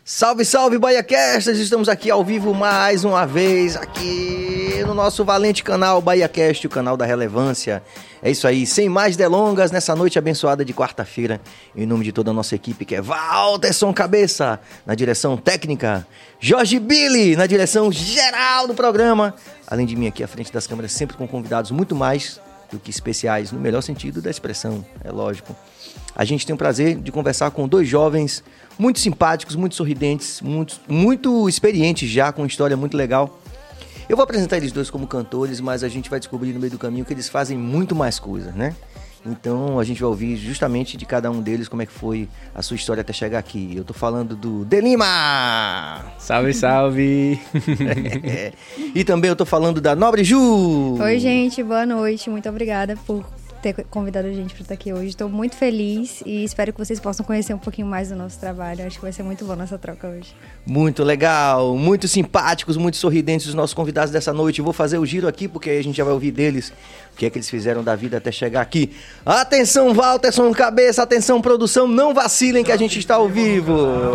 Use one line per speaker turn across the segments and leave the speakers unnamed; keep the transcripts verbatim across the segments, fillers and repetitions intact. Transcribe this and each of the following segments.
Salve, salve, BahiaCasters! Estamos aqui ao vivo mais uma vez, aqui no nosso valente canal BahiaCast, o canal da relevância. É isso aí, sem mais delongas, nessa noite abençoada de quarta-feira, em nome de toda a nossa equipe, que é Walterson Cabeça, na direção técnica, Jorge Billy, na direção geral do programa, além de mim aqui à frente das câmeras, sempre com convidados muito mais do que especiais, no melhor sentido da expressão, é lógico. A gente tem o prazer de conversar com dois jovens muito simpáticos, muito sorridentes, muito, muito experientes já, com uma história muito legal. Eu vou apresentar eles dois como cantores, mas a gente vai descobrir no meio do caminho que eles fazem muito mais coisas, né? Então a gente vai ouvir justamente de cada um deles como é que foi a sua história até chegar aqui. Eu tô falando do Delima!
Salve, salve!
É. E também eu tô falando da Nobre Ju!
Oi, gente, boa noite. Muito obrigada por ter convidado a gente para estar aqui hoje. Estou muito feliz e espero que vocês possam conhecer um pouquinho mais do nosso trabalho. Acho que vai ser muito bom nossa troca hoje.
Muito legal, muito simpáticos, muito sorridentes os nossos convidados dessa noite. Eu vou fazer o giro aqui porque aí a gente já vai ouvir deles o que é que eles fizeram da vida até chegar aqui. Atenção, Walterson Cabeça, atenção, produção, não vacilem que a gente está ao vivo.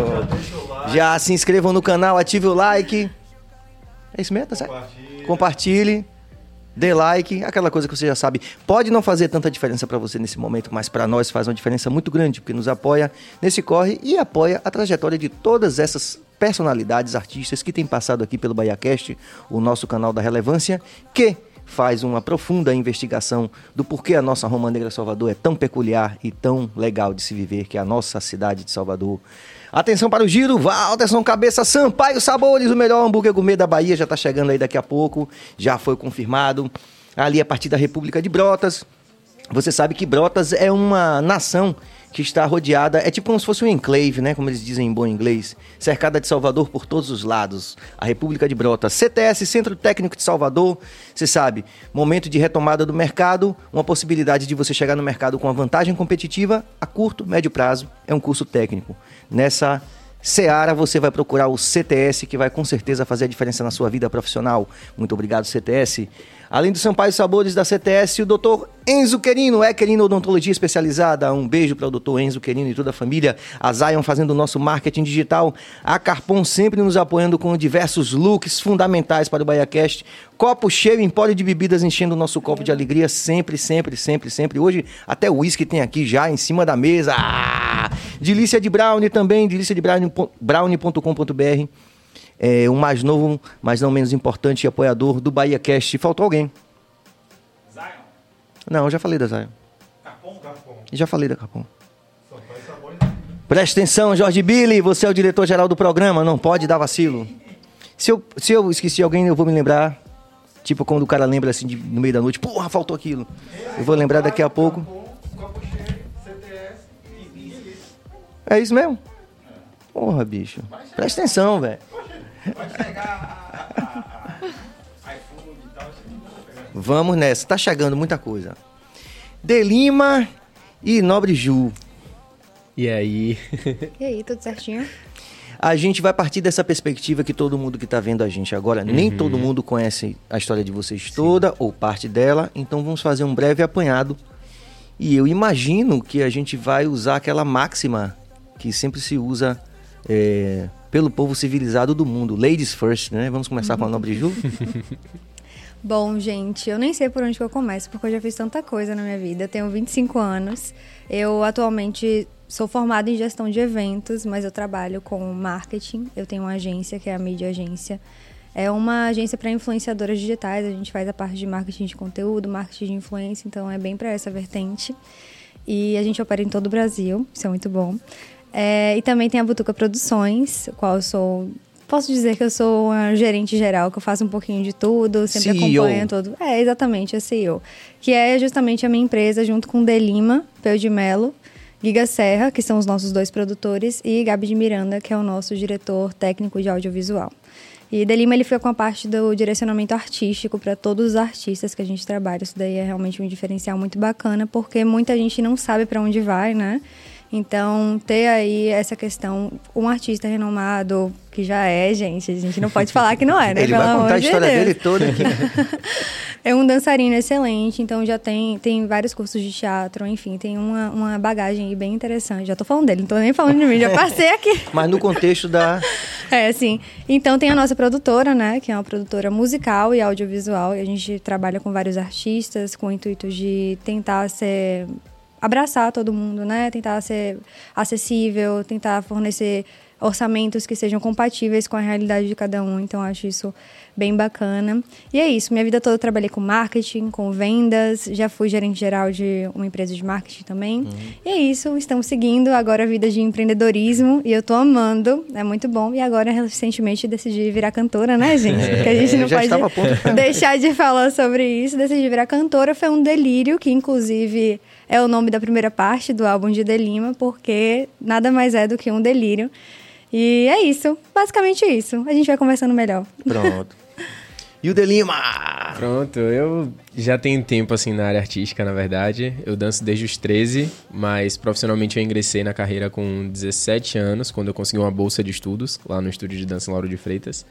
Já se inscrevam no canal, ative o like. É isso mesmo, tá certo? Compartilhe. Compartilhe. Dê like, aquela coisa que você já sabe. Pode não fazer tanta diferença para você nesse momento, mas para nós faz uma diferença muito grande, porque nos apoia nesse corre e apoia a trajetória de todas essas personalidades, artistas que têm passado aqui pelo BahiaCast, o nosso canal da relevância, que faz uma profunda investigação do porquê a nossa Roma Negra Salvador é tão peculiar e tão legal de se viver, que é a nossa cidade de Salvador. Atenção para o giro, Walterson Cabeça, Sampaio Sabores, o melhor hambúrguer gourmet da Bahia, já está chegando aí daqui a pouco, já foi confirmado, ali a partir da República de Brotas. Você sabe que Brotas é uma nação que está rodeada, é tipo como se fosse um enclave, né, como eles dizem em bom inglês, cercada de Salvador por todos os lados, a República de Brotas. C T S, Centro Técnico de Salvador, você sabe, momento de retomada do mercado, uma possibilidade de você chegar no mercado com uma vantagem competitiva a curto, médio prazo, é um curso técnico. Nessa seara você vai procurar o C T S, que vai com certeza fazer a diferença na sua vida profissional. Muito obrigado, C T S. Além do Sampaio Sabores da C T S, o doutor Enzo Querino, é Querino Odontologia Especializada. Um beijo para o doutor Enzo Querino e toda a família. A Zion fazendo o nosso marketing digital. A Carpon sempre nos apoiando com diversos looks fundamentais para o BahiaCast. Copo cheio, empório de bebidas enchendo o nosso copo de alegria sempre, sempre, sempre, sempre. Hoje até o uísque tem aqui já em cima da mesa. Ah! Delícia de Brownie também, delícia de brownie ponto com ponto b r. É, o mais novo, mas não menos importante, apoiador do BahiaCast. Faltou alguém?
Zion?
Não, eu já falei da Zion.
Carpon? Carpon.
Já falei da Carpon. Presta atenção, Jorge Billy, você é o diretor-geral do programa, não pode dar vacilo. Se eu, se eu esqueci alguém, eu vou me lembrar. Tipo quando o cara lembra assim de, no meio da noite, porra, faltou aquilo. Eu vou lembrar daqui a pouco. É isso mesmo? Porra, bicho. Presta atenção, velho.
Vai chegar a, a, a iFood e tal.
Vamos nessa, tá chegando muita coisa. Delima e Nobre Ju.
E aí?
E aí, tudo certinho?
A gente vai partir dessa perspectiva que todo mundo que tá vendo a gente agora, uhum. nem todo mundo conhece a história de vocês toda, Sim. ou parte dela, então vamos fazer um breve apanhado. E eu imagino que a gente vai usar aquela máxima que sempre se usa é, pelo povo civilizado do mundo, ladies first, né? Vamos começar com a Nobre Ju?
Bom, gente, eu nem sei por onde que eu começo, porque eu já fiz tanta coisa na minha vida. Eu tenho vinte e cinco anos, eu atualmente sou formada em gestão de eventos, mas eu trabalho com marketing. Eu tenho uma agência, que é a Mídia Agência. É uma agência para influenciadoras digitais, a gente faz a parte de marketing de conteúdo, marketing de influência, então é bem para essa vertente. E a gente opera em todo o Brasil, isso é muito bom. É, e também tem a Butuca Produções, qual eu sou... Posso dizer que eu sou uma gerente geral, que eu faço um pouquinho de tudo, sempre C E O. Acompanho tudo. É, exatamente, a C E O. Que é justamente a minha empresa, junto com Delima, Peu de Melo, Giga Serra, que são os nossos dois produtores, e Gabi de Miranda, que é o nosso diretor técnico de audiovisual. E Delima, ele fica com a parte do direcionamento artístico para todos os artistas que a gente trabalha. Isso daí é realmente um diferencial muito bacana, porque muita gente não sabe para onde vai, né? Então, ter aí essa questão, um artista renomado, que já é, gente, a gente não pode falar que não é, né?
Ele
Pelo
vai contar
amor
a história
de Deus.
dele toda aqui.
é um dançarino excelente, então já tem, tem vários cursos de teatro, enfim, tem uma, uma bagagem aí bem interessante. Já tô falando dele, não tô nem falando de mim, já passei aqui.
Mas no contexto da...
É, sim. Então tem a nossa produtora, né, que é uma produtora musical e audiovisual, e a gente trabalha com vários artistas, com o intuito de tentar ser... abraçar todo mundo, né, tentar ser acessível, tentar fornecer orçamentos que sejam compatíveis com a realidade de cada um, então acho isso bem bacana. E é isso, minha vida toda eu trabalhei com marketing, com vendas, já fui gerente geral de uma empresa de marketing também. Uhum. E é isso, estamos seguindo agora a vida de empreendedorismo e eu tô amando, é muito bom. E agora, recentemente, decidi virar cantora, né, gente?
É,
Porque a gente não
já
pode
estava a ponto.
deixar de falar sobre isso. Decidi virar cantora, foi um delírio, que inclusive é o nome da primeira parte do álbum de Delima, porque nada mais é do que um delírio. E é isso, basicamente isso. A gente vai conversando melhor.
Pronto. E o Delima?
Pronto, eu já tenho tempo assim na área artística, na verdade. Eu danço desde os treze, mas profissionalmente eu ingressei na carreira com dezessete anos, quando eu consegui uma bolsa de estudos lá no Estúdio de Dança Lauro de Freitas.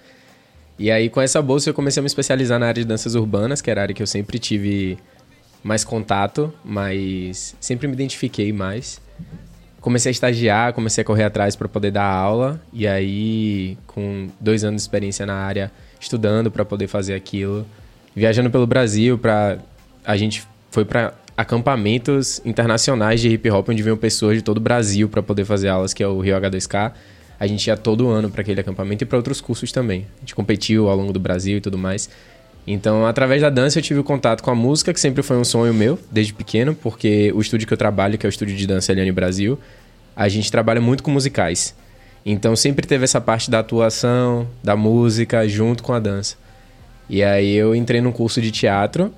E aí com essa bolsa eu comecei a me especializar na área de danças urbanas, que era a área que eu sempre tive mais contato, mas sempre me identifiquei mais. Comecei a estagiar, comecei a correr atrás para poder dar aula. E aí, com dois anos de experiência na área, estudando para poder fazer aquilo. Viajando pelo Brasil, pra... a gente foi para acampamentos internacionais de hip hop, onde vinham pessoas de todo o Brasil para poder fazer aulas, que é o Rio H dois K. A gente ia todo ano para aquele acampamento e para outros cursos também. A gente competiu ao longo do Brasil e tudo mais. Então, através da dança, eu tive o contato com a música, que sempre foi um sonho meu, desde pequeno, porque o estúdio que eu trabalho, que é o Estúdio de Dança Eliane Brasil, a gente trabalha muito com musicais. Então, sempre teve essa parte da atuação, da música, junto com a dança. E aí, eu entrei num curso de teatro,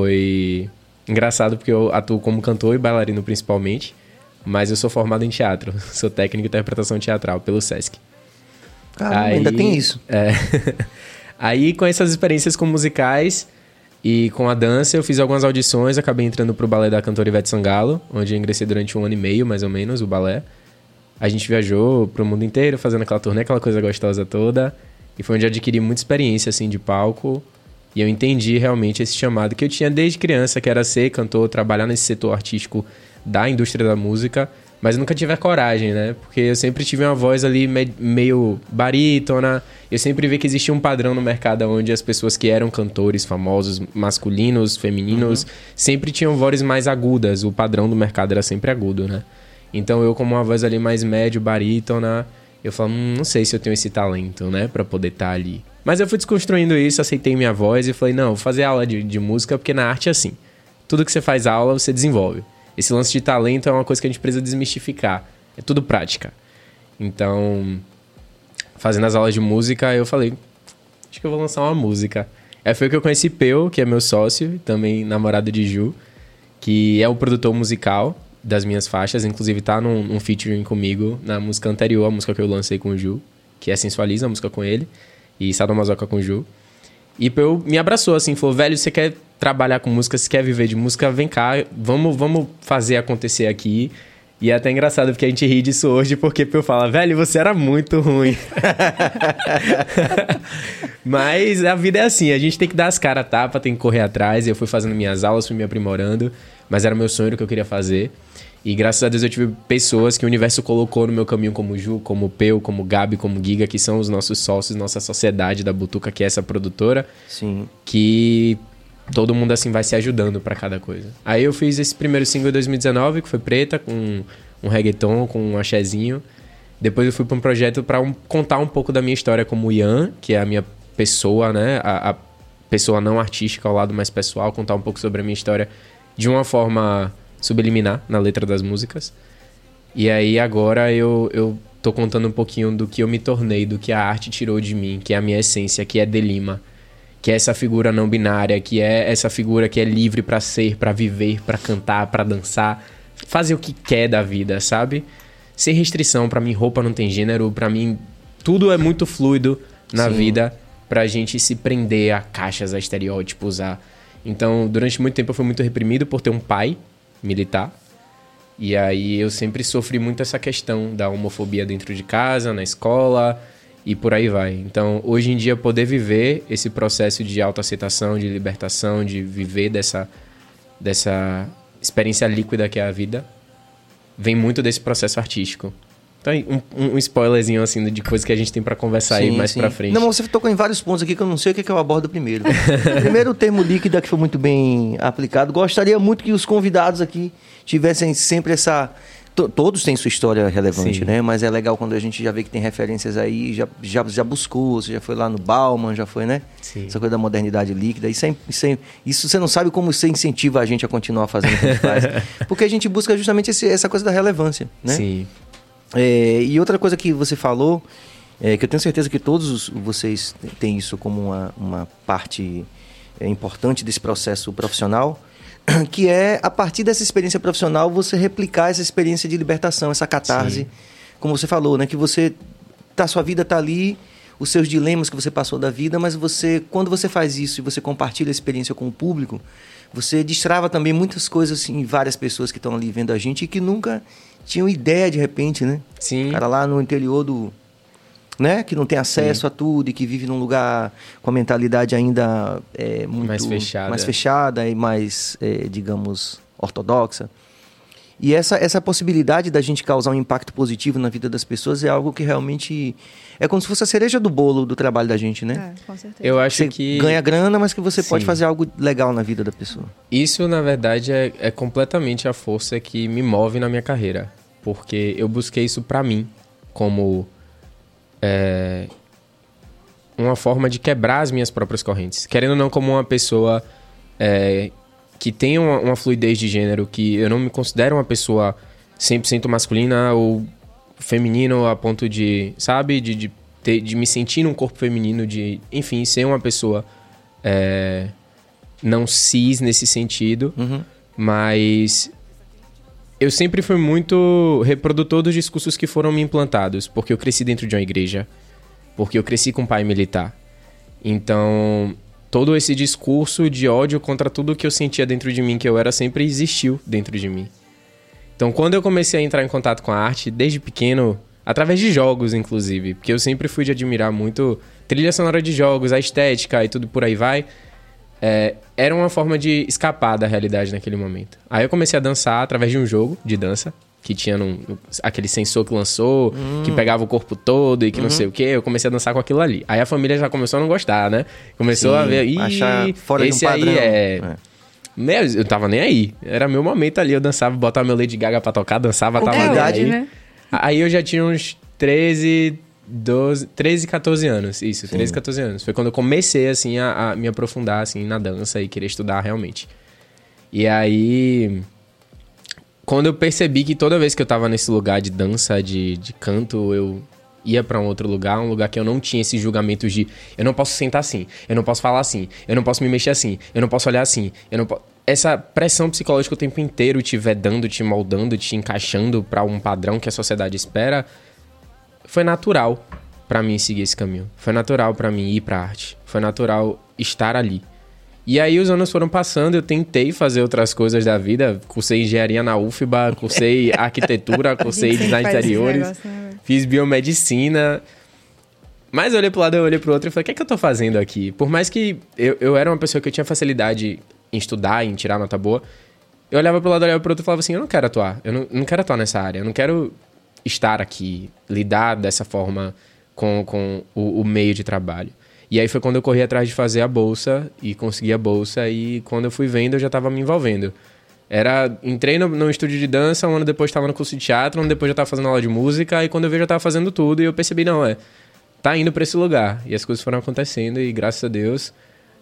foi engraçado porque eu atuo como cantor e bailarino principalmente, mas eu sou formado em teatro, sou técnico de interpretação teatral pelo Sesc.
Caramba,
aí,
ainda tem isso.
É... Aí, com essas experiências com musicais e com a dança, eu fiz algumas audições, acabei entrando pro balé da cantora Ivete Sangalo, onde eu ingressei durante um ano e meio, mais ou menos, o balé. A gente viajou pro mundo inteiro, fazendo aquela turnê, aquela coisa gostosa toda, e foi onde eu adquiri muita experiência, assim, de palco, e eu entendi realmente esse chamado que eu tinha desde criança, que era ser cantor, trabalhar nesse setor artístico da indústria da música, mas nunca tive a coragem, né? Porque eu sempre tive uma voz ali me- meio barítona. Eu sempre vi que existia um padrão no mercado onde as pessoas que eram cantores famosos, masculinos, femininos, uhum. sempre tinham vozes mais agudas. O padrão do mercado era sempre agudo, né? Então eu, como uma voz ali mais médio, barítona, eu falo, hum, não sei se eu tenho esse talento, né? Pra poder estar ali. Mas eu fui desconstruindo isso, aceitei minha voz e falei, não, vou fazer aula de, de música, porque na arte é assim. Tudo que você faz aula, você desenvolve. Esse lance de talento é uma coisa que a gente precisa desmistificar. É tudo prática. Então, fazendo as aulas de música, eu falei, acho que eu vou lançar uma música. Aí foi que eu conheci Peu, que é meu sócio, também namorado de Ju, que é o produtor musical das minhas faixas. Inclusive tá num, num featuring comigo na música anterior, a música que eu lancei com o Ju, que é Sensualiza, a música com ele, e Sadomasoca com o Ju. E Peu me abraçou, assim, falou, velho, você quer trabalhar com música, você quer viver de música, vem cá, vamos, vamos fazer acontecer aqui. E é até engraçado, porque a gente ri disso hoje, porque Peu fala, velho, você era muito ruim. Mas a vida é assim, a gente tem que dar as caras a tapa, tem que correr atrás. Eu fui fazendo minhas aulas, fui me aprimorando, mas era meu sonho que eu queria fazer. E graças a Deus eu tive pessoas que o universo colocou no meu caminho, como Ju, como Peu, como Gabi, como Giga, que são os nossos sócios, nossa sociedade da Butuca, que é essa produtora.
Sim.
Que todo mundo assim vai se ajudando pra cada coisa. Aí eu fiz esse primeiro single em dois mil e dezenove, que foi Preta, com um reggaeton, com um axézinho. Depois eu fui pra um projeto pra um, contar um pouco da minha história como Ian, que é a minha pessoa, né? A, a pessoa não artística ao lado mais pessoal, contar um pouco sobre a minha história de uma forma subliminar na letra das músicas. E aí agora eu, eu tô contando um pouquinho do que eu me tornei, do que a arte tirou de mim, que é a minha essência, que é Delima, que é essa figura não binária, que é essa figura que é livre pra ser, pra viver, pra cantar, pra dançar, fazer o que quer da vida, sabe? Sem restrição. Pra mim roupa não tem gênero, pra mim tudo é muito fluido na Sim. vida, pra gente se prender a caixas, a estereótipos, a... Então durante muito tempo eu fui muito reprimido por ter um pai militar. E aí eu sempre sofri muito essa questão da homofobia dentro de casa, na escola. e por aí vai. Então, hoje em dia, poder viver esse processo de autoaceitação, de libertação, de viver dessa, dessa experiência líquida que é a vida, vem muito desse processo artístico. Então, um, um spoilerzinho, assim, de coisas que a gente tem pra conversar sim, aí mais sim. pra frente.
Não, mas você tocou em vários pontos aqui que eu não sei o que, é que eu abordo primeiro. Primeiro, o termo líquida, que foi muito bem aplicado. Gostaria muito que os convidados aqui tivessem sempre essa... T- todos têm sua história relevante, sim. né? Mas é legal quando a gente já vê que tem referências aí, já, já, já buscou, você já foi lá no Bauman, já foi, né?
Sim.
Essa coisa da modernidade líquida. Isso, é, isso, é, isso você não sabe como você incentiva a gente a continuar fazendo o que a gente faz. Porque a gente busca justamente esse, essa coisa da relevância, né?
Sim.
É, e outra coisa que você falou, é, que eu tenho certeza que todos os, vocês têm isso como uma, uma parte é, importante desse processo profissional, que é, a partir dessa experiência profissional, você replicar essa experiência de libertação, essa catarse, sim. como você falou, né? Que você, tá, sua vida está ali, os seus dilemas que você passou da vida, mas você, quando você faz isso e você compartilha a experiência com o público, você destrava também muitas coisas em várias pessoas que estão ali vendo a gente e que nunca tinham ideia de repente, né?
Sim.
O cara lá no interior do... né? Que não tem acesso sim. a tudo e que vive num lugar com a mentalidade ainda é, muito...
mais fechada.
Mais fechada e mais, é, digamos, ortodoxa. E essa, essa possibilidade da gente causar um impacto positivo na vida das pessoas é algo que realmente... É como se fosse a cereja do bolo do trabalho da gente, né?
É, com certeza.
Eu acho
você
que...
ganha grana, mas que você
sim.
pode fazer algo legal na vida da pessoa.
Isso, na verdade, é, é completamente a força que me move na minha carreira. Porque eu busquei isso pra mim, como é, uma forma de quebrar as minhas próprias correntes. Querendo ou não, como uma pessoa é, que tem uma, uma fluidez de gênero, que eu não me considero uma pessoa cem por cento masculina ou feminino a ponto de, sabe, de, de, ter, de me sentir num corpo feminino, de, enfim, ser uma pessoa é, não cis nesse sentido,
Uhum.
mas eu sempre fui muito reprodutor dos discursos que foram me implantados, porque eu cresci dentro de uma igreja, porque eu cresci com um pai militar. Então, todo esse discurso de ódio contra tudo que eu sentia dentro de mim, que eu era, sempre existiu dentro de mim. Então, quando eu comecei a entrar em contato com a arte, desde pequeno, através de jogos, inclusive, porque eu sempre fui de admirar muito trilha sonora de jogos, a estética e tudo por aí vai, é, era uma forma de escapar da realidade naquele momento. Aí eu comecei a dançar através de um jogo de dança, que tinha num, aquele sensor que lançou, hum. que pegava o corpo todo e que uhum. não sei o quê. Eu comecei a dançar com aquilo ali. Aí a família já começou a não gostar, né? Começou Sim, a ver, ih, achar fora esse de um padrão. Aí é... é. Meu, eu tava nem aí. Era meu momento ali. Eu dançava, botava meu Lady Gaga pra tocar, dançava,
Com
tava
que
nem
idade,
aí.
né?
Aí eu já tinha uns treze, doze, treze, catorze anos. Isso, Sim. treze, catorze anos. Foi quando eu comecei, assim, a, a me aprofundar, assim, na dança e querer estudar realmente. E aí... Quando eu percebi que toda vez que eu tava nesse lugar de dança, de, de canto, eu ia pra um outro lugar, um lugar que eu não tinha esses julgamentos de eu não posso sentar assim, eu não posso falar assim, eu não posso me mexer assim, eu não posso olhar assim, eu não posso... Essa pressão psicológica o tempo inteiro te vedando, te moldando, te encaixando pra um padrão que a sociedade espera, foi natural pra mim seguir esse caminho. Foi natural pra mim ir pra arte. Foi natural estar ali. E aí os anos foram passando, eu tentei fazer outras coisas da vida, cursei engenharia na U F B A, cursei arquitetura, cursei design de interiores, negócio, né? Fiz biomedicina, mas eu olhei pro lado, eu olhei pro outro e falei, o que é que eu tô fazendo aqui? Por mais que eu, eu era uma pessoa que eu tinha facilidade em estudar, em tirar nota boa, eu olhava pro lado, olhava pro outro e falava assim, eu não quero atuar, eu não, não quero atuar nessa área, eu não quero estar aqui, lidar dessa forma com, com o, o meio de trabalho. E aí foi quando eu corri atrás de fazer a bolsa e consegui a bolsa e quando eu fui vendo eu já estava me envolvendo. Era, entrei no, no estúdio de dança, um ano depois estava no curso de teatro, um ano depois já estava fazendo aula de música e quando eu vi eu já estava fazendo tudo e eu percebi, não, é, tá indo para esse lugar. E as coisas foram acontecendo e graças a Deus,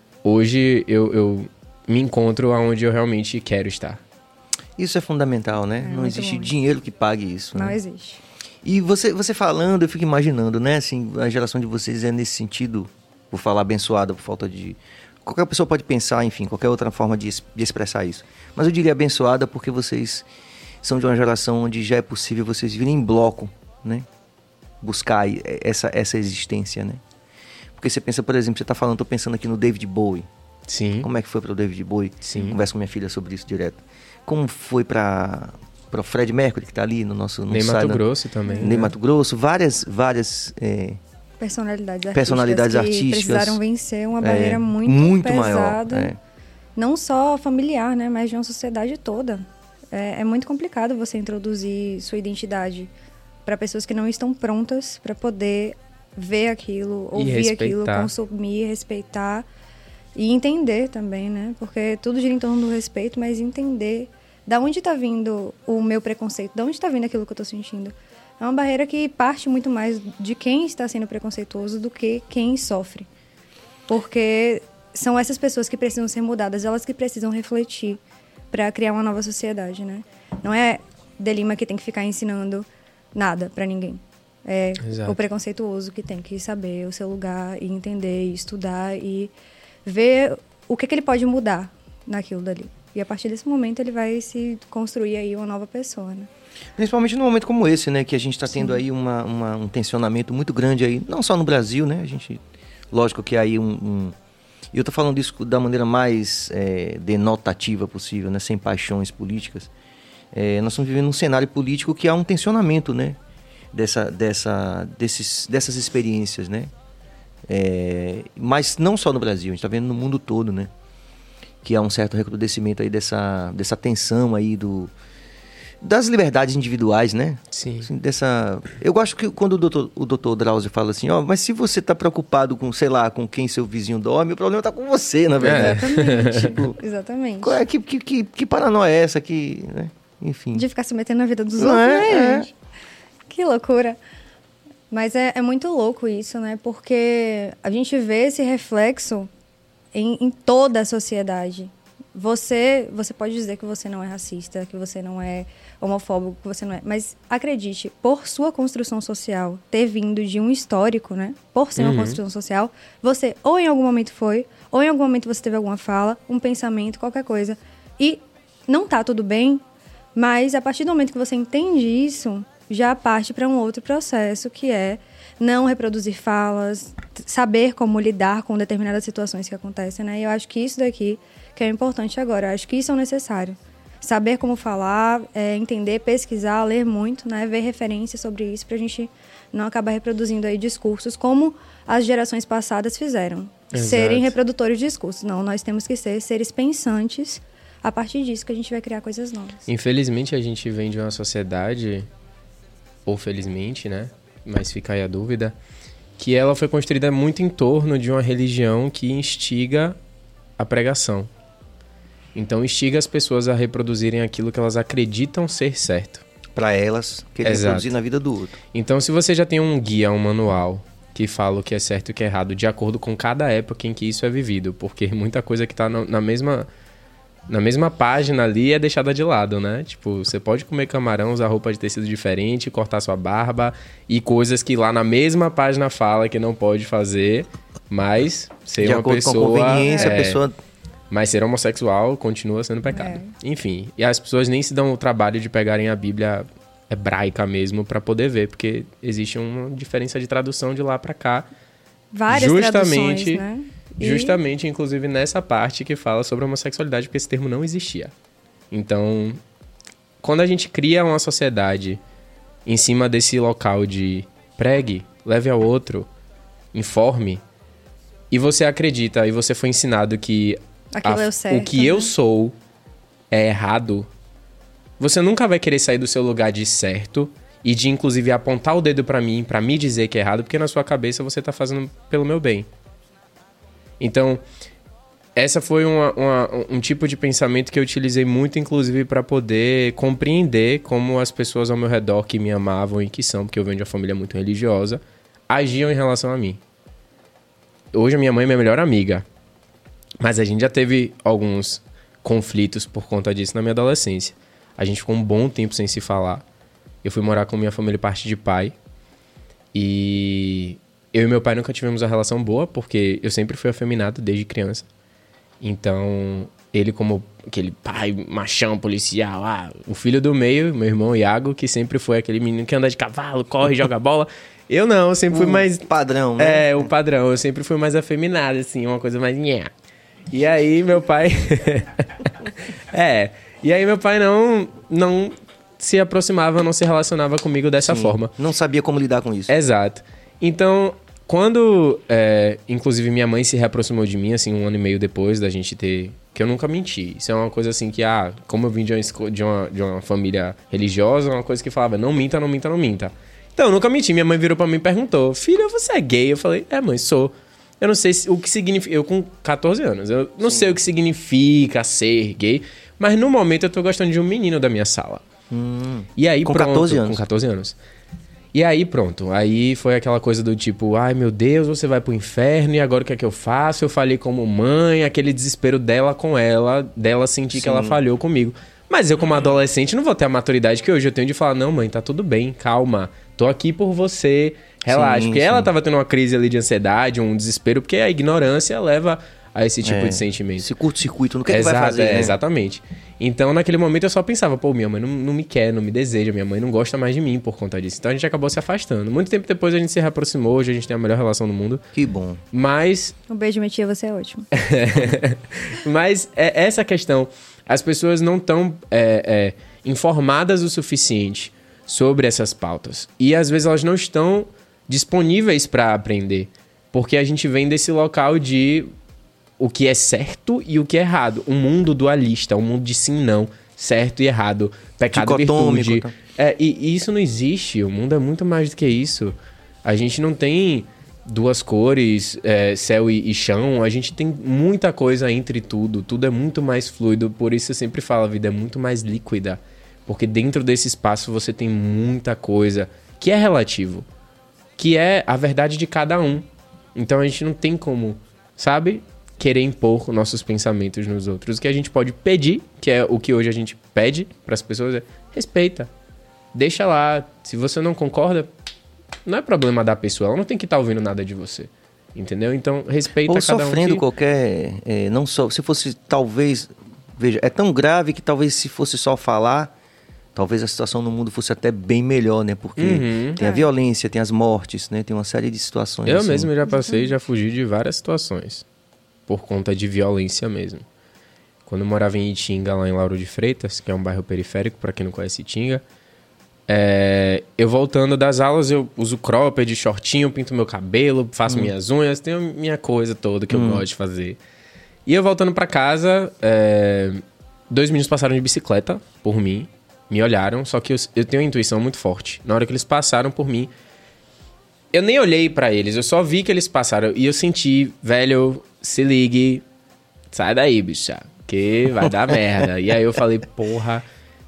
hoje eu, eu me encontro onde eu realmente quero estar.
Isso é fundamental, né? É, não existe bom. dinheiro que pague isso.
Não
né?
existe.
E você, você falando, eu fico imaginando, né? Assim, a geração de vocês é nesse sentido... Por falar abençoada, por falta de... Qualquer pessoa pode pensar, enfim, qualquer outra forma de, de expressar isso. Mas eu diria abençoada porque vocês são de uma geração onde já é possível vocês virem em bloco, né? Buscar essa, essa existência, né? Porque você pensa, por exemplo, você está falando, estou pensando aqui no David Bowie.
Sim.
Como é que foi para o David Bowie?
Sim.
Converso com minha filha sobre isso direto. Como foi para o Fred Mercury, que está ali no nosso... No
Nem
site,
Mato
no,
Grosso também.
Nem
né?
Mato Grosso. Várias, várias... É,
personalidades artísticas
Personalidades
que
artísticas.
precisaram vencer uma
É,
barreira muito,
muito
pesada,
maior, é.
não só familiar, né, mas de uma sociedade toda. É, é muito complicado você introduzir sua identidade para pessoas que não estão prontas para poder ver aquilo,
E
ouvir
respeitar.
aquilo, consumir, respeitar e entender também, né? Porque tudo gira em torno do respeito, mas entender da onde está vindo o meu preconceito, da onde está vindo aquilo que eu estou sentindo. É uma barreira que parte muito mais de quem está sendo preconceituoso do que quem sofre. Porque são essas pessoas que precisam ser mudadas, elas que precisam refletir para criar uma nova sociedade, né? Não é De Lima que tem que ficar ensinando nada para ninguém. É
Exato.
o preconceituoso que tem que saber o seu lugar e entender, e estudar e ver o que, que ele pode mudar naquilo dali. E a partir desse momento ele vai se construir aí uma nova pessoa, né?
Principalmente num momento como esse, né? Que a gente está tendo aí uma, uma- um tensionamento muito grande aí, não só no Brasil, né? A gente, lógico que aí um... um e eu tô falando disso da maneira mais é, denotativa possível, né? Sem paixões políticas. É, nós estamos vivendo um cenário político que há um tensionamento, né? Dessa, dessa, desses, dessas experiências, né? É, mas não só no Brasil, a gente está vendo no mundo todo, né? Que há um certo recrudescimento aí dessa, dessa tensão aí do... das liberdades individuais, né?
Sim.
Assim, dessa... Eu gosto que quando o doutor, o doutor Drauzio fala assim, ó, mas se você tá preocupado com, sei lá, com quem seu vizinho dorme, o problema tá com você, na verdade.
Exatamente.
Tipo,
Exatamente.
qual é, que, que, que, que paranoia é essa? Que, né? Enfim.
De ficar se metendo na vida dos
Não
outros,
é?
né,
É.
gente? Que loucura. Mas é, é muito louco isso, né? Porque a gente vê esse reflexo em, em toda a sociedade. Você, você pode dizer que você não é racista, que você não é homofóbico, que você não é... Mas acredite, por sua construção social ter vindo de um histórico, né? Por ser uma
Uhum.
construção social, você ou em algum momento foi, ou em algum momento você teve alguma fala, um pensamento, qualquer coisa. E não tá tudo bem, mas a partir do momento que você entende isso, já parte para um outro processo, que é não reproduzir falas, t- saber como lidar com determinadas situações que acontecem, né? E eu acho que isso daqui que é importante agora. Eu acho que isso é o necessário. Saber como falar, é, entender, pesquisar, ler muito, né? Ver referências sobre isso para a gente não acabar reproduzindo aí discursos como as gerações passadas fizeram.
Exato.
Serem reprodutores de discursos. Não, nós temos que ser seres pensantes. A partir disso que a gente vai criar coisas novas.
Infelizmente, a gente vem de uma sociedade, ou felizmente, né? Mas fica aí a dúvida, que ela foi construída muito em torno de uma religião que instiga a pregação. Então, instiga as pessoas a reproduzirem aquilo que elas acreditam ser certo.
Pra elas, querer
Exato.
reproduzir na vida do outro.
Então, se você já tem um guia, um manual, que fala o que é certo e o que é errado, de acordo com cada época em que isso é vivido, porque muita coisa que tá na, na mesma... Na mesma página ali é deixada de lado, né? Tipo, você pode comer camarão, usar roupa de tecido diferente, cortar sua barba e coisas que lá na mesma página fala que não pode fazer, mas ser
de
uma
acordo
pessoa...
com a conveniência,
é,
a pessoa...
Mas ser homossexual continua sendo pecado.
É.
Enfim, e as pessoas nem se dão o trabalho de pegarem a Bíblia hebraica mesmo pra poder ver, porque existe uma diferença de tradução de lá pra cá.
Várias
Justamente-
traduções, né? E-
Justamente, inclusive, nessa parte que fala sobre homossexualidade, porque esse termo não existia. Então, quando a gente cria uma sociedade em cima desse local de pregue, leve ao outro, informe, e você acredita, e você foi ensinado que
Aquilo
a-
é o certo,
o que eu
né?
sou é errado, você nunca vai querer sair do seu lugar de certo e de, inclusive, apontar o dedo pra mim, pra me dizer que é errado, porque na sua cabeça você tá fazendo pelo meu bem. Então, essa foi uma- uma- um tipo de pensamento que eu utilizei muito, inclusive, para poder compreender como as pessoas ao meu redor que me amavam e que são, porque eu venho de uma família muito religiosa, agiam em relação a mim. Hoje a minha mãe é minha melhor amiga, mas a gente já teve alguns conflitos por conta disso na minha adolescência. A gente ficou um bom tempo sem se falar. Eu fui morar com minha família parte de pai e... Eu e meu pai nunca tivemos uma relação boa, porque eu sempre fui afeminado desde criança. Então, ele como aquele pai machão, policial, ah, o filho do meio, meu irmão Iago, que sempre foi aquele menino que anda de cavalo, corre, joga bola. Eu não, eu sempre fui
O
mais...
padrão, né?
É, o padrão. Eu sempre fui mais afeminado, assim, uma coisa mais... nhé. E aí, meu pai... é, e aí meu pai não, não se aproximava, não se relacionava comigo dessa
Sim,
forma.
Não sabia como lidar com isso.
Exato. Então, quando, é, inclusive, minha mãe se reaproximou de mim, assim, um ano e meio depois da gente ter... Que eu nunca menti. Isso é uma coisa assim que, ah, como eu vim de uma, esco- de uma, de uma família religiosa, é uma coisa que falava, não minta, não minta, não minta. Então, eu nunca menti. Minha mãe virou pra mim e perguntou, filha, você é gay? Eu falei, é, mãe, sou. Eu não sei se, o que significa... Eu com catorze anos. Eu não Sim. sei o que significa ser gay, mas no momento eu tô gostando de um menino da minha sala.
Hum.
E aí,
com
pronto,
catorze anos.
Com catorze anos. E aí, pronto. Aí foi aquela coisa do tipo, ai, meu Deus, você vai pro inferno e agora o que é que eu faço? Eu falhei como mãe, aquele desespero dela com ela, dela sentir Sim. que ela falhou comigo. Mas eu, como adolescente, não vou ter a maturidade que hoje eu tenho de falar, não, mãe, tá tudo bem, calma. Tô aqui por você, relaxa. Sim, porque sim. ela tava tendo uma crise ali de ansiedade, um desespero, porque a ignorância leva a esse tipo
é,
de sentimento.
Esse curto-circuito, não quer que
Exato,
vai fazer,
é,
né?
Exatamente. Então, naquele momento, eu só pensava, pô, minha mãe não, não me quer, não me deseja, minha mãe não gosta mais de mim por conta disso. Então, a gente acabou se afastando. Muito tempo depois, a gente se reaproximou, hoje a gente tem a melhor relação do mundo.
Que bom.
Mas...
Um beijo, minha tia, você é ótimo.
Mas é essa questão, as pessoas não estão é, é, informadas o suficiente sobre essas pautas. E, às vezes, elas não estão disponíveis para aprender. Porque a gente vem desse local de... o que é certo e o que é errado. Um mundo dualista, um mundo de sim não, certo e errado, pecado e virtude. É, e, e isso não existe, o mundo é muito mais do que isso. A gente não tem duas cores, é, céu e, e chão, a gente tem muita coisa entre tudo, tudo é muito mais fluido, por isso eu sempre falo, a vida é muito mais líquida, porque dentro desse espaço você tem muita coisa que é relativo, que é a verdade de cada um. Então a gente não tem como, sabe... querer impor nossos pensamentos nos outros. O que a gente pode pedir, que é o que hoje a gente pede para as pessoas, é respeita. Deixa lá. Se você não concorda, não é problema da pessoa. Ela não tem que estar ouvindo nada de você. Entendeu? Então, respeita
Ou
cada um. Ou
sofrendo
que...
qualquer... É, não só... Se fosse, talvez... Veja, é tão grave que talvez se fosse só falar, talvez a situação no mundo fosse até bem melhor, né? Porque
uhum.
tem a violência, tem as mortes, né? Tem uma série de situações.
Eu
assim.
mesmo já passei, já fugi de várias situações. Por conta de violência mesmo. Quando eu morava em Itinga, lá em Lauro de Freitas, que é um bairro periférico, para quem não conhece Itinga, é... eu voltando das aulas, eu uso cropped, shortinho, pinto meu cabelo, faço hum. minhas unhas, tenho minha coisa toda que hum. eu gosto de fazer. E eu voltando para casa, é... dois meninos passaram de bicicleta por mim, me olharam, só que eu, eu tenho uma intuição muito forte. Na hora que eles passaram por mim, eu nem olhei pra eles, eu só vi que eles passaram e eu senti, velho, se ligue, sai daí, bicha, que vai dar merda. E aí eu falei, porra,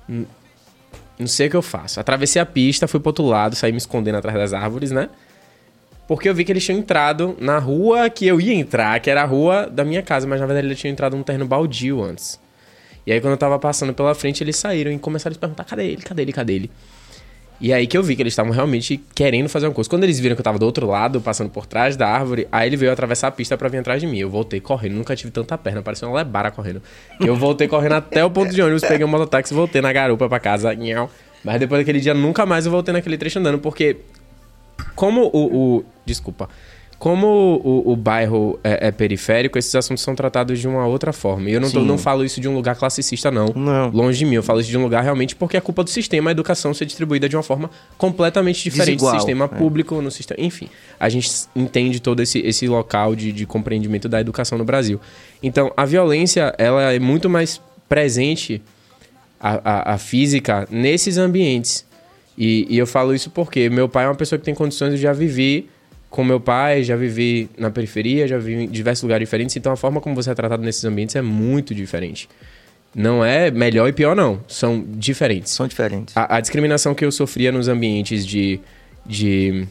não sei o que eu faço. Atravessei a pista, fui pro outro lado, saí me escondendo atrás das árvores, né? Porque eu vi que eles tinham entrado na rua que eu ia entrar, que era a rua da minha casa, mas na verdade eles tinham entrado num terreno baldio antes. E aí quando eu tava passando pela frente, eles saíram e começaram a se perguntar, cadê ele, cadê ele, cadê ele? E aí que eu vi que eles estavam realmente querendo fazer uma coisa. Quando eles viram que eu tava do outro lado, passando por trás da árvore, aí ele veio atravessar a pista pra vir atrás de mim. Eu voltei correndo, nunca tive tanta perna, parecia uma lebara correndo. Eu voltei correndo até o ponto de ônibus, peguei um mototáxi, voltei na garupa pra casa. Mas depois daquele dia, nunca mais eu voltei naquele trecho andando, porque como o... o desculpa. Como o, o bairro é, é periférico, esses assuntos são tratados de uma outra forma. E eu não, tô, não falo isso de um lugar classicista, não. não. Longe de mim. Eu falo isso de um lugar realmente porque é culpa do sistema, a educação ser distribuída de uma forma completamente diferente
Desigual,
do sistema
é.
público, no sistema... Enfim, a gente entende todo esse, esse local de, de compreendimento da educação no Brasil. Então, a violência, ela é muito mais presente, a, a, a física, nesses ambientes. E, e eu falo isso porque meu pai é uma pessoa que tem condições de já viver... com meu pai, já vivi na periferia, já vivi em diversos lugares diferentes, então a forma como você é tratado nesses ambientes é muito diferente. Não é melhor e pior, não. São diferentes.
São diferentes.
A, a discriminação que eu sofria nos ambientes de, de,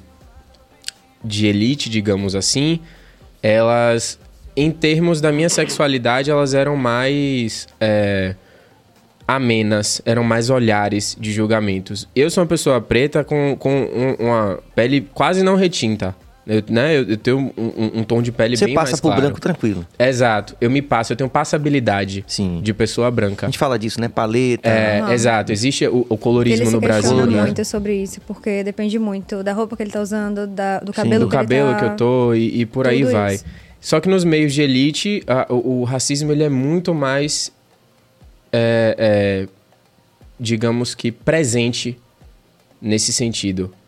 de elite, digamos assim, elas, em termos da minha sexualidade, elas eram mais... É, amenas, eram mais olhares de julgamentos. Eu sou uma pessoa preta com, com um, uma pele quase não retinta. Eu, né, eu, eu tenho um, um, um tom de pele
Você
bem mais claro.
Você passa por branco tranquilo.
Exato. Eu me passo, eu tenho passabilidade Sim. de pessoa branca.
A gente fala disso, né? Paleta.
É, uhum. Exato. Existe o, o colorismo no Brasil.
Ele se
né?
muito sobre isso, porque depende muito da roupa que ele tá usando, da, do cabelo
Sim, do
que
cabelo
ele tá...
que eu tô e, e por Tudo aí vai. Isso. Só que nos meios de elite, a, o, o racismo ele é muito mais... É, é, digamos que presente nesse sentido.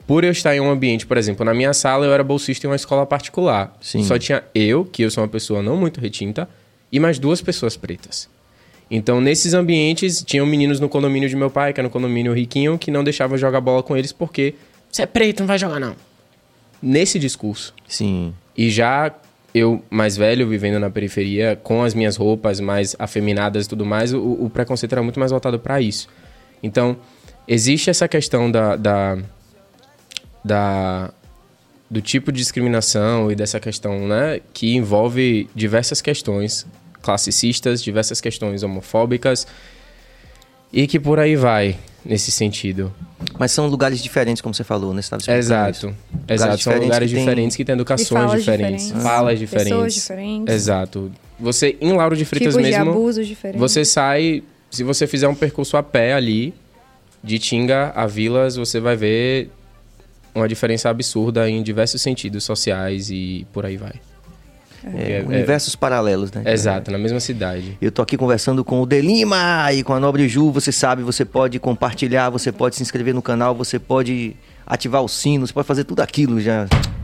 por eu estar em um ambiente, por exemplo, na minha sala eu era bolsista em uma escola particular.
Sim.
Só tinha eu, que eu sou uma pessoa não muito retinta, e mais duas pessoas pretas. Então, nesses ambientes, tinham meninos no condomínio de meu pai, que era no condomínio riquinho, que não deixavam eu jogar bola com eles porque você é preto, não vai jogar não. Nesse discurso.
Sim.
E já eu, mais velho, vivendo na periferia, com as minhas roupas mais afeminadas e tudo mais, o, o preconceito era muito mais voltado para isso. Então, existe essa questão da, da, da, do tipo de discriminação e dessa questão, né, que envolve diversas questões classicistas, diversas questões homofóbicas e que por aí vai, nesse sentido.
Mas são lugares diferentes, como você falou, né? Você estava explicando
Exato,
isso.
exato. São lugares
que tem-
diferentes que têm educações
falas
diferentes,
diferentes.
falas
Pessoas
diferentes.
diferentes.
Exato. Você, em Lauro de Freitas
Tipos de
mesmo,
abusos diferentes.
você sai, se você fizer um percurso a pé ali, de Tinga a Vilas, você vai ver uma diferença absurda em diversos sentidos sociais e por aí vai.
É,
É,
universos paralelos, né?
Exato, na mesma cidade.
Eu tô aqui conversando com o Delima e com a Nobre Ju. Você sabe, você pode compartilhar, você pode se inscrever no canal, você pode ativar o sino, você pode fazer tudo aquilo já.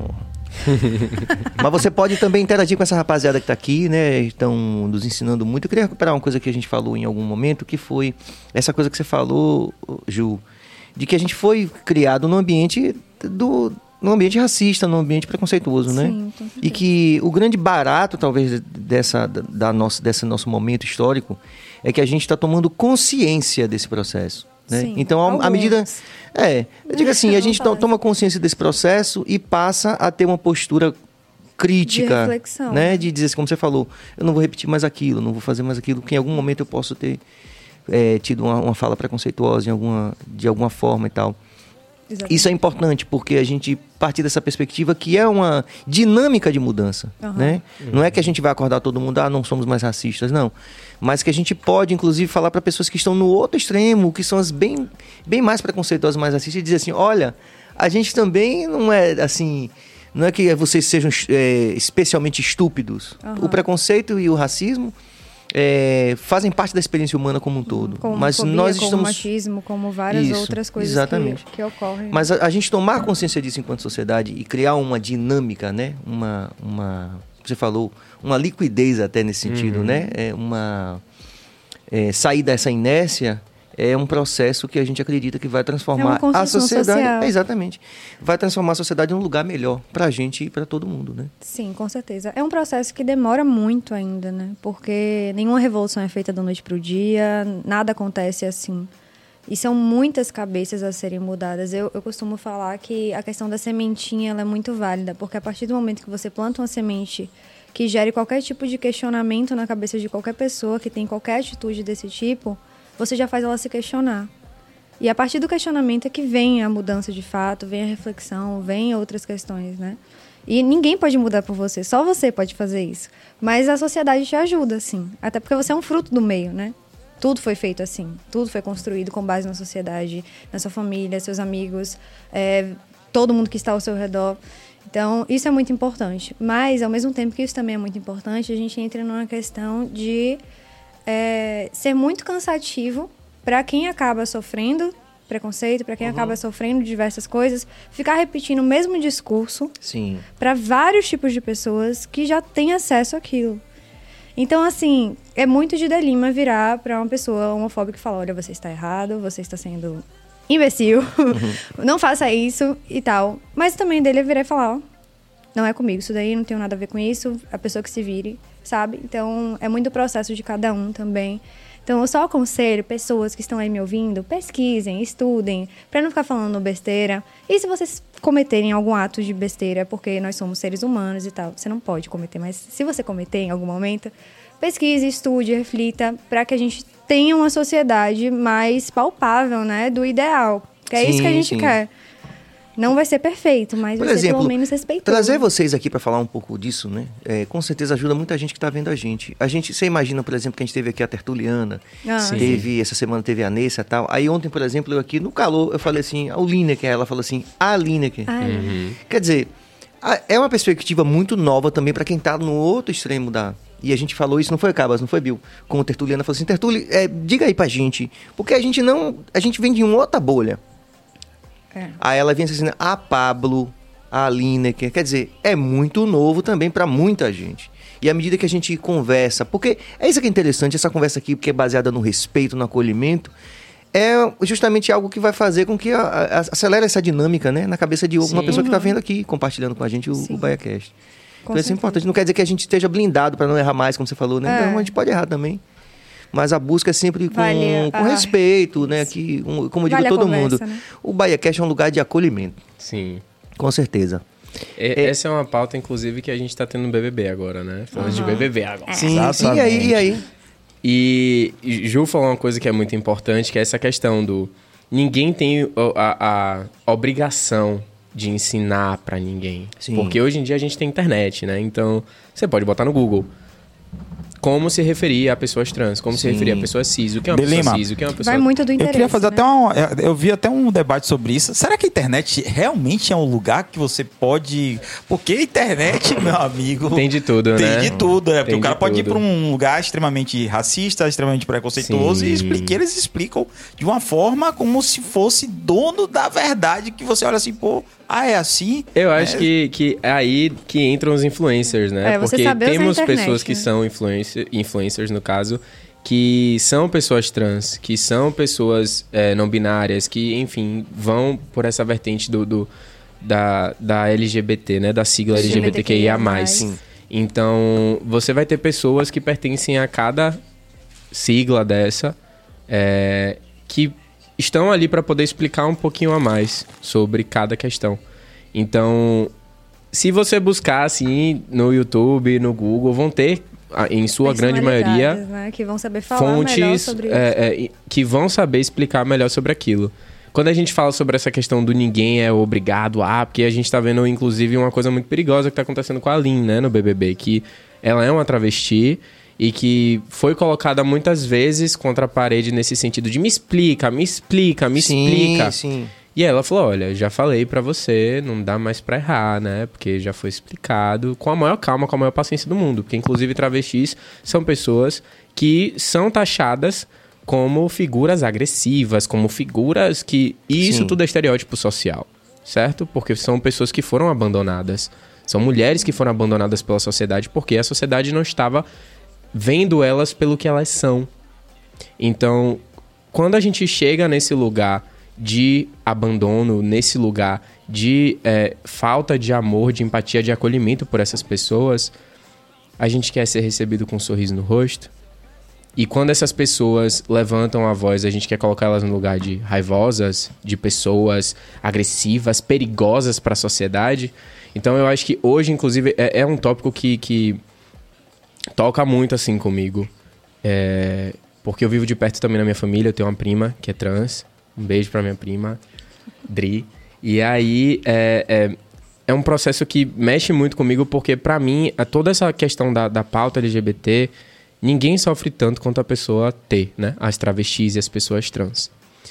Mas você pode também interagir com essa rapaziada que tá aqui, né? Estão nos ensinando muito. Eu queria recuperar uma coisa que a gente falou em algum momento, que foi essa coisa que você falou, Ju, de que a gente foi criado num ambiente do... num ambiente racista, num ambiente preconceituoso, né?
Sim, com certeza.
E que o grande barato, talvez, dessa, da, da nossa, desse nosso momento histórico é que a gente está tomando consciência desse processo. Né?
Sim,
Então, à- à
alguns.
medida... É, eu digo assim, a
Não
gente to-
faz.
toma consciência desse processo e passa a ter uma postura crítica,
De reflexão.
né? De dizer assim, como você falou, eu não vou repetir mais aquilo, não vou fazer mais aquilo, porque em algum momento eu posso ter é, tido uma, uma fala preconceituosa em alguma, de alguma forma e tal.
Exatamente.
Isso é importante, porque a gente partir dessa perspectiva que é uma dinâmica de mudança,
Aham.
né? Não é que a gente vai acordar todo mundo, ah, não somos mais racistas, não. Mas que a gente pode, inclusive, falar para pessoas que estão no outro extremo, que são as bem, bem mais preconceituosas, mais racistas, e dizer assim, olha, a gente também não é, assim... Não é que vocês sejam é, especialmente estúpidos.
Aham.
O preconceito e o racismo é, fazem parte da experiência humana como um todo.
Como
Mas
fobia,
nós
como
estamos...
machismo, como várias
Isso,
outras coisas
exatamente.
que, que ocorrem.
Mas a, a gente tomar consciência disso enquanto sociedade e criar uma dinâmica, né? Uma, uma você falou, uma liquidez até nesse sentido, né? É uma é, sair dessa inércia é um processo que a gente acredita que vai transformar a
construção
sociedade.
social.
É, exatamente. Vai transformar a sociedade em um lugar melhor pra gente e pra todo mundo, né?
Sim, com certeza. É um processo que demora muito ainda, né? Porque nenhuma revolução é feita da noite para o dia, nada acontece assim. E são muitas cabeças a serem mudadas. Eu, eu costumo falar que a questão da sementinha ela é muito válida, porque a partir do momento que você planta uma semente que gere qualquer tipo de questionamento na cabeça de qualquer pessoa que tem qualquer atitude desse tipo, você já faz ela se questionar. E a partir do questionamento é que vem a mudança de fato, vem a reflexão, vem outras questões, né? E ninguém pode mudar por você, só você pode fazer isso. Mas a sociedade te ajuda, sim. Até porque você é um fruto do meio, né? Tudo foi feito assim. Tudo foi construído com base na sociedade, na sua família, seus amigos, é, todo mundo que está ao seu redor. Então, isso é muito importante. Mas, ao mesmo tempo que isso também é muito importante, a gente entra numa questão de é, ser muito cansativo para quem acaba sofrendo preconceito, para quem
Uhum.
acaba sofrendo diversas coisas, ficar repetindo o mesmo discurso
Sim.
para vários tipos de pessoas que já têm acesso àquilo. Então, assim, é muito de Delima virar para uma pessoa homofóbica e falar, olha, você está errado, você está sendo imbecil, não faça isso e tal. Mas também dele é virar e falar, ó, não é comigo, isso daí não tem nada a ver com isso, a pessoa que se vire, sabe? Então, é muito o processo de cada um também. Então, eu só aconselho pessoas que estão aí me ouvindo, pesquisem, estudem, para não ficar falando besteira. E se vocês cometerem algum ato de besteira, porque nós somos seres humanos e tal, você não pode cometer, mas se você cometer em algum momento, pesquise, estude, reflita, para que a gente tenha uma sociedade mais palpável, né, do ideal. Que é
Sim,
isso que a gente
sim.
quer. Não vai ser perfeito, mas
Por
vai ser
exemplo,
pelo menos respeitoso.
trazer vocês aqui para falar um pouco disso, né? É, com certeza ajuda muita gente que está vendo a gente. A gente, você imagina, por exemplo, que a gente teve aqui a Tertuliana,
Ah,
Sim.
teve essa semana teve a Nessa e tal. Aí ontem, por exemplo, eu aqui no calor, eu falei assim, o Lineker, ela falou assim, a Lineker.
Ah,
Quer dizer, a- é uma perspectiva muito nova também para quem tá no outro extremo da... E a gente falou isso, não foi Cabas, não foi Bill? Como Tertuliana falou assim, Tertuli, é, diga aí pra gente, porque a gente não... A gente vem de uma outra bolha.
É.
Aí ela vem assim, a Pablo, a Lineker, quer dizer, é muito novo também para muita gente. E à medida que a gente conversa, porque é isso que é interessante, essa conversa aqui, porque é baseada no respeito, no acolhimento, é justamente algo que vai fazer com que a, a, acelere essa dinâmica, né, na cabeça de uma
Sim.
pessoa que está vendo aqui, compartilhando com a gente o, o BaiaCast.
Com
Então isso é
certeza.
importante. Não quer dizer que a gente esteja blindado para não errar mais, como você falou, né?
É.
Então a gente pode errar também. Mas a busca é sempre com,
Vale
com
a-
respeito, né? Que, um, como eu digo
Vale a
todo
conversa,
mundo,
né?
o BaiaCast é um lugar de acolhimento,
Sim.
com certeza.
E-
É.
Essa é uma pauta, inclusive, que a gente tá tendo no B B B agora, né? Falando de B B B agora.
Sim, sim, e aí, e aí?
E Ju falou uma coisa que é muito importante, que é essa questão do... Ninguém tem o- a, a obrigação de ensinar pra ninguém.
Sim.
Porque hoje em dia a gente tem internet, né? Então, você pode botar no Google como se referir a pessoas trans, como se
Sim.
referir a pessoas cis, o que é uma
Delima.
pessoa cis, o que é uma pessoa...
Vai muito do
Eu
interesse.
queria fazer
né?
até um. Eu vi até um debate sobre isso. Será que a internet realmente é um lugar que você pode. Porque a internet, meu amigo.
Tem de tudo,
Tem
né?
de tudo, né? Porque
Tem
o cara
de
pode ir
tudo.
pra um lugar extremamente racista, extremamente preconceituoso
Sim.
e explica, eles explicam de uma forma como se fosse dono da verdade, que você olha assim, pô, ah, é assim?
Eu acho
É.
que, que é aí que entram os influencers, né?
É, você
Porque
saber usar a
temos
internet,
pessoas que
né?
são influencer, influencers, no caso, que são pessoas trans, que são pessoas é, não binárias, que, enfim, vão por essa vertente do, do- da, da L G B T, né? Da sigla L G B T Q I A mais.
Sim.
Então, você vai ter pessoas que pertencem a cada sigla dessa, é, que estão ali para poder explicar um pouquinho a mais sobre cada questão. Então, se você buscar assim no YouTube, no Google, vão ter, a- em sua grande maioria,
Personalidades, né, que vão saber falar melhor
fontes
sobre isso.
é, é, que vão saber explicar melhor sobre aquilo. Quando a gente fala sobre essa questão do ninguém é obrigado a, porque a gente tá vendo, inclusive, uma coisa muito perigosa que tá acontecendo com a Lin, né, no B B B, que ela é uma travesti e que foi colocada muitas vezes contra a parede nesse sentido de me explica, me explica, me
sim,
explica.
sim.
E aí ela falou, olha, já falei pra você, não dá mais pra errar, né? Porque já foi explicado com a maior calma, com a maior paciência do mundo. Porque, inclusive, travestis são pessoas que são taxadas como figuras agressivas, como figuras que... E isso
Sim.
tudo é estereótipo social, certo? Porque são pessoas que foram abandonadas. São mulheres que foram abandonadas pela sociedade porque a sociedade não estava vendo elas pelo que elas são. Então, quando a gente chega nesse lugar de abandono, nesse lugar de é, falta de amor, de empatia, de acolhimento por essas pessoas, a gente quer ser recebido com um sorriso no rosto. E quando essas pessoas levantam a voz, a gente quer colocar elas no lugar de raivosas, de pessoas agressivas, perigosas para a sociedade. Então eu acho que hoje, inclusive, é, é um tópico que, que toca muito assim comigo. É, porque eu vivo de perto também na minha família, eu tenho uma prima que é trans. Um beijo pra minha prima, Dri. E aí, é, é, é um processo que mexe muito comigo, porque pra mim, a- toda essa questão da, da pauta L G B T, ninguém sofre tanto quanto a pessoa T, né? As travestis e as pessoas trans.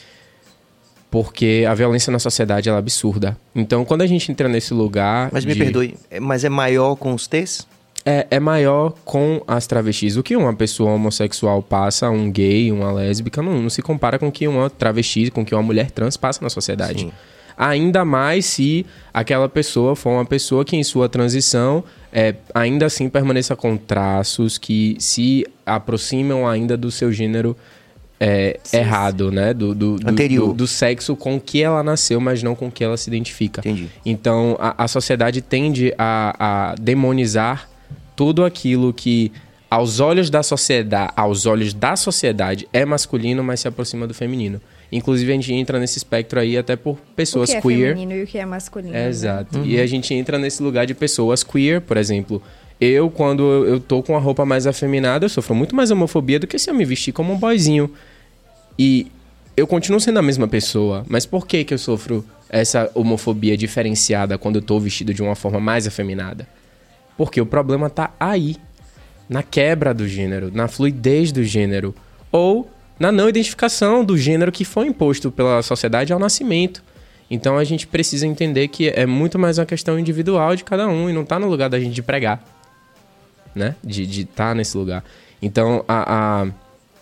Porque a violência na sociedade ela é absurda. Então, quando a gente entra nesse lugar...
Mas me
de-
perdoe, é- mas é maior com os T's?
é, é maior com as travestis. O que uma pessoa homossexual passa, um gay, uma lésbica, não, não se compara com o que uma travesti, com o que uma mulher trans passa na sociedade.
Sim.
Ainda mais se aquela pessoa for uma pessoa que em sua transição é, ainda assim permaneça com traços que se aproximam ainda do seu gênero é, errado, né? Do, do, do,
Anterior.
do, do sexo com que ela nasceu, mas não com que ela se identifica.
Entendi.
Então, a, a sociedade tende a, a demonizar tudo aquilo que, aos olhos da sociedade, aos olhos da sociedade, é masculino, mas se aproxima do feminino. Inclusive, a gente entra nesse espectro aí até por pessoas
o que é
queer.
feminino e o que é masculino.
É,
né?
exato. E a gente entra nesse lugar de pessoas queer, por exemplo. Eu, quando eu eu tô com a roupa mais afeminada, eu sofro muito mais homofobia do que se eu me vestir como um boyzinho. E eu continuo sendo a mesma pessoa, mas por que que eu sofro essa homofobia diferenciada quando eu tô vestido de uma forma mais afeminada? Porque o problema tá aí, na quebra do gênero, na fluidez do gênero, ou na não identificação do gênero que foi imposto pela sociedade ao nascimento. Então a gente precisa entender que é muito mais uma questão individual de cada um e não tá no lugar da gente de pregar, né? De estar nesse lugar. Então a, a,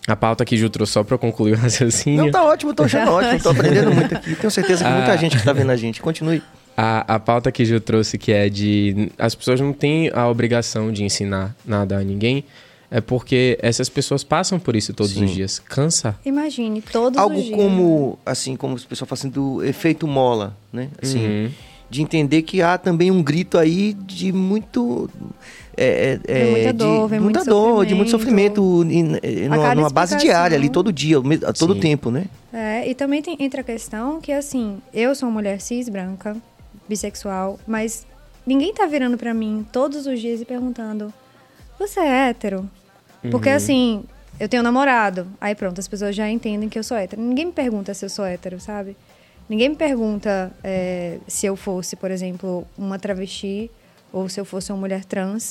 A pauta que Ju trouxe só pra concluir o raciocínio.
Não, tá ótimo, tô achando ótimo, tô aprendendo muito aqui. Tenho certeza que muita
Ah.
gente que tá vendo a gente. Continue.
A, a pauta que Ju trouxe, que é de... As pessoas não têm a obrigação de ensinar nada a ninguém, é porque essas pessoas passam por isso todos
Sim.
os dias. Cansa.
Imagine, todos
Algo
os dias.
como, assim, como o pessoal fala assim, do efeito mola, né? Assim,
Uhum.
de entender que há também um grito aí de muito... É, é,
Vem muita
de
dor, vem
muita
muito
dor, de muito
sofrimento.
sofrimento em- em- numa,
cada
numa base
explicação.
diária ali, todo dia, a todo
Sim.
tempo, né?
É, e também tem, entra a questão que, assim, eu sou uma mulher cis, branca, bissexual, mas ninguém tá virando pra mim todos os dias e perguntando: você é hétero? Porque, assim, eu tenho um namorado, aí pronto, as pessoas já entendem que eu sou hétero. Ninguém me pergunta se eu sou hétero, sabe? Ninguém me pergunta é, se eu fosse, por exemplo, uma travesti ou se eu fosse uma mulher trans.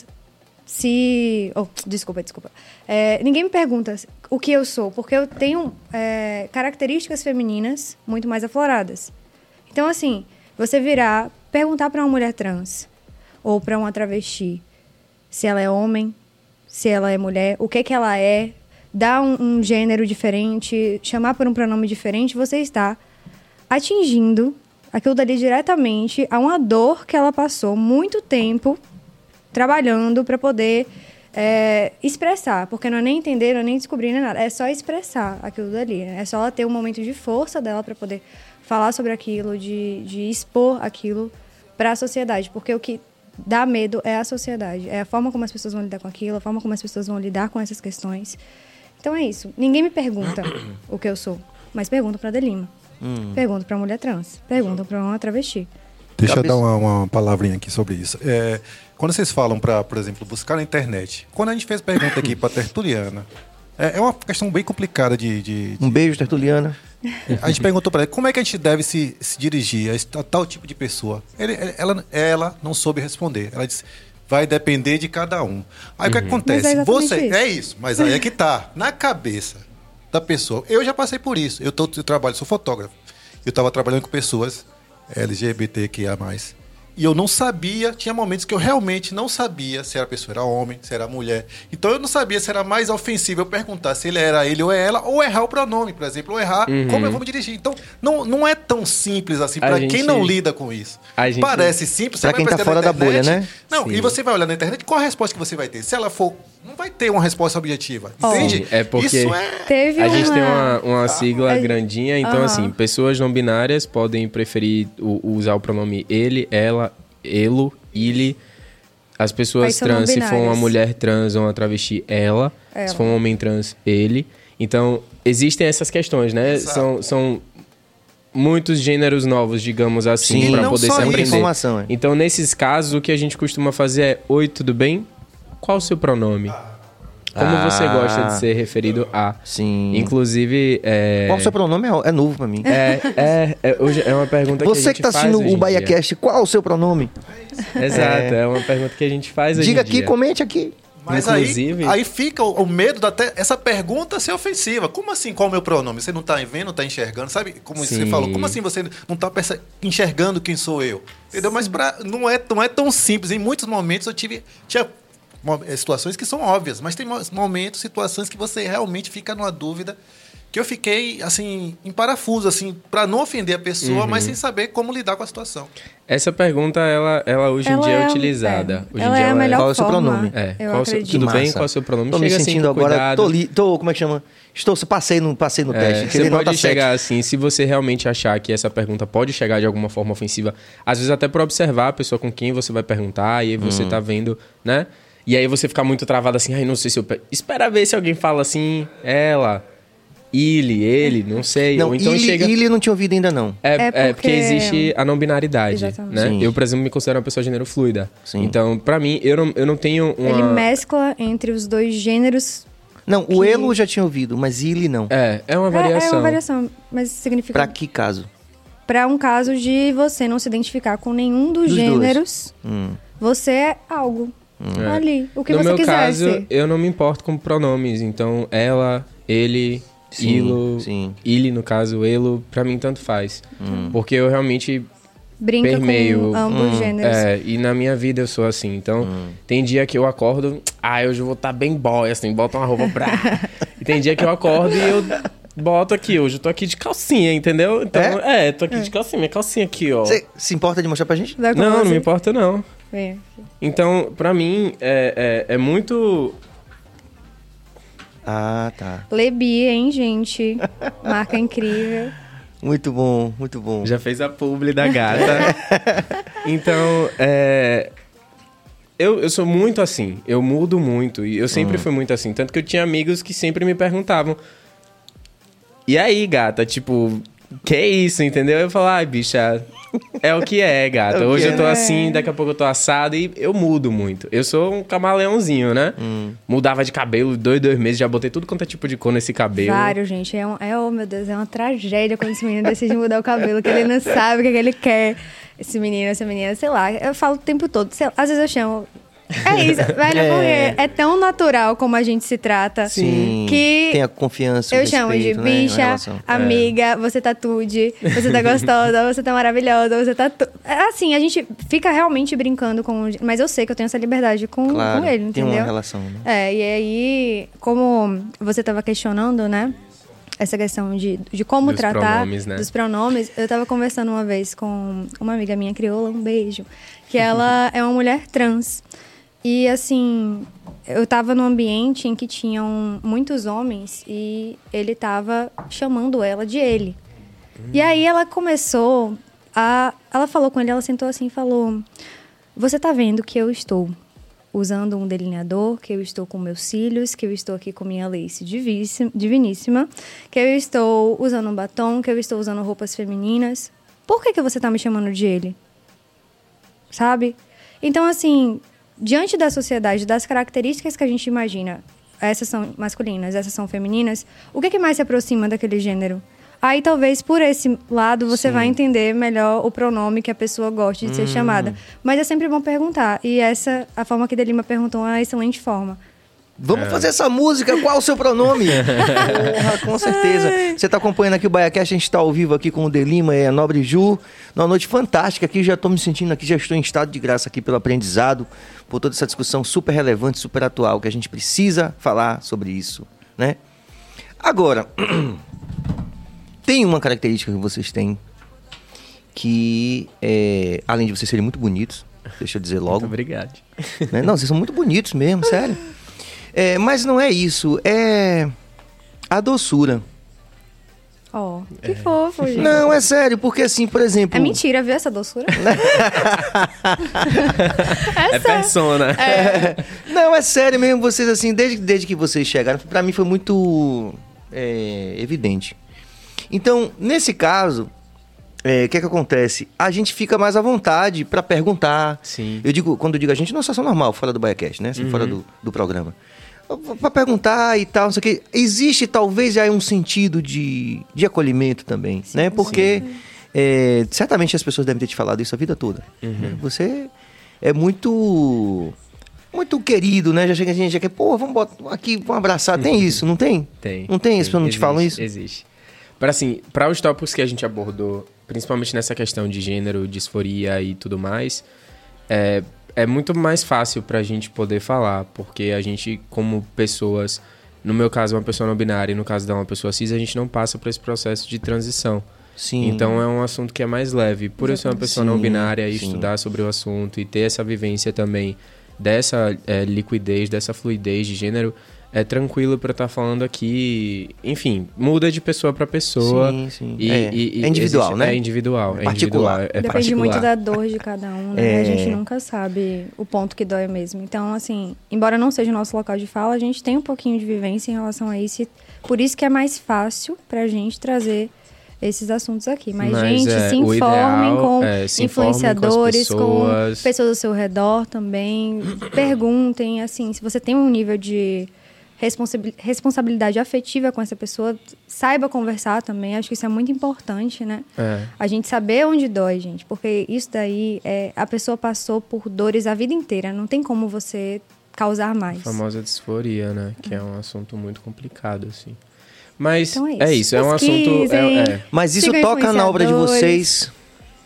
Se... Oh, desculpa, desculpa. É, ninguém me pergunta o que eu sou, porque eu tenho é, características femininas muito mais afloradas. Então, assim, você virar, perguntar para uma mulher trans ou para uma travesti se ela é homem, se ela é mulher, o que que ela é, dar um, um gênero diferente, chamar por um pronome diferente, você está atingindo aquilo dali diretamente a uma dor que ela passou muito tempo trabalhando para poder é, expressar, porque não é nem entender, não é nem descobrir, nem nada, é só expressar aquilo dali, né? É só ela ter um momento de força dela para poder falar sobre aquilo, de, de expor aquilo para a sociedade, porque o que dá medo é a sociedade, é a forma como as pessoas vão lidar com aquilo, a forma como as pessoas vão lidar com essas questões. Então é isso, ninguém me pergunta o que eu sou, mas perguntam para Delima,
Hum.
perguntam para mulher trans, perguntam para uma travesti.
Deixa
Cabeça-
eu dar uma, uma palavrinha aqui sobre isso. É, quando vocês falam para, por exemplo, buscar na internet, quando a gente fez pergunta aqui para Tertuliana, é, é uma questão bem complicada de, de- de-
Um beijo, Tertuliana.
A gente perguntou para ela como é que a gente deve se, se dirigir a, esse- a tal tipo de pessoa. Ele- ela, ela não soube responder. Ela disse: vai depender de cada um. Aí o que acontece?
Mas é exatamente
Você
isso.
é isso, mas aí é que tá na cabeça da pessoa. Eu já passei por isso. Eu, tô, eu trabalho, sou fotógrafo. Eu estava trabalhando com pessoas L G B T Q I A mais. E eu não sabia, tinha momentos que eu realmente não sabia se a pessoa era homem, se era mulher. Então eu não sabia se era mais ofensivo eu perguntar se ele era ele ou é ela, ou errar o pronome, por exemplo, ou errar como eu vou me dirigir. Então não, não é tão simples assim
A
para
gente-
quem não lida com isso.
a gente-
Parece simples, você
Pra
vai
quem tá
pesquisar
fora
na
da bolha,
internet.
né?
Não,
Sim.
e você vai olhar na internet, qual a resposta que você vai ter? Se ela for, não vai ter uma resposta objetiva.
Ó.
Entende?
Sim, é porque-
Isso é
Teve
A
uma...
gente tem uma, uma sigla
A-
grandinha, então
Aham.
assim, pessoas não binárias podem preferir o- usar o pronome ele, ela, elo, ele. As pessoas
Aí são não
trans, se for uma
binárias.
mulher trans ou uma travesti, ela.
Ela.
Se for um homem trans, ele. Então, existem essas questões, né?
Exato.
São, são muitos gêneros novos, digamos assim,
Sim,
para
não
poder
só
se
isso.
aprender.
Informação, é.
Então, nesses casos, o que a gente costuma fazer é: oi, tudo bem? Qual o seu pronome? Como
Ah.
você gosta de ser referido a?
Sim.
Inclusive, é...
Qual o seu pronome? É, é novo pra mim.
É, é, é, hoje é uma pergunta que a
Você
gente
que tá
faz
assistindo
hoje
o
em
BahiaCast, qual o seu pronome?
dia. Exato, é. uma pergunta que a gente faz hoje
Diga
em
aqui,
dia.
comente aqui.
Mas
Inclusive-
aí, aí fica o, o medo da te- essa pergunta ser ofensiva. Como assim, qual é o meu pronome? Você não está vendo, não está enxergando, sabe? Como você
Sim.
falou, como assim você não está enxergando quem sou eu? Entendeu? Mas pra, não, é, não é tão simples. Em muitos momentos eu tive tinha mo- eh, situações que são óbvias, mas tem mo- momentos, situações que você realmente fica numa dúvida. Que eu fiquei, assim, em parafuso, assim, para não ofender a pessoa,
Uhum.
mas sem saber como lidar com a situação.
Essa pergunta, ela, ela hoje em
Ela
dia é,
é-
utilizada.
é.
Hoje
Ela
em dia
é a melhor
Qual é o seu
forma,
pronome?
É,
eu
qual o seu-
acredito.
tudo bem?
Massa.
Qual é o seu pronome?
Tô me
Chega assim
sentindo
com
agora.
cuidado.
Tô, li, tô, como é que chama? Estou, passei no, passei no
É,
teste.
você
Tirei
pode
nota
chegar
sete.
assim, se você realmente achar que essa pergunta pode chegar de alguma forma ofensiva, às vezes até por observar a pessoa com quem você vai perguntar, e aí você
Hum.
tá vendo, né? E aí você ficar muito travado assim, ai, não sei se eu... pe-" Espera ver se alguém fala assim, ela, ele, ele, não sei.
Não,
Ou então
ele,
chega...
ele não tinha ouvido ainda, não.
É,
É
é porque...
porque
existe a não binaridade,
Exatamente.
né?
Sim.
Eu, por exemplo, me considero uma pessoa de gênero fluida.
Sim.
Então, pra mim, eu não, eu não tenho uma...
Ele mescla entre os dois gêneros.
Não, o
Que-
elo eu já tinha ouvido, mas ele não.
É, é uma
É,
variação.
é uma variação, mas significa
Pra que caso?
para um caso de você não se identificar com nenhum dos,
Dos dois.
gêneros,
Hum.
você é algo
É.
ali, o que
no
você
meu
quiser
caso,
ser.
eu não me importo com pronomes. Então, ela, ele,
Sim,
ilo,
sim.
ele, no caso, elo, pra mim tanto faz.
Hum.
Porque eu realmente
Brinca
permeio.
com ambos
Hum,
os gêneros.
É, e na minha vida eu sou assim. Então,
Hum.
tem dia que eu acordo, ah, hoje eu vou estar bem boy, assim, bota uma roupa pra... tem dia que eu acordo e eu boto aqui. Hoje eu tô aqui de calcinha, entendeu? Então, é, é tô aqui de calcinha. Minha calcinha aqui, ó.
Você se importa de mostrar pra gente?
Vai com
Não,
você.
não me importa, não.
Vem.
Então, pra mim, é, é, é muito...
Ah, tá.
Lebi, hein, gente? Marca incrível.
Muito bom, muito bom.
Já fez a publi da gata. Então, é... Eu, eu sou muito assim. Eu mudo muito. E eu sempre fui muito assim. Tanto que eu tinha amigos que sempre me perguntavam... E aí, gata? Tipo... Que isso, entendeu? Eu falo, ai, bicha... É o que é, gata.
É o que
Hoje
é.
eu tô assim, daqui a pouco eu tô assado. E eu mudo muito. Eu sou um camaleãozinho, né?
Hum.
Mudava de cabelo dois, dois meses. Já botei tudo quanto é tipo de cor nesse cabelo.
Vários, gente. É, um, é, oh, meu Deus, é uma tragédia quando esse menino decide mudar o cabelo, que ele não sabe o que, é que ele quer. Esse menino, essa menina, sei lá. Eu falo o tempo todo. Sei lá, às vezes eu chamo... É isso, velho,
É.
porque é tão natural como a gente se trata.
Sim.
Que
Tem a confiança, o
eu chamo de
respeito, né, na
bicha,
relação.
amiga, você tá tude, você tá gostosa, você tá maravilhosa, você tá... Tu... Assim, a gente fica realmente brincando com... Mas eu sei que eu tenho essa liberdade com,
Claro,
com ele,
tem
entendeu?
uma relação, né?
É, e aí, como você tava questionando, né? Essa questão de, de como
Dos
tratar
pronomes, né?
dos pronomes. Eu tava conversando uma vez com uma amiga minha crioula, um beijo, que ela é uma mulher trans. E, assim, eu tava num ambiente em que tinham muitos homens e ele tava chamando ela de ele. Hum. E aí ela começou a... Ela falou com ele, ela sentou assim e falou... Você tá vendo que eu estou usando um delineador, que eu estou com meus cílios, que eu estou aqui com minha lace diviníssima, que eu estou usando um batom, que eu estou usando roupas femininas. Por que que você tá me chamando de ele? Sabe? Então, assim... Diante da sociedade, das características que a gente imagina, essas são masculinas, essas são femininas, o que, que mais se aproxima daquele gênero? Aí, talvez, por esse lado, você
Sim.
vai entender melhor o pronome que a pessoa gosta de ser chamada. Mas é sempre bom perguntar. E essa, a forma que Delima perguntou é uma excelente forma.
Vamos fazer essa música, qual o seu pronome? Porra, com certeza. Você tá acompanhando aqui o BaiaCast, a gente tá ao vivo aqui com o Delima e a Nobre Ju. Numa noite fantástica aqui, já tô me sentindo aqui, já estou em estado de graça aqui pelo aprendizado, por toda essa discussão super relevante, super atual, que a gente precisa falar sobre isso, né? Agora, tem uma característica que vocês têm, que é, além de vocês serem muito bonitos, deixa eu dizer logo.
Muito obrigado.
Né? Não, vocês são muito bonitos mesmo, sério. É, mas não é isso, é a doçura.
Ó, oh, que fofo, gente.
Não, é sério, porque assim, por exemplo...
É mentira, viu essa doçura?
É persona.
É, não, é sério mesmo, vocês assim, desde, desde que vocês chegaram, pra mim foi muito é, evidente. Então, nesse caso, é, o que é que acontece? A gente fica mais à vontade pra perguntar.
Sim.
Eu digo, quando eu digo a gente, não é só normal, fora do BaiaCast, né? Assim,
Uhum.
fora do, do programa. Pra perguntar e tal, não sei o que. Existe talvez aí um sentido de, de acolhimento também,
Sim,
né? Porque é, certamente as pessoas devem ter te falado isso a vida toda.
Uhum.
Né? Você é muito muito querido, né? Já chega a gente já quer, pô, vamos botar aqui, vamos abraçar. Tem isso, não tem?
Tem.
Não tem? As pessoas não te falam isso?
Existe. Para assim, para os tópicos que a gente abordou, principalmente nessa questão de gênero, disforia e tudo mais, é, é muito mais fácil pra gente poder falar, porque a gente, como pessoas, no meu caso, uma pessoa não binária, e no caso dela, uma pessoa cis, a gente não passa por esse processo de transição.
Sim.
Então é um assunto que é mais leve. Por eu ser uma pessoa não
Sim,
binária e
sim.
estudar sobre o assunto e ter essa vivência também dessa é, liquidez, dessa fluidez de gênero, é tranquilo pra estar falando aqui. Enfim, muda de pessoa pra pessoa.
Sim, sim.
E,
É,
e- e
é individual,
existe-
né?
É individual. É
Particular.
individual, é
Depende
particular.
muito da dor de cada um, né?
É.
A gente nunca sabe o ponto que dói mesmo. Então, assim, embora não seja o nosso local de fala, a gente tem um pouquinho de vivência em relação a isso. E por isso que é mais fácil pra gente trazer esses assuntos aqui. Mas,
Mas,
gente,
é,
se
o
informem
ideal
com
é, se informem com as
influenciadores, com,
pessoas.
pessoas ao seu redor também. Perguntem, assim, se você tem um nível de responsabil- responsabilidade afetiva com essa pessoa, saiba conversar também. Acho que isso é muito importante, né?
É.
A gente saber onde dói, gente. Porque isso daí, é, a pessoa passou por dores a vida inteira. Não tem como você causar mais.
A famosa disforia, né? Que é um assunto muito complicado, assim. Mas
Então é
é
isso.
isso, é um assunto...
Pesquisem.
É, é.
Mas isso
Sigam
toca na obra de
influenciadores.
vocês.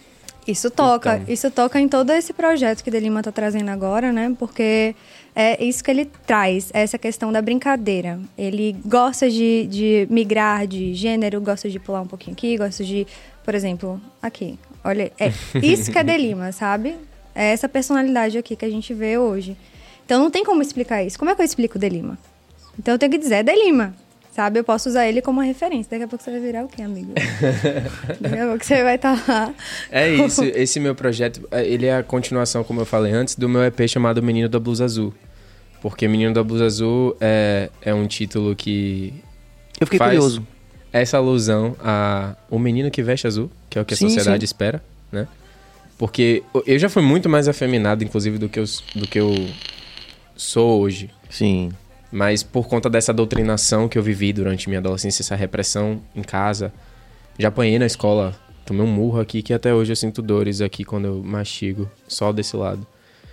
Isso toca,
Então.
isso toca em todo esse projeto que Delima tá trazendo agora, né? Porque é isso que ele traz, essa questão da brincadeira. Ele gosta de, de migrar de gênero, gosta de pular um pouquinho aqui, gosta de, por exemplo, aqui. Olha, é isso que é Delima, sabe? É essa personalidade aqui que a gente vê hoje. Então não tem como explicar isso. Como é que eu explico Delima? Então eu tenho que dizer, é Delima. Sabe, eu posso usar ele como uma referência. Daqui a pouco você vai virar o quê, amigo? Daqui a pouco você vai estar lá.
É isso, esse meu projeto, ele é a continuação, como eu falei antes, do meu E P chamado Menino da Blusa Azul. Porque Menino da Blusa Azul é, é um título que
Eu fiquei
faz
curioso.
essa alusão a o menino que veste azul, que é o que a
Sim,
sociedade
sim.
espera, né? Porque eu já fui muito mais afeminado, inclusive, do que eu, do que eu sou hoje.
Sim.
Mas por conta dessa doutrinação que eu vivi durante minha adolescência, essa repressão em casa, já apanhei na escola, tomei um murro aqui que até hoje eu sinto dores aqui quando eu mastigo, só desse lado.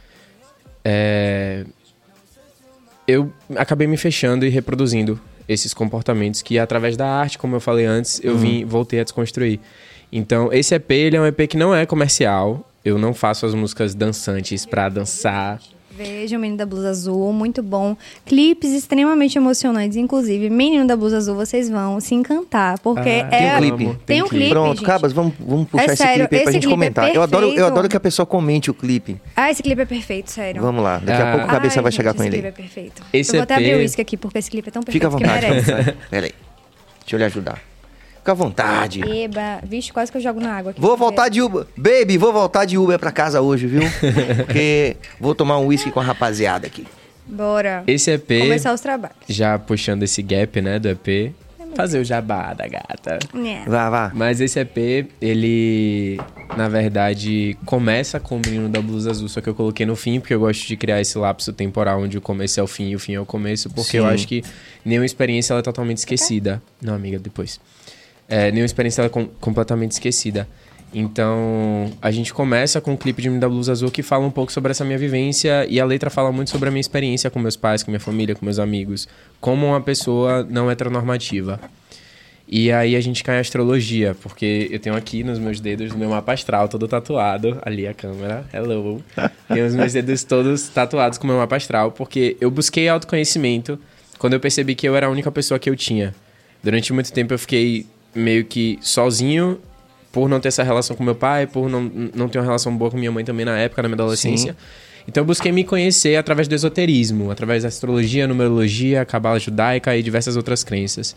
É... Eu acabei me fechando e reproduzindo esses comportamentos que através da arte, como eu falei antes, eu vim, voltei a desconstruir. Então esse E P, ele é um E P que não é comercial, eu não faço as músicas dançantes pra dançar.
Veja o Menino da Blusa Azul, muito bom. Clipes extremamente emocionantes, inclusive. Menino da Blusa Azul, vocês vão se encantar, porque
Ah,
é...
tem um clipe.
Tem,
Tem
um
clipe.
clipe,
Pronto,
gente.
Cabas, vamos, vamos puxar
É
esse
sério,
clipe aí pra
esse
gente
clipe é
comentar. eu, adoro, eu
perfeito.
adoro que a pessoa comente o clipe.
Ah, esse clipe é perfeito, sério.
Vamos lá, daqui a
Ah.
pouco o Cabeça
Ai,
vai
gente,
chegar com
esse
ele.
clipe é perfeito.
Esse
eu vou até
E P
abrir o uísque aqui, porque esse clipe é tão
Fica
perfeito
à
que
vontade.
merece.
Pera aí. Deixa eu lhe ajudar. Fica à vontade.
Eba, vixe, quase que eu jogo na água aqui.
Vou voltar de Uber. Baby, vou voltar de Uber pra casa hoje, viu? Porque vou tomar um uísque com a rapaziada aqui.
Bora.
Esse E P,
Começar os trabalhos.
já puxando esse gap, né, do E P, fazer o jabá da gata.
É.
Vá, vá.
Mas esse E P, ele, na verdade, começa com o Menino da Blusa Azul, só que eu coloquei no fim, porque eu gosto de criar esse lapso temporal onde o começo é o fim e o fim é o começo, porque
Sim.
eu acho que nenhuma experiência ela é totalmente esquecida. Não, amiga, depois. É, nenhuma experiência ela é com- completamente esquecida. Então, a gente começa com o clipe de Menino da Blusa Azul que fala um pouco sobre essa minha vivência e a letra fala muito sobre a minha experiência com meus pais, com minha família, com meus amigos, como uma pessoa não heteronormativa. E aí a gente cai em astrologia, porque eu tenho aqui nos meus dedos o meu mapa astral todo tatuado. Ali a câmera, hello. Tenho os meus dedos todos tatuados com o meu mapa astral, porque eu busquei autoconhecimento quando eu percebi que eu era a única pessoa que eu tinha. Durante muito tempo eu fiquei meio que sozinho, por não ter essa relação com meu pai, por não, não ter uma relação boa com minha mãe também na época, na minha adolescência.
Sim.
Então eu busquei me conhecer através do esoterismo, através da astrologia, numerologia, cabala judaica e diversas outras crenças.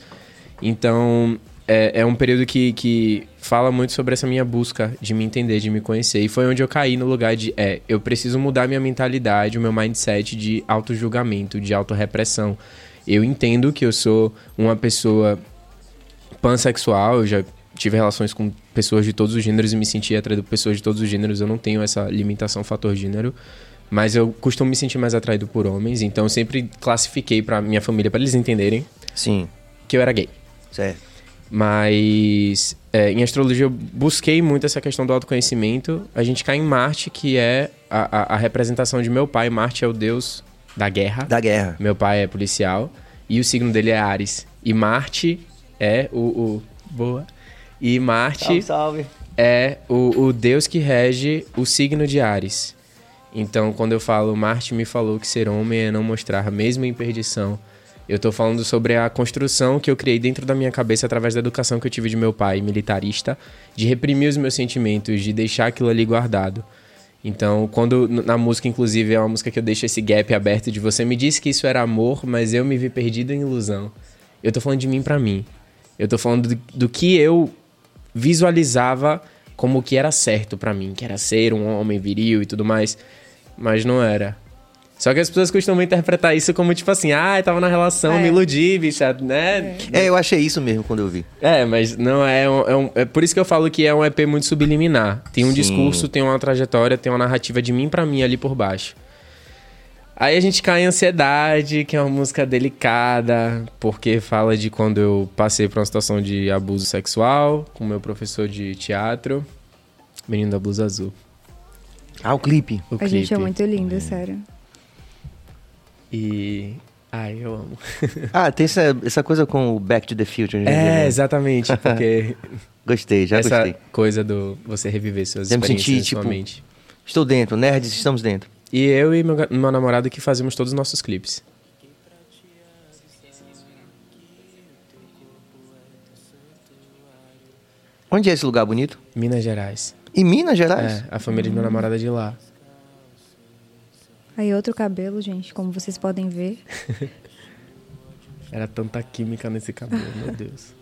Então é, é um período que, que fala muito sobre essa minha busca de me entender, de me conhecer. E foi onde eu caí no lugar de, é, eu preciso mudar minha mentalidade, o meu mindset de auto-julgamento, de auto-repressão. Eu entendo que eu sou uma pessoa pansexual, eu já tive relações com pessoas de todos os gêneros e me senti atraído por pessoas de todos os gêneros. Eu não tenho essa limitação fator gênero, mas eu costumo me sentir mais atraído por homens. Então eu sempre classifiquei pra minha família, pra eles entenderem
Sim,
que eu era gay.
certo.
Mas é, em astrologia eu busquei muito essa questão do autoconhecimento. A gente cai em Marte, que é a, a, a representação de meu pai. Marte é o deus da guerra.
Da guerra.
Meu pai é policial. E o signo dele é Áries. E Marte é o... o boa. E Marte
Salve, salve.
é o, o deus que rege o signo de Áries. Então, quando eu falo Marte me falou que ser homem é não mostrar, mesmo em perdição, eu tô falando sobre a construção que eu criei dentro da minha cabeça através da educação que eu tive de meu pai, militarista, de reprimir os meus sentimentos, de deixar aquilo ali guardado. Então, quando na música, inclusive, é uma música que eu deixo esse gap aberto de você me disse que isso era amor, mas eu me vi perdido em ilusão. Eu tô falando de mim pra mim. Eu tô falando do, do que eu visualizava como o que era certo pra mim, que era ser um homem viril e tudo mais, mas não era. Só que as pessoas costumam interpretar isso como tipo assim, ah, eu tava na relação,
É.
me iludi, bicha, né?
É, eu achei isso mesmo quando eu vi.
É, mas não é um, é um- é por isso que eu falo que é um E P muito subliminar. Tem um
Sim.
discurso, tem uma trajetória, tem uma narrativa de mim pra mim ali por baixo. Aí a gente cai em Ansiedade, que é uma música delicada, porque fala de quando eu passei por uma situação de abuso sexual com meu professor de teatro, Menino da Blusa Azul.
Ah, o clipe.
O
A gente é
clipe.
muito lindo, sério.
E... Ai, eu amo.
Ah, tem essa, essa coisa com o Back to the Future. né?
É, exatamente, porque
Gostei, já
Essa
gostei.
coisa do você reviver suas
Já me
experiências
senti,
na sua
tipo,
mente.
Estou dentro, nerds, estamos dentro.
E eu e meu, ga- meu namorado que fazemos todos os nossos clipes.
Onde é esse lugar bonito?
Minas Gerais.
Em Minas Gerais?
É, a família de meu namorado é de lá.
Aí outro cabelo, gente, como vocês podem ver.
Era tanta química nesse cabelo, meu Deus.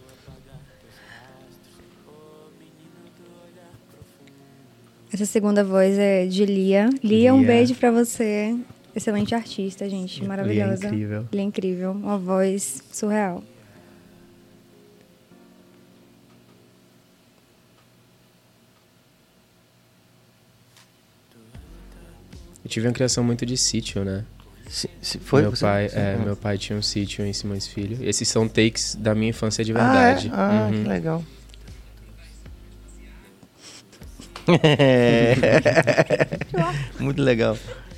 Essa segunda voz é de Lia. Lia, um
Lia.
beijo pra você. Excelente artista, gente. Maravilhosa.
Lia é incrível.
Lia é incrível. Uma voz surreal.
Eu tive uma criação muito de sítio, né?
Se, se foi
meu
você?
pai,
Você-
é,
ah.
meu pai tinha um sítio em Simões Filho. E esses são takes da minha infância de
Ah,
verdade.
é? Ah,
Uhum.
que legal. Muito legal.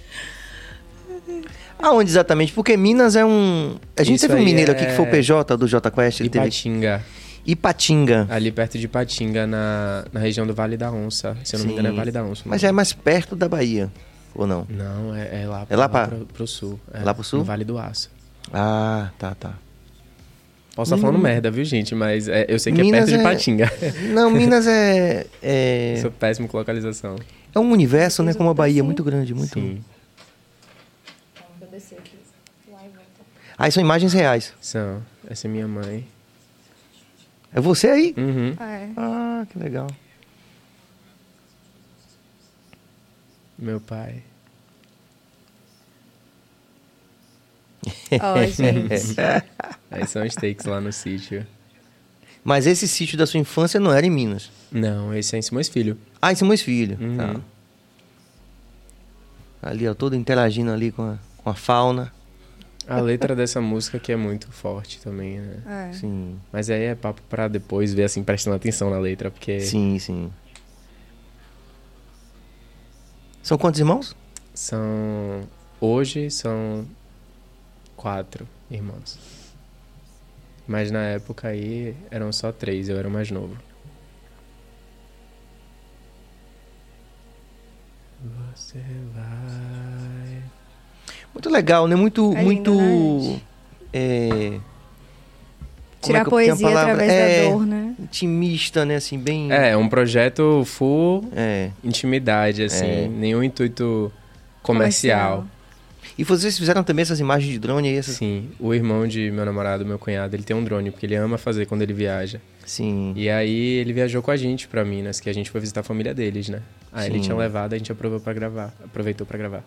Aonde exatamente? Porque Minas é um... A gente
Isso
teve um
aí
mineiro
é-
aqui que foi o P J do J Quest. Ele teve...
Ipatinga.
Ipatinga.
Ali perto de Ipatinga, na, na região do Vale da Onça. Se eu não me engano, é
Sim.
Vale da Onça. o
Mas
nome.
é mais perto da Bahia, ou não?
Não, é, é lá,
É lá pra-
pro, pro sul. É,
lá pro sul?
No Vale do Aço.
Ah, tá, tá.
Posso estar falando merda, viu, gente? Mas é, eu sei que
Minas
é perto de
é-
Ipatinga.
Não, Minas é... É,
Sou péssimo com localização.
é um universo, né? Como a Bahia, muito grande, muito...
Sim.
Ah, são imagens reais.
São. Essa é minha mãe.
É você aí?
Uhum.
É.
Ah, que legal.
Meu pai.
Ó, gente.
Aí são os takes lá no sítio.
Mas esse sítio da sua infância não era em Minas.
Não, esse é em Simões Filho.
Ah, em Simões Filho.
Uhum.
Tá. Ali, ó, todo interagindo ali com a, com a fauna.
A letra dessa música que é muito forte também, né?
É.
Sim,
Mas aí é papo pra depois ver, assim, prestando atenção na letra, porque
sim, sim. São quantos irmãos?
são... Hoje são quatro irmãos. Mas na época aí eram só três, eu era o mais novo. Você vai...
Muito legal, né? Muito,
É
muito...
lindo, né,
é... como
Tirar
é que eu- tem uma
poesia
palavra?
através
É,
da dor, né?
Intimista, né? Assim, bem...
É, um projeto full
É.
intimidade, assim,
É.
nenhum intuito comercial.
E vocês fizeram também essas imagens de drone aí? Essas...
Sim, o irmão de meu namorado, meu cunhado, ele tem um drone, porque ele ama fazer quando ele viaja.
Sim.
E aí ele viajou com a gente pra Minas, que a gente foi visitar a família deles, né? Aí ele
Sim.
tinha levado, a gente aproveitou pra gravar, aproveitou pra gravar.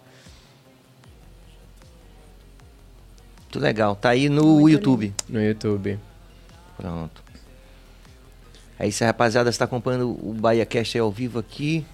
Muito legal. Tá aí no
Muito
YouTube.
No YouTube.
Pronto. Aí, se a rapaziada está acompanhando o BahiaCast aí ao vivo aqui.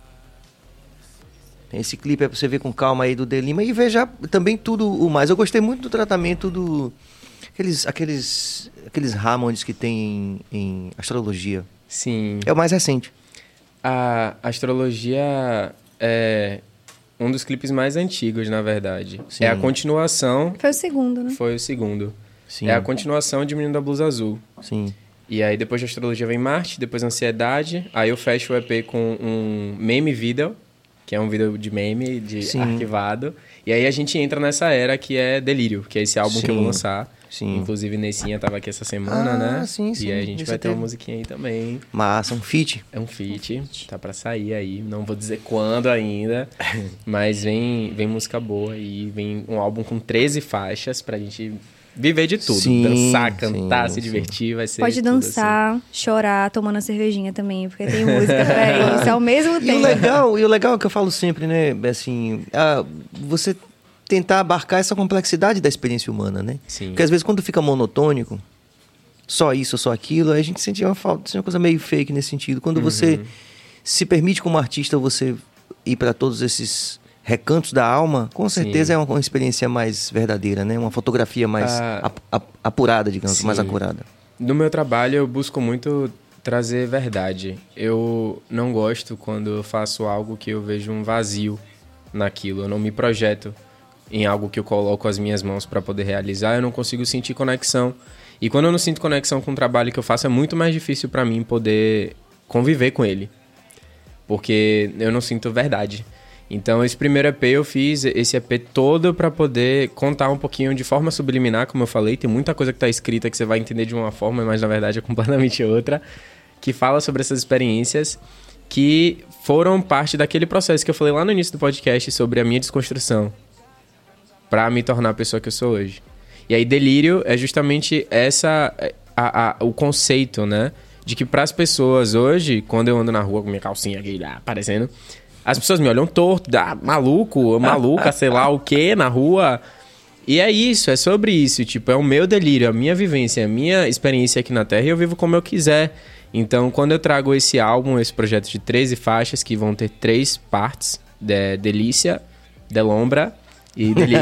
Tem esse clipe aí pra você ver com calma aí do De Lima. E veja também tudo o mais. Eu gostei muito do tratamento do... Aqueles, aqueles, aqueles Ramons que tem em, em astrologia.
Sim.
É o mais recente.
A astrologia é um dos clipes mais antigos, na verdade.
Sim.
É a continuação,
Foi o segundo, né?
foi o segundo.
Sim.
É a continuação de Menino da Blusa Azul.
Sim.
E aí depois de Astrologia vem Marte, depois Ansiedade. Aí eu fecho o E P com um meme video, que é um vídeo de meme, de
Sim.
arquivado. E aí a gente entra nessa era que é Delírio, que é esse álbum que eu vou
Sim.
lançar.
Sim.
Inclusive Nessinha tava aqui essa semana,
Ah,
né?
sim, sim.
E aí a gente
Isso
vai ter uma
teve.
musiquinha aí também.
Massa, um feat.
É um feat, tá pra sair aí, não vou dizer quando ainda, mas vem, vem música boa e vem um álbum com treze faixas pra gente viver de tudo.
Sim,
dançar, cantar,
sim,
se
sim.
divertir, vai ser
Pode
tudo assim.
dançar, chorar, tomando a cervejinha também, porque tem música pra isso ao mesmo
E o
tempo.
legal, e o legal é que eu falo sempre, né? Assim, ah, você tentar abarcar essa complexidade da experiência humana, né?
Sim.
Porque às vezes quando fica monotônico, só isso, só aquilo, aí a gente sente uma falta, sente uma coisa meio fake nesse sentido. Quando você se permite como artista você ir para todos esses recantos da alma, com certeza
Sim.
é uma, uma experiência mais verdadeira, né? Uma fotografia mais
Ah,
ap- ap- apurada, digamos, mais
sim.
acurada.
No meu trabalho eu busco muito trazer verdade. Eu não gosto quando eu faço algo que eu vejo um vazio naquilo. Eu não me projeto em algo que eu coloco as minhas mãos para poder realizar. Eu não consigo sentir conexão. E quando eu não sinto conexão com o trabalho que eu faço, é muito mais difícil pra mim poder conviver com ele. Porque eu não sinto verdade. Então, esse primeiro E P, eu fiz esse E P todo pra poder contar um pouquinho de forma subliminar, como eu falei. Tem muita coisa que tá escrita que você vai entender de uma forma, mas na verdade é completamente outra. Que fala sobre essas experiências que foram parte daquele processo que eu falei lá no início do podcast sobre a minha desconstrução pra me tornar a pessoa que eu sou hoje. E aí, delírio é justamente essa, a, a, o conceito, né? De que pras pessoas hoje, quando eu ando na rua com minha calcinha aqui lá aparecendo, as pessoas me olham torto, ah, maluco, maluca, sei lá o que na rua. E é isso, é sobre isso. Tipo, é o meu delírio, a minha vivência, a minha experiência aqui na Terra e eu vivo como eu quiser. Então, quando eu trago esse álbum, esse projeto de treze faixas, que vão ter três partes, de Delícia, Delombra e Delírio.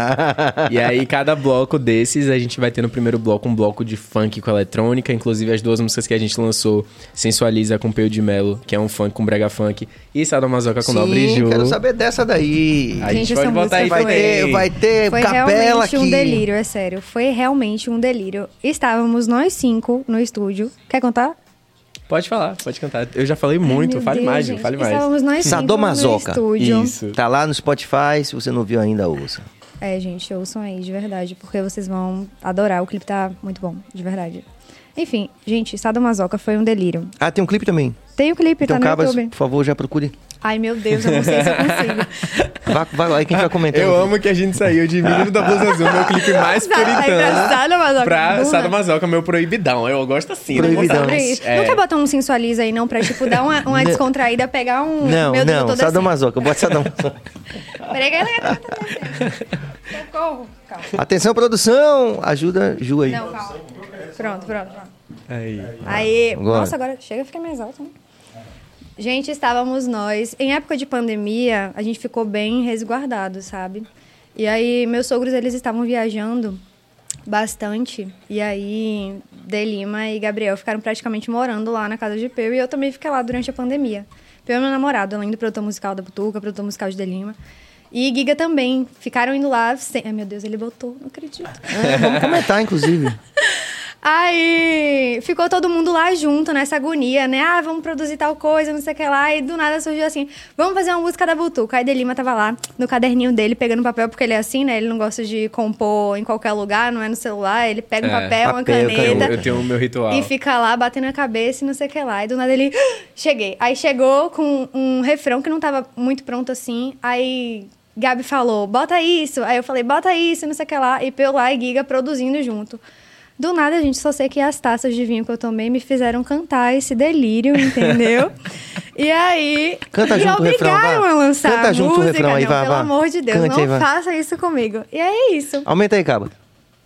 E aí, cada bloco desses, a gente vai ter no primeiro bloco um bloco de funk com eletrônica. Inclusive, as duas músicas que a gente lançou, Sensualiza com Peu de Melo, que é um funk com brega funk, e Sadomasoca com
Sim,
Nobre Ju.
quero saber dessa daí.
A gente,
Gente,
pode
essa
botar aí
música
Vai
também.
ter, vai ter
Foi
capela
realmente
aqui.
um delírio, é sério. Foi realmente um delírio. Estávamos nós cinco no estúdio. Quer contar?
Pode falar, pode cantar. Eu já falei muito,
Meu
fale
Deus,
mais,
gente.
Ju, fale mais.
Estávamos nós cinco
Sadomasoca.
no estúdio.
Isso.
Tá lá no Spotify, se você não viu ainda, ouça.
É, gente, ouçam aí, de verdade, porque vocês vão adorar. O clipe tá muito bom, de verdade. Enfim, gente, Sadomasoca foi um delírio.
Ah, tem um clipe também.
Tem o clipe,
Então,
tá no
Cabas,
YouTube.
por favor, já procure.
Ai, meu Deus, eu não sei se eu consigo.
Vai, vai, aí que a gente vai comentando.
Eu amo que a gente saiu de Menino da Blusa Azul, meu clipe mais
Sai pra
puritano,
Sadomasoca.
pra
Bruna.
Sadomasoca, meu proibidão. Eu gosto assim,
Proibidão.
não
Sobre
gosto-
isso.
É.
Não quer botar um sensualiza aí, não, pra, tipo, dar uma, uma
Não.
descontraída, pegar um...
Não,
meu Deus, eu
não,
tô descendo.
Sadomasoca, bota Sadomasoca.
Peraí, que ela tá descendo. Socorro. Calma.
Atenção, produção! Ajuda Ju aí.
Não, calma. Pronto, pronto, pronto.
Aí.
Aí,
Agora.
nossa, agora chega, fica mais alto, né? Gente, estávamos nós. Em época de pandemia, a gente ficou bem resguardado, sabe? E aí, meus sogros, eles estavam viajando bastante. E aí, Delima e Gabriel ficaram praticamente morando lá na casa de Peu. E eu também fiquei lá durante a pandemia. Peu é meu namorado, além do produtor musical da Butuca, produtor musical de Delima. E Giga também. Ficaram indo lá... Sem... Ai, meu Deus, ele botou, não acredito.
É, vamos comentar, inclusive.
Aí ficou todo mundo lá junto, nessa agonia, né? Ah, vamos produzir tal coisa, não sei o que lá. E do nada surgiu assim, vamos fazer uma música da Butuca. Aí Delima tava lá, no caderninho dele, pegando papel, porque ele é assim, né? Ele não gosta de compor em qualquer lugar, não é no celular. Ele pega um
É,
papel, uma
papel,
Eu,
caneta...
eu tenho o meu ritual.
E fica lá batendo a cabeça e não sei o que lá. E do nada ele... Cheguei. Aí chegou com um refrão que não tava muito pronto assim. Aí Gabi falou, bota isso. Aí eu falei, bota isso, não sei o que lá. E Peu lá e Giga produzindo junto. Do nada, gente, só sei que as taças de vinho que eu tomei me fizeram cantar esse delírio, entendeu? E aí...
Canta
me
junto o refrão,
obrigaram
vá.
a lançar
Canta
a
junto o
música,
refrão aí,
não,
vá,
pelo
vá.
amor de Deus,
Cante
não
aí, vá.
faça isso comigo. E é isso.
Aumenta aí, Caba.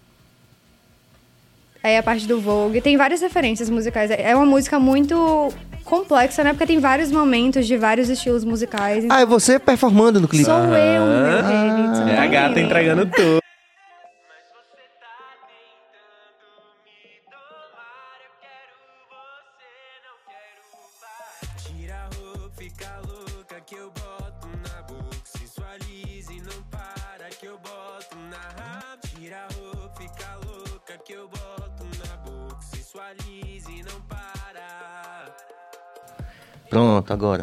Aí a parte do Vogue. Tem várias referências musicais. É uma música muito complexa, né? Porque tem vários momentos de vários estilos musicais.
Ah, é você performando no clipe.
Sou eu, meu querido.
É a gata entregando tudo.
Pronto, agora.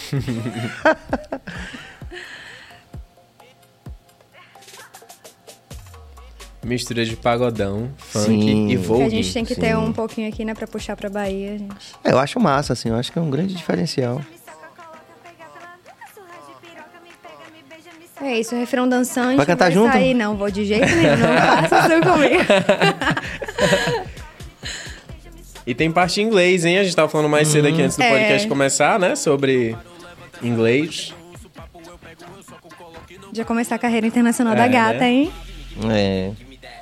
Mistura de pagodão, funk
Sim.
e
Que
vogue.
a gente tem que ter
Sim.
um pouquinho aqui, né? Pra puxar pra Bahia, gente.
É, eu acho massa, assim, eu acho que é um grande diferencial.
É isso, refrão dançante.
Vai cantar junto?
Sair. Não, vou de jeito nenhum. Não faça isso comigo.
E tem parte em inglês, hein? A gente tava falando mais cedo aqui antes do
É.
podcast começar, né? Sobre inglês.
Já começar a carreira internacional
É,
da gata,
né?
hein?
É.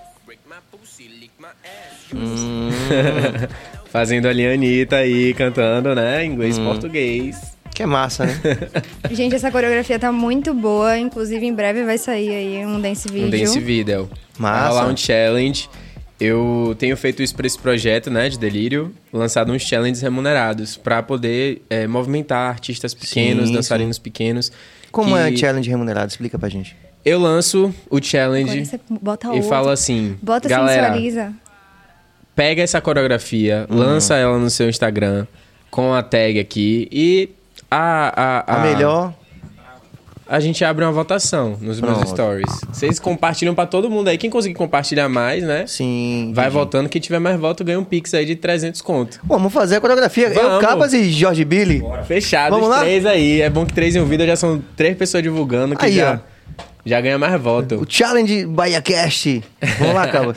Hum,
Fazendo ali a Anitta aí, cantando, né? Inglês e português.
que é massa, né?
Gente, essa coreografia tá muito boa. Inclusive, em breve vai sair aí um dance video.
Um dance video.
Massa.
Vai rolar um challenge. Eu tenho feito isso pra esse projeto, né, de Delírio, lançado uns challenges remunerados pra poder é, movimentar artistas pequenos,
Sim,
dançarinos pequenos.
Como
que
é challenge remunerado? Explica pra gente.
Eu lanço o
Agora
challenge
você bota
e
outro.
falo assim,
Bota
galera,
sensualiza.
pega essa coreografia,
Uhum.
lança ela no seu Instagram com a tag aqui e a... A,
A melhor...
A gente abre uma votação nos meus
Pronto.
stories. Vocês compartilham pra todo mundo aí. Quem conseguir compartilhar mais, né?
Sim.
Vai
entendi.
votando. Quem tiver mais voto ganha um pix aí de trezentos conto.
Bom, vamos fazer a coreografia. Eu,
Vamos.
Cabas e Jorge Billy.
Fechado,
Vamos
os
lá?
três aí. É bom que três em um vídeo já são três pessoas divulgando que
Aí,
já, já ganha mais voto.
O Challenge BahiaCast. Vamos lá, Cabas.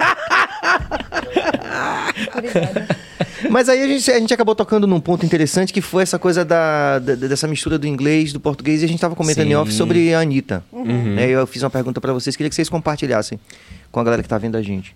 Obrigada.
Mas aí a gente, a gente acabou tocando num ponto interessante que foi essa coisa da, da- dessa mistura do inglês, do português, e a gente tava comentando
Sim.
em off sobre a Anitta.
Uhum.
Né, eu fiz uma pergunta pra vocês, queria que vocês compartilhassem com a galera que tá vendo a gente.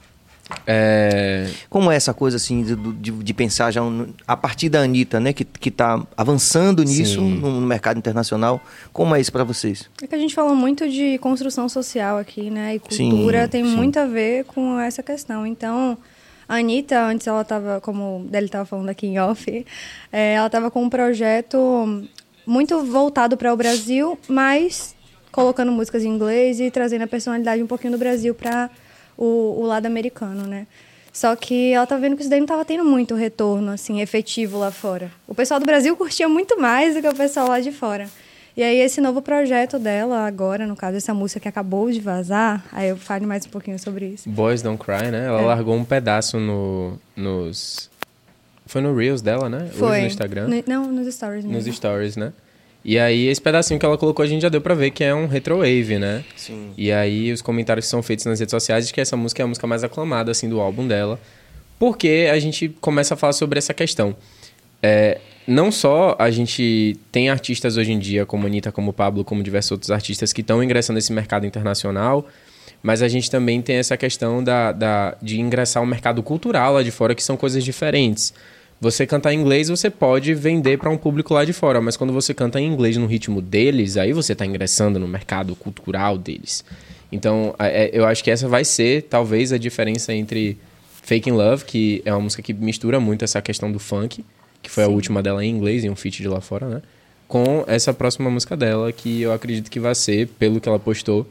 É...
Como é essa coisa, assim, de, de, de pensar já um- a partir da Anitta, né, que, que tá avançando nisso
Sim.
no, no mercado internacional. Como é isso pra vocês?
É que a gente falou muito de construção social aqui, né? E cultura
Sim,
tem
sim.
muito a ver com essa questão. Então, a Anitta, antes ela estava, como o Deli estava falando aqui em off, é, ela estava com um projeto muito voltado para o Brasil, mas colocando músicas em inglês e trazendo a personalidade um pouquinho do Brasil para o, o lado americano, né? Só que ela tá vendo que isso daí não tava tendo muito retorno, assim, efetivo lá fora. O pessoal do Brasil curtia muito mais do que o pessoal lá de fora. E aí, esse novo projeto dela, agora, no caso, essa música que acabou de vazar, aí eu falo mais um pouquinho sobre isso.
Boys Don't Cry, né? Ela
É.
largou um pedaço no, nos... Foi no Reels dela, né? Hoje
Foi.
no Instagram.
No- não, nos stories mesmo.
Nos stories, né? E aí, esse pedacinho que ela colocou, a gente já deu pra ver que é um retrowave, né?
Sim.
E aí, os comentários que são feitos nas redes sociais de que essa música é a música mais aclamada, assim, do álbum dela. Porque a gente começa a falar sobre essa questão. É, não só a gente tem artistas hoje em dia, como a Anitta, como o Pablo, como diversos outros artistas que estão ingressando nesse mercado internacional, mas a gente também tem essa questão da, da, de ingressar ao mercado cultural lá de fora, que são coisas diferentes. Você cantar em inglês, você pode vender para um público lá de fora, mas quando você canta em inglês no ritmo deles, aí você está ingressando no mercado cultural deles. Então, é, eu acho que essa vai ser, talvez, a diferença entre Faking Love, que é uma música que mistura muito essa questão do funk, que foi
Sim.
a última dela em inglês, em um feat de lá fora, né? Com essa próxima música dela, que eu acredito que vai ser, pelo que ela postou,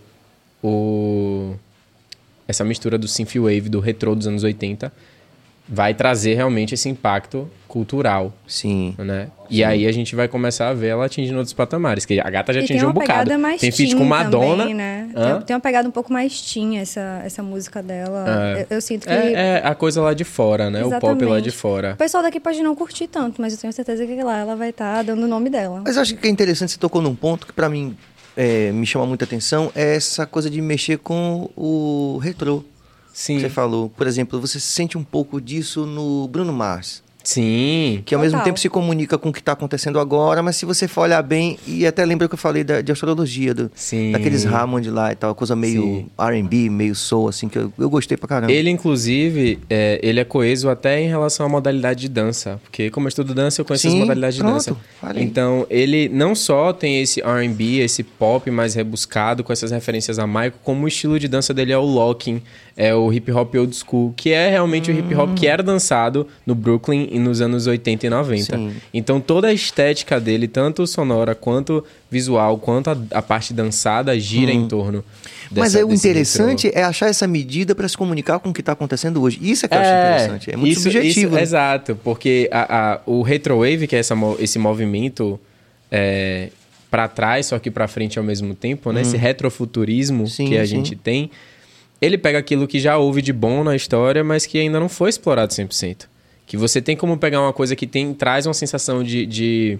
o... essa mistura do synthwave, do retrô dos anos oitenta, vai trazer realmente esse impacto cultural,
Sim.
né? E aí a gente vai começar a ver ela atingindo outros patamares, que a gata já
E
atingiu
tem
um
uma
bocado.
pegada mais
Tem feat
teen
com Madonna.
também, né?
Hã?
Tem, tem uma pegada um pouco mais teen essa, essa música dela.
É.
Eu, eu sinto que...
É, é a coisa lá de fora, né? O pop lá
Exatamente.
de fora.
O pessoal daqui pode não curtir tanto, mas eu tenho certeza que lá ela vai estar dando o nome dela.
Mas eu acho que é interessante, você tocou num ponto que pra mim é, me chama muita atenção, é essa coisa de mexer com o retrô.
Sim.
Que você falou. Por exemplo, você sente um pouco disso no Bruno Mars.
Sim.
Que ao mesmo
Total.
tempo se comunica com o que está acontecendo agora, mas se você for olhar bem, e até lembra que eu falei da, de astrologia, do,
Sim.
daqueles Hammond lá e tal, coisa meio
Sim.
R and B, meio soul, assim, que eu, eu gostei pra caramba.
Ele, inclusive, é, ele é coeso até em relação à modalidade de dança. Porque como eu estudo dança, eu conheço
Sim,
as modalidades de
pronto,
dança.
falei.
Então, ele não só tem esse R and B, esse pop mais rebuscado, com essas referências a Michael, como o estilo de dança dele é o locking, é o hip hop old school, que é realmente o hip hop que era dançado no Brooklyn e nos anos oitenta e noventa.
Sim.
Então, toda a estética dele, tanto sonora quanto visual, quanto a, a parte dançada, gira em torno dessa,
Mas é o
desse
interessante
retrô.
é achar essa medida para se comunicar com o que está acontecendo hoje. Isso é que eu acho interessante. É muito
isso-
subjetivo.
isso-
né?
Exato, porque a, a- o retrowave, que é essa, mo- esse movimento é, para trás, só que para frente ao mesmo tempo, né? Esse retrofuturismo
Sim,
que a
sim.
gente tem, ele pega aquilo que já houve de bom na história, mas que ainda não foi explorado cem por cento. Que você tem como pegar uma coisa que tem, traz uma sensação de... de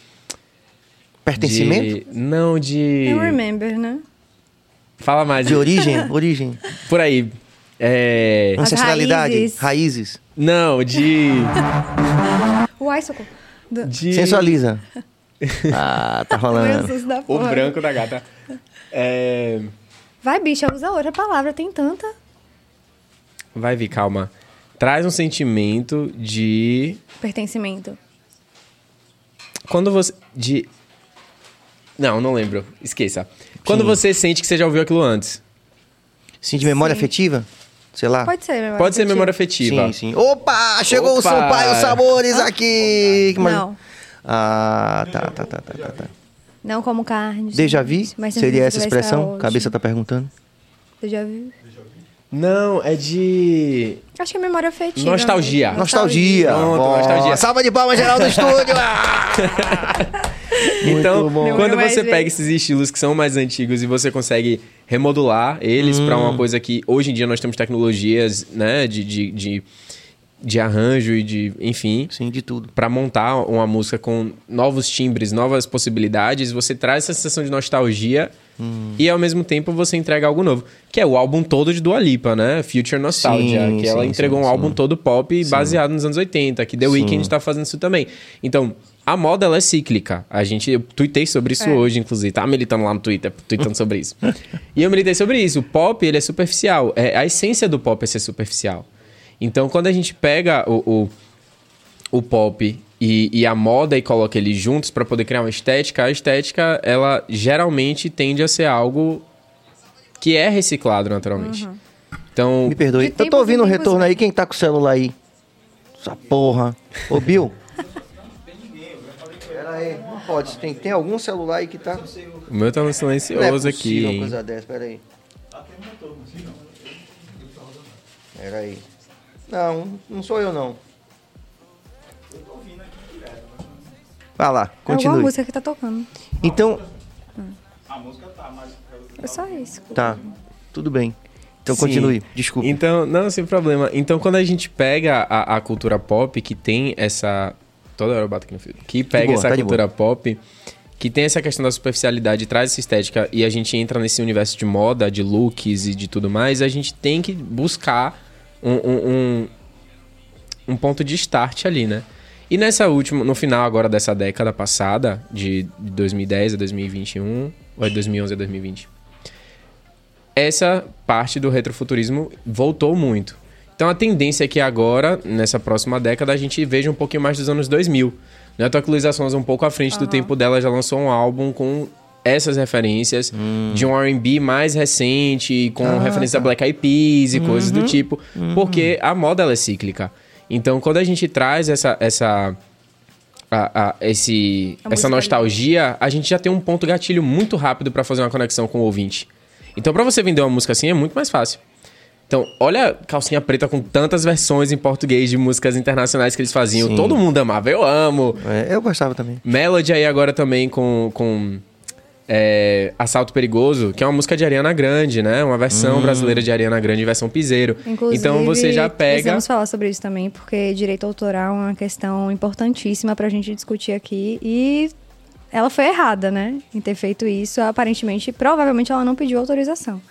Pertencimento?
de- não, de...
Eu remember, né?
Fala mais.
De origem? Origem.
Por aí. É...
As
Ancestralidade?
raízes.
Raízes.
Não, de...
Uai, socorro. Do...
de...
Sensualiza. Ah, tá
Meu
rolando.
Deus da
O
porra.
branco da gata. É...
Vai, bicha, usa outra palavra, tem tanta.
Vai vir, calma. Traz um sentimento de...
Pertencimento.
Quando você... De... Não, não lembro. Esqueça. Quando
Sim.
você sente que você já ouviu aquilo antes.
Sim, de memória
Sim.
afetiva? Sei lá.
Pode ser, memória
Pode ser
afetiva.
memória afetiva.
Sim, sim. Opa! Chegou o
Opa!
Sampaio Sabores aqui! Que mar-
Não.
Ah, tá, tá, tá, tá, tá, tá.
Não como carne.
Déjà vu?
mas
Seria
significa
essa
que vai estar
expressão?
ótimo.
Cabeça tá perguntando.
Déjà vu.
Não, é de...
Acho que é memória afetiva.
Nostalgia.
mesmo.
Nostalgia.
Pronto,
Ó,
nostalgia.
Salva de palmas, geral do estúdio. Ah!
Então,
Muito bom.
quando
Demorou
você
mais
pega
vezes.
esses estilos que são mais antigos e você consegue remodular eles pra
Hum.
uma coisa que hoje em dia nós temos tecnologias, né, de, de, de, de arranjo e de, enfim,
Sim, de tudo.
pra montar uma música com novos timbres, novas possibilidades, você traz essa sensação de nostalgia
Hum.
e ao mesmo tempo você entrega algo novo, que é o álbum todo de Dua Lipa, né? Future Nostalgia,
Sim,
que ela
sim,
entregou
sim,
um
sim.
álbum todo pop baseado nos anos oitenta, que The Weeknd tá fazendo isso também. Então, a moda, ela é cíclica. A gente, eu tuitei sobre isso
É.
hoje, inclusive. Tá militando lá no Twitter, tweetando sobre isso. E eu militei sobre isso. O pop, ele é superficial. É, a essência do pop é ser superficial. Então, quando a gente pega o, o, o pop e, e a moda e coloca eles juntos pra poder criar uma estética, a estética, ela geralmente tende a ser algo que é reciclado naturalmente. Então,
Me perdoe.
De
Eu tô
tempos
ouvindo o
em tempos
retorno aí.
vem.
Quem tá com o celular aí? Essa porra. Ô, Bill. Pera aí. Não pode. Tem, tem algum celular aí que tá...
o meu tá no
Não é
silencioso aqui,
possível uma
hein?
coisa dessa. Pera aí. Pera aí. Não, não sou eu, não. Vai lá,
É alguma
continue.
música que tá tocando.
Então,
É só isso.
tá. Tudo bem. Então
Sim.
continue. Desculpa.
Então, não, sem problema. Então, quando a gente pega a, a cultura pop, que tem essa... Toda hora eu bato aqui no fio. Que pega
boa,
essa
tá de
cultura pop, que tem essa questão da superficialidade, traz essa estética, e a gente entra nesse universo de moda, de looks e de tudo mais, a gente tem que buscar um, um, um, um ponto de start ali, né? E nessa última, no final agora dessa década passada, de dois mil e dez a dois mil e vinte e um, ou é dois mil e onze a dois mil e vinte, essa parte do retrofuturismo voltou muito. Então a tendência é que agora, nessa próxima década, a gente veja um pouquinho mais dos anos dois mil. Né? A tua Luísa Sonza, um pouco à frente do tempo dela, já lançou um álbum com essas referências de um R and B mais recente, com referência a Black Eyed Peas e coisas do tipo, porque a moda ela é cíclica. Então quando a gente traz essa... essa a- a- esse,
A
essa
música
nostalgia, a gente já tem um ponto gatilho muito rápido para fazer uma conexão com o ouvinte. Então, para você vender uma música assim, é muito mais fácil. Então, olha Calcinha Preta com tantas versões em português de músicas internacionais que eles faziam.
Sim.
Todo mundo amava, eu amo.
É, eu gostava também.
Melody aí agora também com, com é, Assalto Perigoso, que é uma música de Ariana Grande, né? Uma versão
Hum.
brasileira de Ariana Grande, versão piseiro.
Inclusive,
Então, você já pega...
precisamos falar sobre isso também, porque direito autoral é uma questão importantíssima pra gente discutir aqui. E ela foi errada, né? Em ter feito isso. Aparentemente, provavelmente ela não pediu autorização.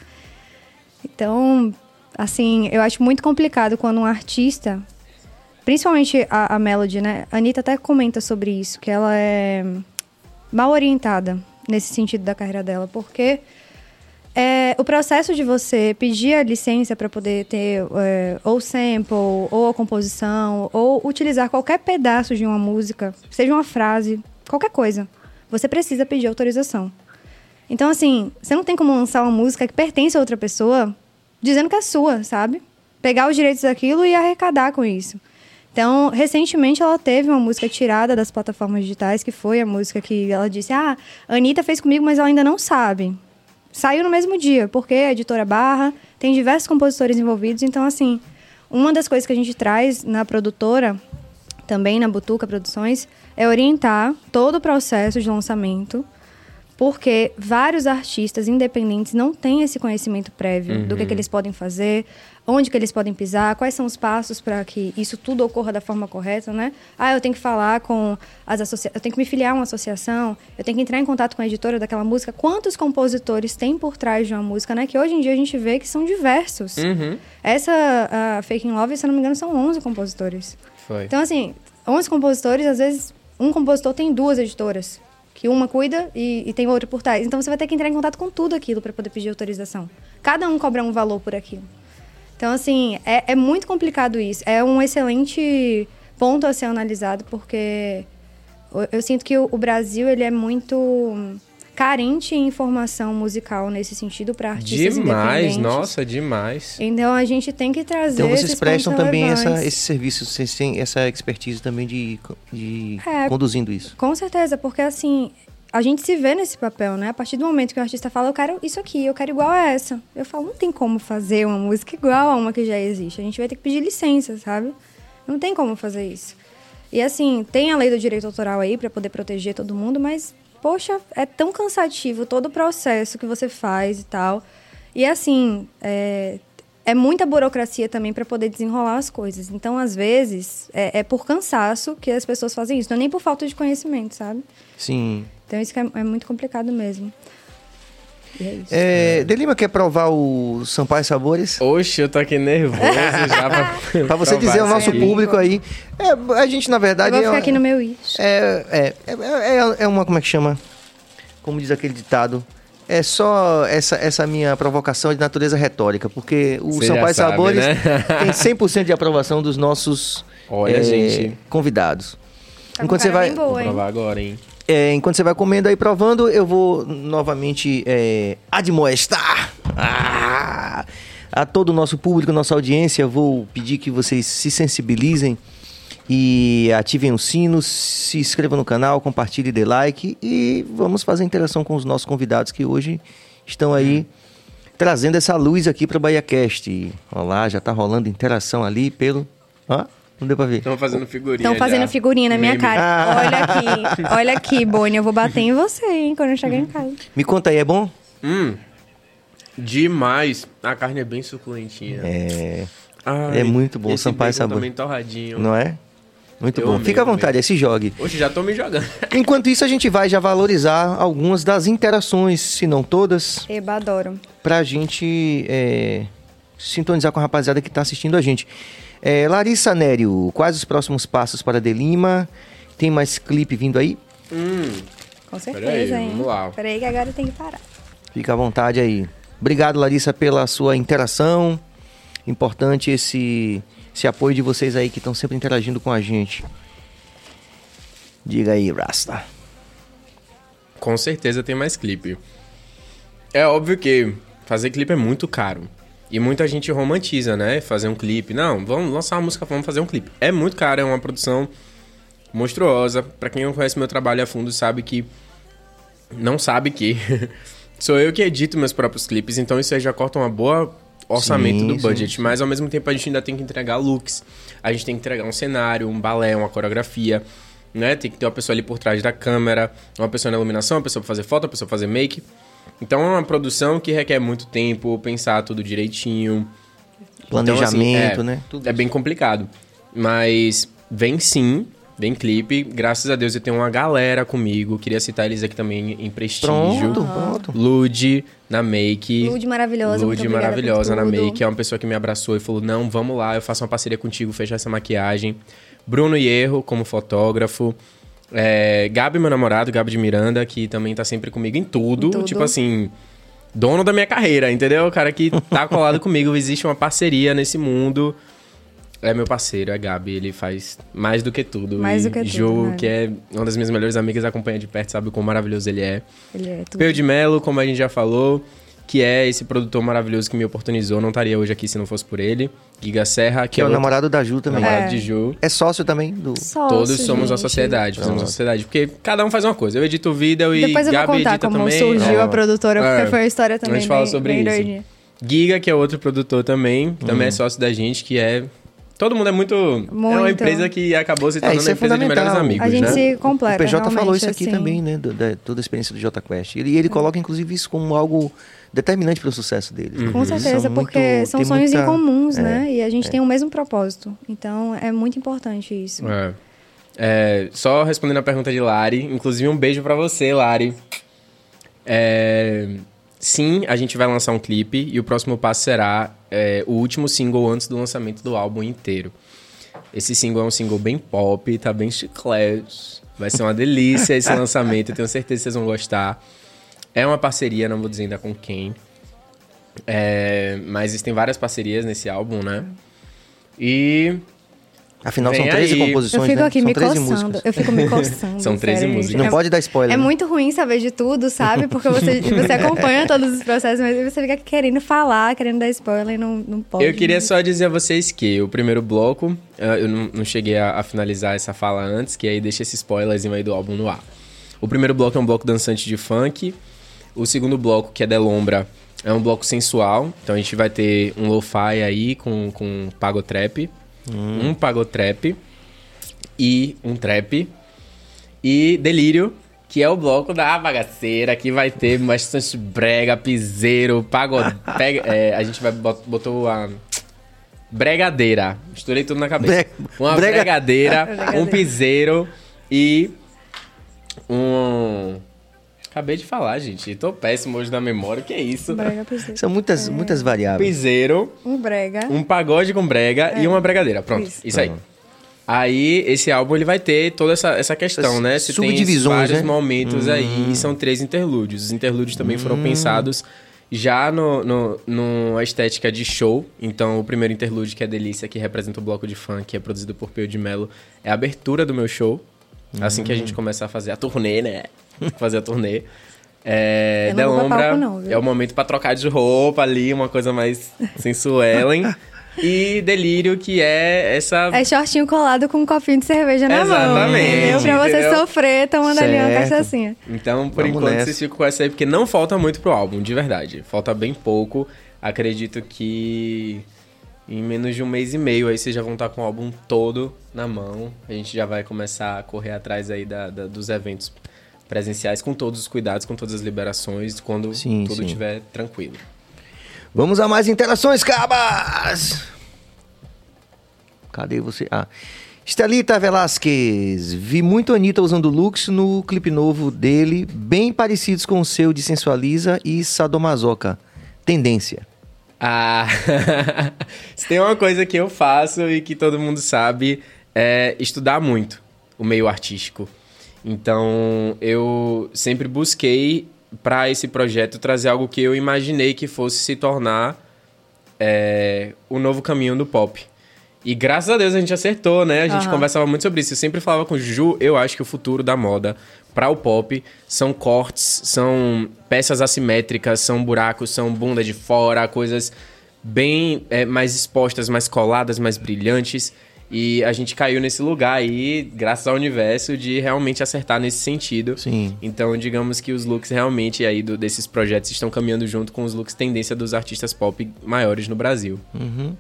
Então, assim, eu acho muito complicado quando um artista, principalmente a, a Melody, né? A Anitta até comenta sobre isso, que ela é mal orientada nesse sentido da carreira dela, porque é, o processo de você pedir a licença para poder ter é, ou sample, ou a composição, ou utilizar qualquer pedaço de uma música, seja uma frase, qualquer coisa, você precisa pedir autorização. Então, assim, você não tem como lançar uma música que pertence a outra pessoa dizendo que é sua, sabe? Pegar os direitos daquilo e arrecadar com isso. Então, recentemente ela teve uma música tirada das plataformas digitais, que foi a música que ela disse, ah, a Anitta fez comigo, mas ela ainda não sabe. Saiu no mesmo dia, porque a editora barra, tem diversos compositores envolvidos. Então, assim, uma das coisas que a gente traz na produtora, também na Butuca Produções, é orientar todo o processo de lançamento, porque vários artistas independentes não têm esse conhecimento prévio do que, que eles podem fazer, onde que eles podem pisar, quais são os passos para que isso tudo ocorra da forma correta, né? Ah, eu tenho que falar com as associações, eu tenho que me filiar a uma associação, eu tenho que entrar em contato com a editora daquela música. Quantos compositores tem por trás de uma música, né? Que hoje em dia a gente vê que são diversos.
Uhum.
Essa, a Fake in Love, se eu não me engano, são onze compositores.
Foi.
Então, assim, onze compositores, às vezes, um compositor tem duas editoras, que uma cuida e, e tem outra por trás. Então, você vai ter que entrar em contato com tudo aquilo para poder pedir autorização. Cada um cobra um valor por aquilo. Então, assim, é, é muito complicado isso. É um excelente ponto a ser analisado, porque eu, eu sinto que o, o Brasil, ele é muito carente em informação musical nesse sentido para artistas
Demais,
independentes.
nossa, demais.
Então, a gente tem que trazer
Então vocês
esses
prestam
pontos
também essa,
relevantes.
esse serviço, vocês têm essa expertise também de, de
É.
conduzindo isso.
Com certeza, porque assim, a gente se vê nesse papel, né? A partir do momento que o artista fala, eu quero isso aqui, eu quero igual a essa. Eu falo, não tem como fazer uma música igual a uma que já existe. A gente vai ter que pedir licença, sabe? Não tem como fazer isso. E assim, tem a lei do direito autoral aí pra poder proteger todo mundo, mas, poxa, é tão cansativo todo o processo que você faz e tal. E assim, é, é muita burocracia também pra poder desenrolar as coisas. Então, às vezes, é, é por cansaço que as pessoas fazem isso, não é nem por falta de conhecimento, sabe?
Sim.
Então, isso que é, é muito complicado mesmo. E é isso.
É, Delima quer provar o Sampaio Sabores?
Oxe, eu tô aqui nervoso já pra,
Pra você
provar
dizer ao
isso
nosso
aqui.
público aí. É, a gente, na verdade...
Eu vou ficar
é,
aqui no meu isso.
É, é, é, é, é uma, como é que chama? Como diz aquele ditado, é só essa, essa minha provocação de natureza retórica, porque o
Você já
Sampaio
sabe,
Sabores
né?
tem cem por cento de aprovação dos nossos
Olha,
é,
gente.
convidados.
Tá com
Enquanto você
cara
vai,
bem boa,
Vou
hein?
provar agora, hein?
é, enquanto você vai comendo aí, provando, eu vou novamente é, admoestar ah, a todo o nosso público, nossa audiência. Vou pedir que vocês se sensibilizem e ativem o sino, se inscrevam no canal, compartilhem, dê like e vamos fazer interação com os nossos convidados que hoje estão aí trazendo essa luz aqui para o BahiaCast. Olha lá, já tá rolando interação ali pelo... Ó, não deu para ver.
Estão fazendo figurinha
Estão fazendo
já.
figurinha na minha
Meme.
cara.
Ah.
Olha aqui, olha aqui, Boni, eu vou bater em você, hein, quando eu chegar em casa.
Me conta aí, é bom?
Hum, demais. A carne é bem suculentinha.
É...
Ai,
É muito bom,
esse
Sampaio
bacon
Sabor.
também torradinho.
Não é? Muito
Eu
bom.
amei,
Fica à
amei.
vontade, aí se jogue.
Hoje já tô me jogando.
Enquanto isso, a gente vai já valorizar algumas das interações, se não todas,
Eba, adoro.
pra gente é, sintonizar com a rapaziada que tá assistindo a gente. É, Larissa Nério, quais os próximos passos para Delima? Tem mais clipe vindo aí?
Hum,
Com certeza,
Peraí,
hein?
vamos lá.
Peraí que agora tem que parar.
Fica à vontade aí. Obrigado, Larissa, pela sua interação. Importante esse, esse apoio de vocês aí que estão sempre interagindo com a gente. Diga aí, Rasta.
com certeza tem mais clipe. É óbvio que fazer clipe é muito caro. E muita gente romantiza, né? Fazer um clipe. Não, vamos lançar uma música, vamos fazer um clipe. É muito caro, é uma produção monstruosa. Pra quem não conhece meu trabalho a fundo, sabe que... Não sabe que... Sou eu que edito meus próprios clipes, então isso aí já corta uma boa orçamento
Sim,
do
sim,
budget.
sim.
Mas ao mesmo tempo a gente ainda tem que entregar looks. A gente tem que entregar um cenário, um balé, uma coreografia, né? Tem que ter uma pessoa ali por trás da câmera, uma pessoa na iluminação, uma pessoa pra fazer foto, uma pessoa pra fazer make. Então é uma produção que requer muito tempo, pensar tudo direitinho.
Planejamento,
Então, assim, é,
né? Tudo
é bem complicado. Mas vem sim, vem clipe. Graças a Deus eu tenho uma galera comigo. Queria citar eles aqui também em prestígio.
Pronto, pronto.
Lud na make.
Lud maravilhosa, muito
Lud
obrigada
maravilhosa
por
na
tudo.
make. É uma pessoa que me abraçou e falou, não, vamos lá, eu faço uma parceria contigo, fechar essa maquiagem. Bruno Hierro como fotógrafo. É, Gabi, meu namorado, Gabi de Miranda, que também tá sempre comigo em tudo.
Em tudo.
Tipo assim, dono da minha carreira, entendeu? O cara que tá colado comigo. Existe uma parceria nesse mundo. É meu parceiro, é Gabi. Ele faz mais do que tudo.
Mais
E
do que tudo,
Ju,
né?
que é uma das minhas melhores amigas, acompanha de perto, sabe o quão maravilhoso ele é.
Ele é tudo.
Peu de Melo, como a gente já falou, que é esse produtor maravilhoso que me oportunizou. Não estaria hoje aqui se não fosse por ele. Giga Serra, que,
Que é o
outro
namorado da Ju também.
namorado
É.
de Ju.
É sócio também do...
Sócio,
Todos somos uma
gente.
sociedade, fazemos uma sociedade. Porque cada um faz uma coisa. Eu edito vídeo e
Depois eu vou
Gabi
contar
edita
como
também.
surgiu
É.
a produtora, porque
É.
foi uma história também
A gente fala
bem,
sobre
bem
isso.
doidinha.
Giga, que é outro produtor também, também é sócio da gente, que é... Todo mundo é muito... É uma
Muito.
empresa que acabou se
É,
tornando
isso é
uma empresa de melhores
fundamental.
amigos,
A gente
né?
se completa,
O P J falou
realmente,
isso aqui
assim.
também, né? do- da, toda a experiência do Jota Quest. E ele, ele coloca, inclusive, isso como algo determinante para o sucesso deles. né?
Com
Eles
certeza,
são
porque
muito-
são
tem
sonhos
muita-
em comuns,
é,
né? E a gente tem o mesmo propósito. Então, é muito importante isso.
É. É, só respondendo a pergunta de Lari, inclusive um beijo pra você, Lari. É, sim, a gente vai lançar um clipe e o próximo passo será é, o último single antes do lançamento do álbum inteiro. Esse single é um single bem pop, tá bem chiclete. Vai ser uma delícia esse lançamento, eu tenho certeza que vocês vão gostar. É uma parceria, não vou dizer ainda com quem. É, mas existem várias parcerias nesse álbum, né? E
Afinal,
Vem
são treze
aí.
composições,
Eu fico
né?
aqui
são
me
treze
coçando.
músicas.
Eu fico me coçando.
São treze
sério,
músicas.
gente.
Não
É-
pode dar spoiler.
É
né?
muito ruim saber de tudo, sabe? Porque você, você acompanha todos os processos, mas você fica querendo falar, querendo dar spoiler e não, não pode.
eu queria só dizer a vocês que o primeiro bloco, eh, eu não, não cheguei a, a finalizar essa fala antes, que aí deixa esse spoilerzinho aí do álbum no ar. O primeiro bloco é um bloco dançante de funk. O segundo bloco, que é Delombra, é um bloco sensual. Então a gente vai ter um lo-fi aí com, com pagotrap. Hum. Um pagotrap. E um trap. E Delírio, que é o bloco da bagaceira, que vai ter bastante brega, piseiro, pagode... pega, é, a gente vai bot, botou a... bregadeira. Misturei tudo na cabeça. Bre... Uma Brega... bregadeira, um piseiro e um... Acabei de falar, gente. Tô péssimo hoje na memória. O que é isso?
Brega, piseiro.
São muitas, é... muitas variáveis.
Piseiro.
Um brega.
Um pagode com brega é. e uma bregadeira. Pronto, isso, isso aí. Aí, esse álbum, ele vai ter toda essa, essa questão, Essas né? Você
subdivisões,
tem vários
né?
momentos
hum.
aí, e são três interlúdios. Os interlúdios também hum. foram pensados já no, no, no estética de show. Então, o primeiro interlúdio, que é Delícia, que representa o bloco de funk, que é produzido por Peu de Mello, é a abertura do meu show. Hum. Assim que a gente começar a fazer a turnê, né? Fazer a turnê. É, Delombra é o momento pra trocar de roupa ali, uma coisa mais sensuelen. E Delírio, que é essa...
É shortinho colado com um copinho de cerveja na
Exatamente,
mão. Pra você
entendeu?
Sofrer tomando certo. Ali uma cachaçinha.
Então, por
Vamos
enquanto,
nessa.
vocês ficam com essa aí, porque não falta muito pro álbum, de verdade. Falta bem pouco. Acredito que em menos de um mês e meio aí vocês já vão estar com o álbum todo na mão. A gente já vai começar a correr atrás aí da, da, dos eventos presenciais, com todos os cuidados, com todas as liberações, quando
sim,
tudo
sim.
estiver tranquilo.
Vamos a mais interações, cabas! Cadê você? Ah. Estelita Velasquez. Vi muito a Anitta usando looks no clipe novo dele, bem parecidos com o seu de Sensualiza e Sadomasoca. Tendência.
Ah, se tem uma coisa que eu faço e que todo mundo sabe, é estudar muito o meio artístico. Então, eu sempre busquei, para esse projeto, trazer algo que eu imaginei que fosse se tornar é, o novo caminho do pop. E graças a Deus a gente acertou, né? A gente uhum. conversava muito sobre isso. Eu sempre falava com o Ju, eu acho que o futuro da moda para o pop são cortes, são peças assimétricas, são buracos, são bunda de fora, coisas bem é, mais expostas, mais coladas, mais brilhantes. E a gente caiu nesse lugar aí, graças ao universo, de realmente acertar nesse sentido.
Sim.
Então, digamos que os looks realmente aí do, desses projetos estão caminhando junto com os looks tendência dos artistas pop maiores no Brasil.
Uhum.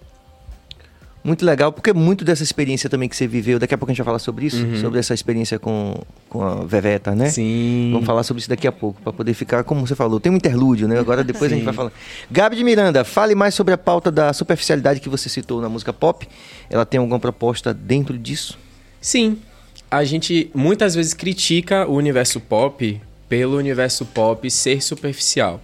Muito legal, porque muito dessa experiência também que você viveu, daqui a pouco a gente vai falar sobre isso, uhum. sobre essa experiência com, com a Veveta, né?
Sim.
Vamos falar sobre isso daqui a pouco, para poder ficar, como você falou, tem um interlúdio, né? Agora depois a gente vai falar. Gabi de Miranda, fale mais sobre a pauta da superficialidade que você citou na música pop. Ela tem alguma proposta dentro disso?
Sim. A gente muitas vezes critica o universo pop pelo universo pop ser superficial.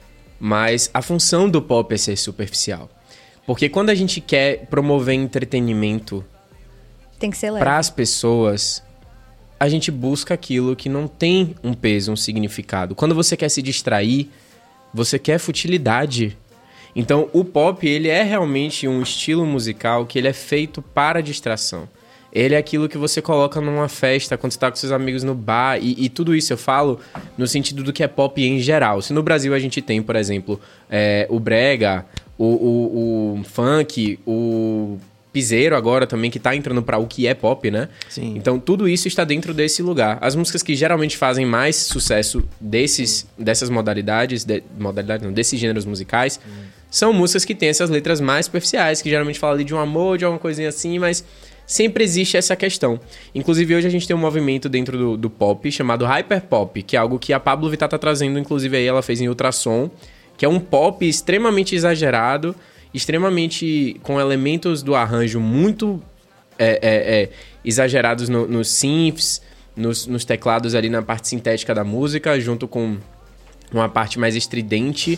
Mas a função do pop é ser superficial. Porque quando a gente quer promover entretenimento
tem que ser leve
para as pessoas, a gente busca aquilo que não tem um peso, um significado. Quando você quer se distrair, você quer futilidade. Então, o pop, ele é realmente um estilo musical que ele é feito para distração. Ele é aquilo que você coloca numa festa, quando você está com seus amigos no bar, e, e tudo isso eu falo no sentido do que é pop em geral. Se no Brasil a gente tem, por exemplo, é, o brega, o, o, o funk, o piseiro agora também, que tá entrando para o que é pop, né?
Sim.
Então, tudo isso está dentro desse lugar. As músicas que geralmente fazem mais sucesso desses, dessas modalidades, de, modalidades não, desses gêneros musicais, hum. são músicas que têm essas letras mais superficiais, que geralmente falam ali de um amor, de alguma coisinha assim, mas sempre existe essa questão. Inclusive, hoje a gente tem um movimento dentro do, do pop chamado hyperpop, que é algo que a Pablo Vittar tá trazendo, inclusive aí ela fez em Ultrassom, que é um pop extremamente exagerado, extremamente com elementos do arranjo muito é, é, é, exagerados no, nos synths, nos, nos teclados ali na parte sintética da música, junto com uma parte mais estridente,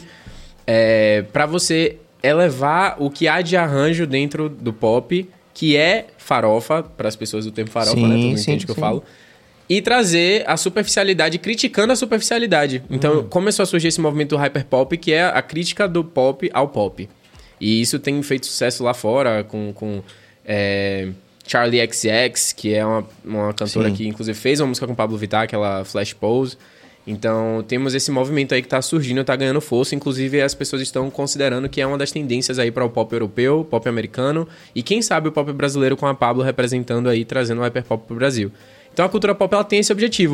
é, para você elevar o que há de arranjo dentro do pop, que é farofa, para as pessoas do tempo farofa, sim, né? Todo mundo entende o que eu falo. E trazer a superficialidade, criticando a superficialidade. Então, uhum. começou a surgir esse movimento do hyperpop, que é a crítica do pop ao pop. E isso tem feito sucesso lá fora, com, com é, Charli X C X, que é uma, uma cantora Sim. que, inclusive, fez uma música com Pablo Vittar, aquela Flash Pose. Então, temos esse movimento aí que está surgindo, está ganhando força. Inclusive, as pessoas estão considerando que é uma das tendências aí para o pop europeu, pop americano. E quem sabe o pop brasileiro com a Pablo representando aí, trazendo o hyperpop para o Brasil. Então, a cultura pop ela tem esse objetivo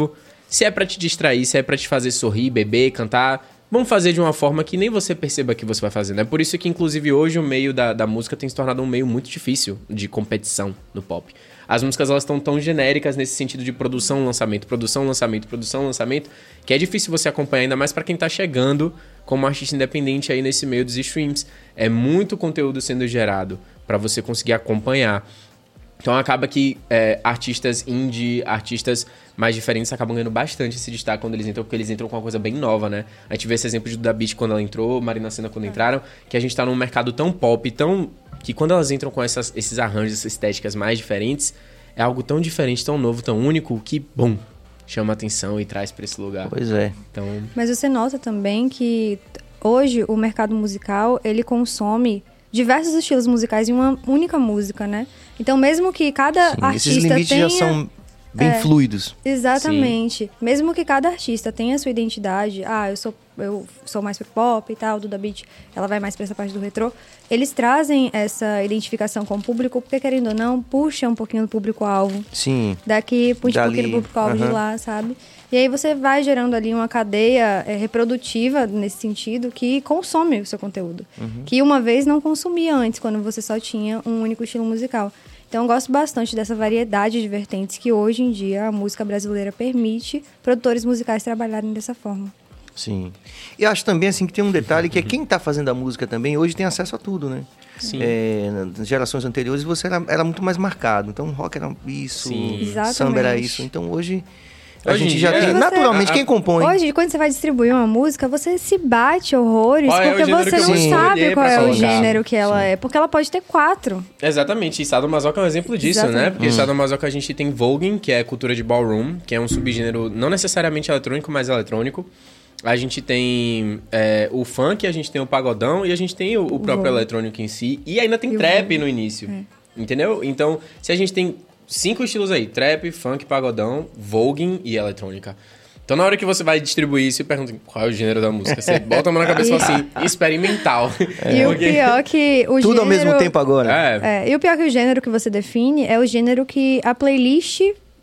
Se é pra te distrair, se é pra te fazer sorrir, beber, cantar, vamos fazer de uma forma que nem você perceba que você vai fazendo. É por isso que, inclusive, hoje o meio da, da música tem se tornado um meio muito difícil de competição no pop. As músicas, elas estão tão genéricas nesse sentido de produção, lançamento, produção, lançamento, produção, lançamento, que é difícil você acompanhar, ainda mais pra quem tá chegando como artista independente aí nesse meio dos streams. É muito conteúdo sendo gerado pra você conseguir acompanhar. Então acaba que é, artistas indie, artistas mais diferentes acabam ganhando bastante esse destaque quando eles entram, porque eles entram com uma coisa bem nova, né? A gente vê esse exemplo de Duda Beat quando ela entrou, Marina Sena quando entraram, que a gente tá num mercado tão pop, tão... que quando elas entram com essas, esses arranjos, essas estéticas mais diferentes, é algo tão diferente, tão novo, tão único, que, bom, chama atenção e traz pra esse lugar.
Pois é.
Então,
Mas você nota também que hoje o mercado musical, ele consome diversos estilos musicais em uma única música, né? Então, mesmo que cada
Sim,
artista
esses limites
tenha...
já são bem
É.
fluidos.
Exatamente. Mesmo que cada artista tenha a sua identidade, ah, eu sou, eu sou mais pro pop e tal, Duda Beat, ela vai mais pra essa parte do retrô, eles trazem essa identificação com o público, porque, querendo ou não, puxa um pouquinho do público-alvo.
Sim.
Daqui, puxa um
Dali,
pouquinho do público-alvo de
aham.
lá, sabe? E aí você vai gerando ali uma cadeia é, reprodutiva, nesse sentido, que consome o seu conteúdo.
Uhum.
Que uma vez não consumia antes, quando você só tinha um único estilo musical. Então, eu gosto bastante dessa variedade de vertentes que hoje em dia a música brasileira permite produtores musicais trabalharem dessa forma.
Sim. E acho também assim que tem um detalhe que é quem tá fazendo a música também hoje tem acesso a tudo, né?
Sim.
É, nas gerações anteriores você era, era muito mais marcado. Então rock era isso,
Sim.
Exatamente.
samba era isso. Então hoje a
Hoje em
gente já
dia-
tem,
E você-
naturalmente, quem compõe.
Hoje, quando você vai distribuir uma música, você se bate horrores,
Qual é o
porque
gênero
você
que eu
não
vou
sabe
escolher
qual
pra
é o
colocar?
gênero que ela é. Porque ela pode ter quatro.
Exatamente, e Sadomasoca é um exemplo disso, né?
Exatamente.
Porque Sadomasoca a gente tem voguing, que é cultura de ballroom, que é um subgênero não necessariamente eletrônico, mas eletrônico. A gente tem é, o funk, a gente tem o pagodão e a gente tem o, o próprio
vogue.
eletrônico em si. E ainda tem
E o
trap
vogue.
no início, entendeu? Então, se a gente tem cinco estilos aí, trap, funk, pagodão, voguing e eletrônica. Então, na hora que você vai distribuir isso e pergunta qual é o gênero da música, você bota a mão na cabeça e fala assim, experimental.
E o
Porque-
pior que o
Tudo
gênero...
ao mesmo tempo agora.
É,
É, e o pior que o gênero que você define é o gênero que a playlist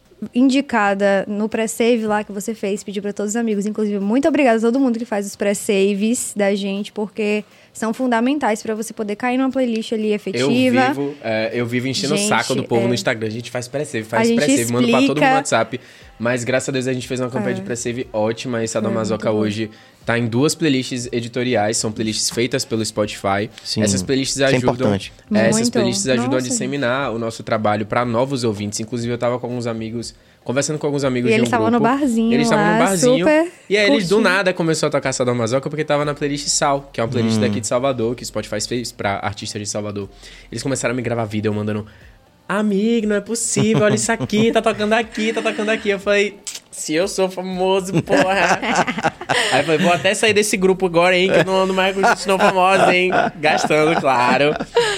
indicada no pré-save lá que você fez, pediu para todos os amigos. Inclusive, muito obrigada a todo mundo que faz os pré-saves da gente, porque são fundamentais para você poder cair numa playlist ali
Eu
efetiva.
vivo, é, eu vivo enchendo
Gente,
o saco do povo
é.
no Instagram. A gente faz pré-save,
A
faz
gente
pré-save, manda pra todo mundo
explica.
no WhatsApp. Mas graças a Deus a gente fez uma campanha de pré-save ótima. E Sadomasoca
É, muito bom.
hoje tá em duas playlists editoriais. São playlists feitas pelo Spotify.
Sim,
Essas playlists
isso é
ajudam.
importante.
é, essas
Muito.
playlists ajudam a
Nossa,
disseminar o nosso trabalho pra novos ouvintes. Inclusive, eu tava com alguns amigos, conversando com alguns amigos
E
de um
eles estavam
grupo.
no barzinho
Eles estavam
lá,
no barzinho.
super
E aí eles do
curtindo.
nada começou a tocar Sadomasoca porque tava na playlist Sal, que é uma playlist
Hum.
daqui de Salvador, que o Spotify fez pra artistas de Salvador. Eles começaram a me gravar vídeo, eu mandando... Amigo, não é possível, olha isso aqui, tá tocando aqui, tá tocando aqui. Eu falei, se eu sou famoso, porra. Aí eu falei, vou até sair desse grupo agora, hein, que eu não ando mais com gente não famosa, hein. Gastando, claro.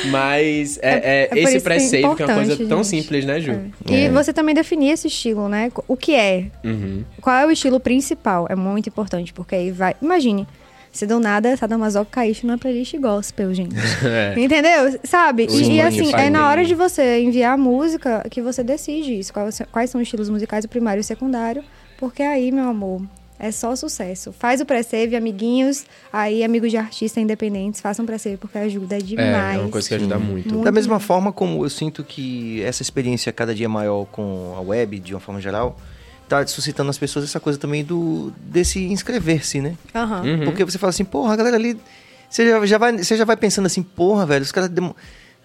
Mas é, é,
É por
esse
isso que é
pré-save, que é uma coisa
importante,
tão
gente.
simples, né, Ju?
E você também definir esse estilo, né? O que é?
Uhum.
Qual é o estilo principal? É muito importante, porque aí vai... Imagine, se do nada Sadomasoca caísse numa playlist gospel, gente.
É.
Entendeu? Sabe?
O
E, e
Slang
assim,
faz
é na
bem.
hora de você enviar a música que você decide isso. Quais, quais são os estilos musicais, o primário e o secundário. Porque aí, meu amor, é só sucesso. Faz o pré-save, amiguinhos. Aí, amigos de artistas independentes, façam pré-save, porque ajuda demais.
É, é uma coisa que ajuda muito.
Muito.
Da mesma forma como eu sinto que essa experiência cada dia maior com a web, de uma forma geral, tá suscitando nas pessoas essa coisa também do desse inscrever-se, né?
Aham.
Uhum.
Porque você fala assim, porra, a galera ali... Você já, já vai, você já vai pensando assim, porra, velho, os caras... Demo...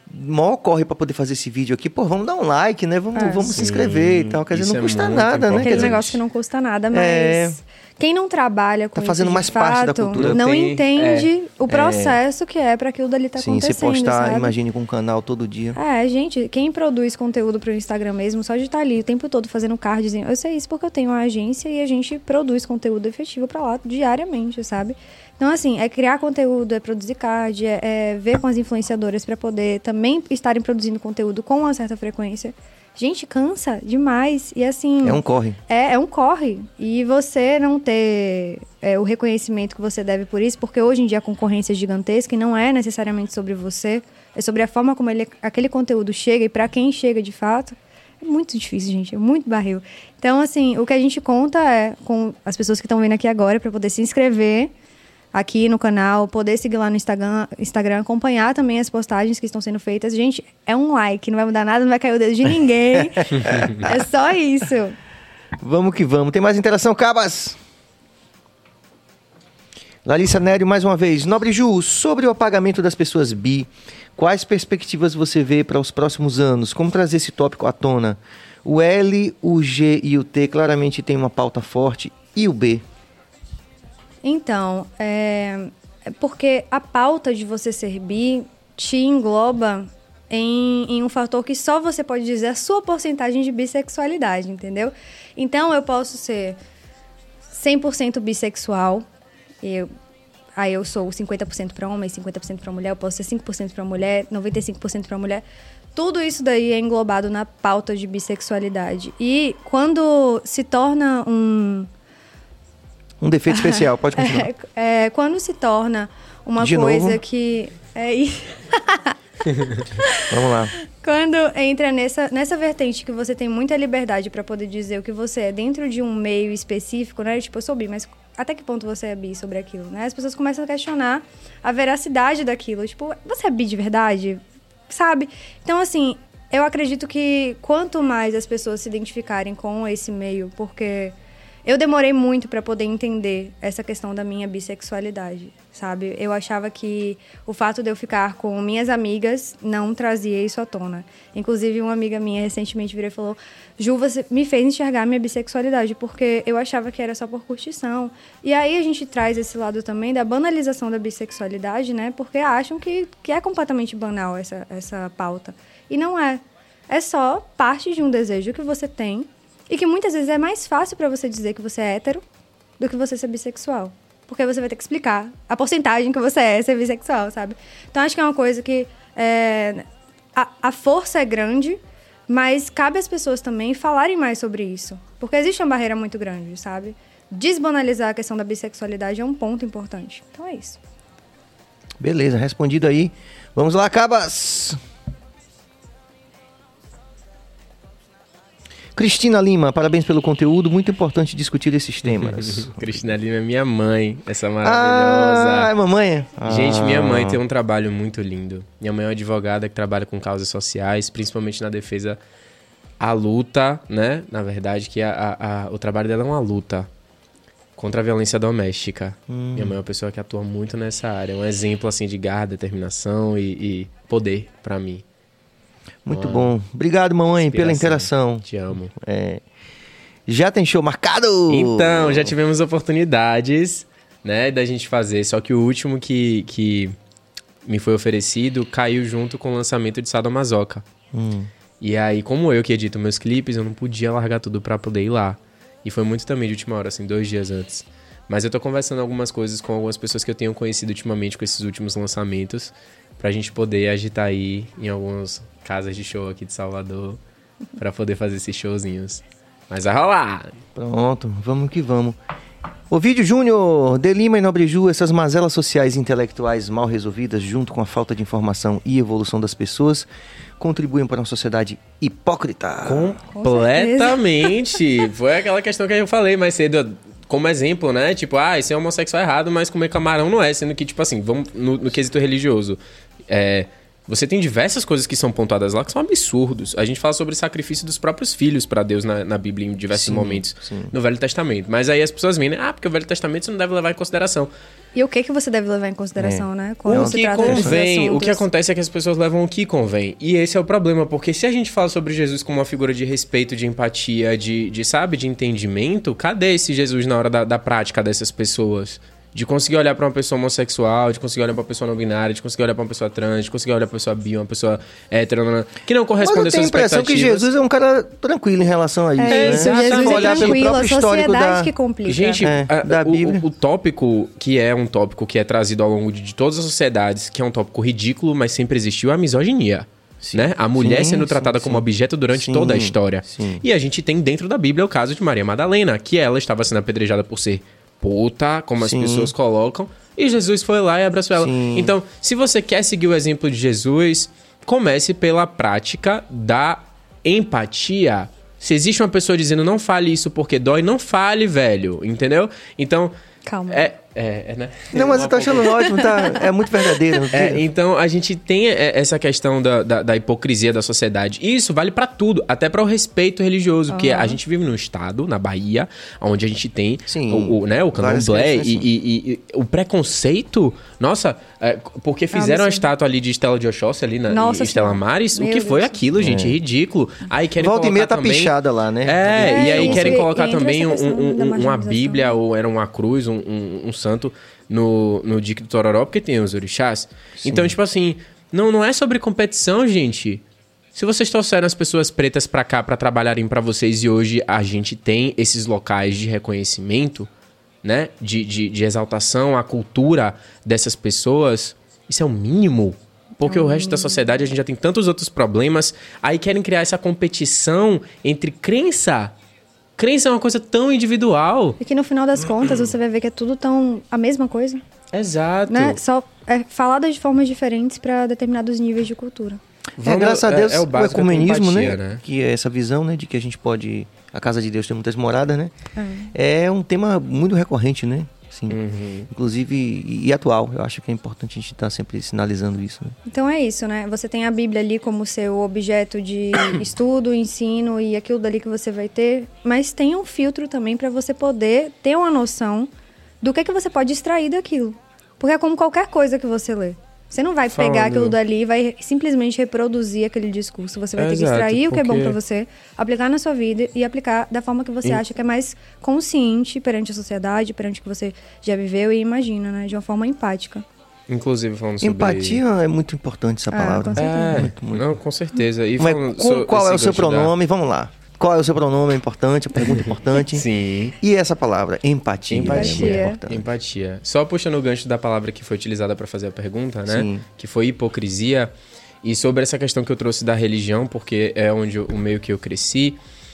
Mó corre pra poder fazer esse vídeo aqui, pô, vamos dar um like, né? Vamos,
É.
vamos se
Sim,
inscrever e tal. Quer dizer,
isso
não
é
custa
muito
nada, né?
importante.
Quer
Aquele
dizer,
negócio que não custa nada, mas...
É.
Quem não trabalha com
Tá
isso
fazendo
de
mais parte da
fato,
cultura.
não
Tem-
entende o processo que é pra aquilo dali tá
sim, se
acontecendo,
postar,
sabe?
imagine, com um canal todo dia.
É, gente, quem produz conteúdo pro Instagram mesmo, só de estar ali o tempo todo fazendo cardzinho. Eu sei isso porque eu tenho uma agência e a gente produz conteúdo efetivo pra lá diariamente, sabe? Então, assim, é criar conteúdo, é produzir card, é, é ver com as influenciadoras pra poder também estarem produzindo conteúdo com uma certa frequência. Gente, cansa demais. E assim.
É um corre.
É, é um corre. E você não ter é, o reconhecimento que você deve por isso, porque hoje em dia a concorrência é gigantesca e não é necessariamente sobre você, é sobre a forma como ele, aquele conteúdo chega e para quem chega de fato. É muito difícil, gente. É muito barril. Então, assim, o que a gente conta é com as pessoas que estão vendo aqui agora para poder se inscrever aqui no canal, poder seguir lá no Instagram, Instagram, acompanhar também as postagens que estão sendo feitas. Gente, é um like, não vai mudar nada, não vai cair o dedo de ninguém. É só isso.
Vamos que vamos. Tem mais interação, Cabas? Larissa Nério, mais uma vez. Nobre Ju, sobre o apagamento das pessoas bi, quais perspectivas você vê para os próximos anos? Como trazer esse tópico à tona? O L, o G e o T claramente têm uma pauta forte. E o B?
Então, é... é porque a pauta de você ser bi te engloba em, em um fator que só você pode dizer a sua porcentagem de bissexualidade, entendeu? Então, eu posso ser cem por cento bissexual. Eu, aí eu sou cinquenta por cento para homem, cinquenta por cento para mulher, eu posso ser cinco por cento para mulher, noventa e cinco por cento para mulher. Tudo isso daí é englobado na pauta de bissexualidade. E quando se torna um...
Um defeito especial, pode continuar.
É, é, quando se torna uma
De
coisa
novo?
que... É isso.
Vamos lá.
Quando entra nessa, nessa vertente que você tem muita liberdade para poder dizer o que você é dentro de um meio específico, né? Tipo, eu sou bi, mas até que ponto você é bi sobre aquilo, né? As pessoas começam a questionar a veracidade daquilo. Tipo, você é bi de verdade? Sabe? Então, assim, eu acredito que quanto mais as pessoas se identificarem com esse meio, porque eu demorei muito para poder entender essa questão da minha bissexualidade, sabe? Eu achava que o fato de eu ficar com minhas amigas não trazia isso à tona. Inclusive, uma amiga minha recentemente virou e falou: Ju, você me fez enxergar minha bissexualidade, porque eu achava que era só por curtição. E aí a gente traz esse lado também da banalização da bissexualidade, né? Porque acham que, que é completamente banal essa, essa pauta. E não é. É só parte de um desejo que você tem e que muitas vezes é mais fácil pra você dizer que você é hétero do que você ser bissexual. Porque você vai ter que explicar a porcentagem que você é ser bissexual, sabe? Então, acho que é uma coisa que... É, a, a força é grande, mas cabe às pessoas também falarem mais sobre isso. Porque existe uma barreira muito grande, sabe? Desbanalizar a questão da bissexualidade é um ponto importante. Então, é isso.
Beleza, respondido aí. Vamos lá, Cabas! Cristina Lima, parabéns pelo conteúdo, muito importante discutir esses temas.
Cristina Lima é minha mãe, essa maravilhosa.
Ah, mamãe?
Gente, minha mãe
Ah.
tem um trabalho muito lindo. Minha mãe é uma advogada que trabalha com causas sociais, principalmente na defesa à luta, né? Na verdade, que a, a, a, o trabalho dela é uma luta contra a violência doméstica.
Hum.
Minha mãe é uma pessoa que atua muito nessa área. Um exemplo, assim, de garra, determinação e, e poder pra mim.
Muito
Uma
bom. Obrigado, mamãe, pela
inspiração.
interação.
Te amo.
É. Já tem show marcado?
Então, já tivemos oportunidades, né, da gente fazer. Só que o último que, que me foi oferecido caiu junto com o lançamento de Sadomasoca.
Hum.
E aí, como eu que edito meus clipes, eu não podia largar tudo pra poder ir lá. E foi muito também de última hora, assim, dois dias antes. Mas eu tô conversando algumas coisas com algumas pessoas que eu tenho conhecido ultimamente com esses últimos lançamentos, pra gente poder agitar aí em algumas casas de show aqui de Salvador, pra poder fazer esses showzinhos. Mas vai rolar!
Pronto, vamos que vamos. Ovidio Júnior, de Lima e Nobre Ju, essas mazelas sociais e intelectuais mal resolvidas, junto com a falta de informação e evolução das pessoas, contribuem para uma sociedade hipócrita.
Completamente! Foi aquela questão que eu falei mais cedo, como exemplo, né? Tipo, ah, isso é homossexual errado, mas comer camarão não é. Sendo que, tipo assim, vamos no, no quesito religioso. É, você tem diversas coisas que são pontuadas lá que são absurdos. A gente fala sobre o sacrifício dos próprios filhos pra Deus na, na Bíblia em diversos
Sim,
momentos
sim.
no Velho Testamento. Mas aí as pessoas vêm, né? Ah, porque o Velho Testamento você não deve levar em consideração.
E o que, que você deve levar em consideração,
É.
né? Quando
O
se
que
trata desses
convém, o que
assuntos.
acontece é que as pessoas levam o que convém. E esse é o problema, porque se a gente fala sobre Jesus como uma figura de respeito, de empatia, de, de sabe, de entendimento, cadê esse Jesus na hora da, da prática dessas pessoas? De conseguir olhar pra uma pessoa homossexual, de conseguir olhar pra uma pessoa não binária, de conseguir olhar pra uma pessoa trans, de conseguir olhar pra uma pessoa bi, uma pessoa hétero, não- que não
Mas
corresponde
eu
às
tenho a
suas
impressão que
expectativas.
Jesus é um cara tranquilo em relação a isso,
É
né?
isso,
Exatamente.
Se
Jesus
for
é
olhar pelo
tranquilo, a
próprio histórico
sociedade
da...
que complica.
Gente,
É,
a-
da
o,
Bíblia.
o, o tópico, que é um tópico que é trazido ao longo de, de todas as sociedades, que é um tópico ridículo, mas sempre existiu, é a misoginia.
Sim.
Né? A mulher
Sim,
sendo
sim,
tratada
sim.
como objeto durante
Sim,
toda a história.
sim.
E a gente tem dentro da Bíblia o caso de Maria Madalena, que ela estava sendo apedrejada por ser puta, como as
Sim.
pessoas colocam, e Jesus foi lá e abraçou ela.
Sim.
Então, se você quer seguir o exemplo de Jesus, comece pela prática da empatia, se existe uma pessoa dizendo não fale isso porque dói, não fale, velho, entendeu? Então,
Calma.
é, é, é né?
Não, mas eu tô achando ótimo, tá? É muito verdadeiro. não
É,
tem-
então a gente tem é, essa questão da, da, da hipocrisia da sociedade. E isso vale pra tudo, até pra o respeito religioso, porque a gente vive num estado, na Bahia, onde a gente tem
Sim,
o, o, né, o
várias
candomblé e,
questões, sim.
e- e- e o preconceito. Nossa, é, porque fizeram a
sim.
estátua ali de Estela de Oxóssi ali na
Nossa
e Estela
Senhora.
Maris. O
Meu
que foi
Deus.
aquilo, gente? Ridículo. Aí querem
Volta e
colocar
meia tá
também...
pichada lá, né?
É,
É,
e aí
isso,
querem
e
colocar
entra
também
essa
um-
questão
um-
da
um- uma
marginalização.
bíblia, ou era uma cruz, um, um- um santo no, no Dique do Tororó, porque tem os orixás. Então, tipo assim, não, não é sobre competição, gente. Se vocês trouxeram as pessoas pretas pra cá pra trabalharem pra vocês e hoje a gente tem esses locais de reconhecimento, né? De, de, de exaltação à cultura dessas pessoas, isso é o mínimo. Porque o resto da sociedade a gente já tem tantos outros problemas. Aí querem criar essa competição entre crença. Crença é uma coisa tão individual.
E que no final das contas você vai ver que é tudo tão a mesma coisa,
Exato.
né? Só é falada de formas diferentes para determinados níveis de cultura.
É,
Vamos-
graças a
é-
Deus,
é o
o,
básico da
ecumenismo,
empatia,
né,
né?
que é essa visão, né, de que a gente pode... A casa de Deus tem muitas moradas, né? É, um tema muito recorrente, né? Assim,
Uhum.
inclusive, e, e atual. Eu acho que é importante a gente estar sempre sinalizando isso, né?
Então é isso, né? Você tem a Bíblia ali como seu objeto de estudo, ensino e aquilo dali que você vai ter, mas tem um filtro também para você poder ter uma noção do que é que você pode extrair daquilo. Porque é como qualquer coisa que você lê. Você não vai
Falando-
pegar aquilo dali e vai simplesmente reproduzir aquele discurso. Você vai ter que
Exato,
extrair o que é bom
porque-
pra você, aplicar na sua vida e aplicar da forma que você
E-
acha que é mais consciente perante a sociedade, perante o que você já viveu e imagina, né? De uma forma empática.
Inclusive falando sobre...
Empatia é muito importante essa
Ah,
palavra.
com certeza.
É,
Muito, muito.
não, com certeza. E
Mas
falando
com-
so-
qual
esse
é o seu
gancho da-
pronome? Vamos lá. Qual é o seu pronome? É importante, a pergunta é importante.
Sim.
E essa palavra, empatia.
Empatia.
É muito importante.
Empatia. Só puxando o gancho da palavra que foi utilizada para fazer a pergunta, né?
Sim.
Que foi hipocrisia. E sobre essa questão que eu trouxe da religião, porque é onde eu- o meio que eu cresci,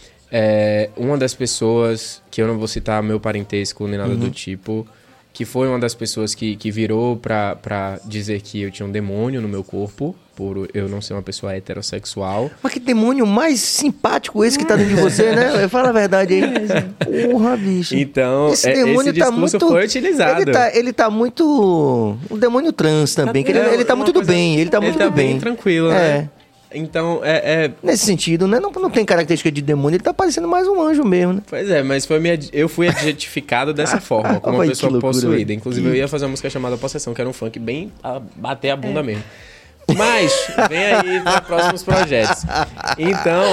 é, uma das pessoas, que eu não vou citar meu parentesco nem nada
Uhum.
do tipo, que foi uma das pessoas que, que virou pra, pra dizer que eu tinha um demônio no meu corpo, por eu não ser uma pessoa heterossexual.
Mas que demônio mais simpático esse que tá dentro de você, né? Fala a verdade aí. Porra, bicho.
Então,
esse
é-
demônio
esse
tá
discurso
muito.
foi utilizado.
Ele tá, ele tá muito. O demônio trans também. que ele,
É,
ele tá
uma
muito do
coisa-
bem. Ele tá muito
ele tá
do bem.
bem tranquilo,
É.
né? Então, é, é-
Nesse sentido, né? Não, não tem característica de demônio, ele tá parecendo mais um anjo mesmo, né?
Pois é, mas foi minha, eu fui adjetificado dessa forma, como uma
Olha que
pessoa
loucura,
possuída.
velho.
Inclusive, eu ia fazer uma música chamada Possessão, que era um funk bem a bater a bunda mesmo. Mas, vem aí para próximos projetos. Então,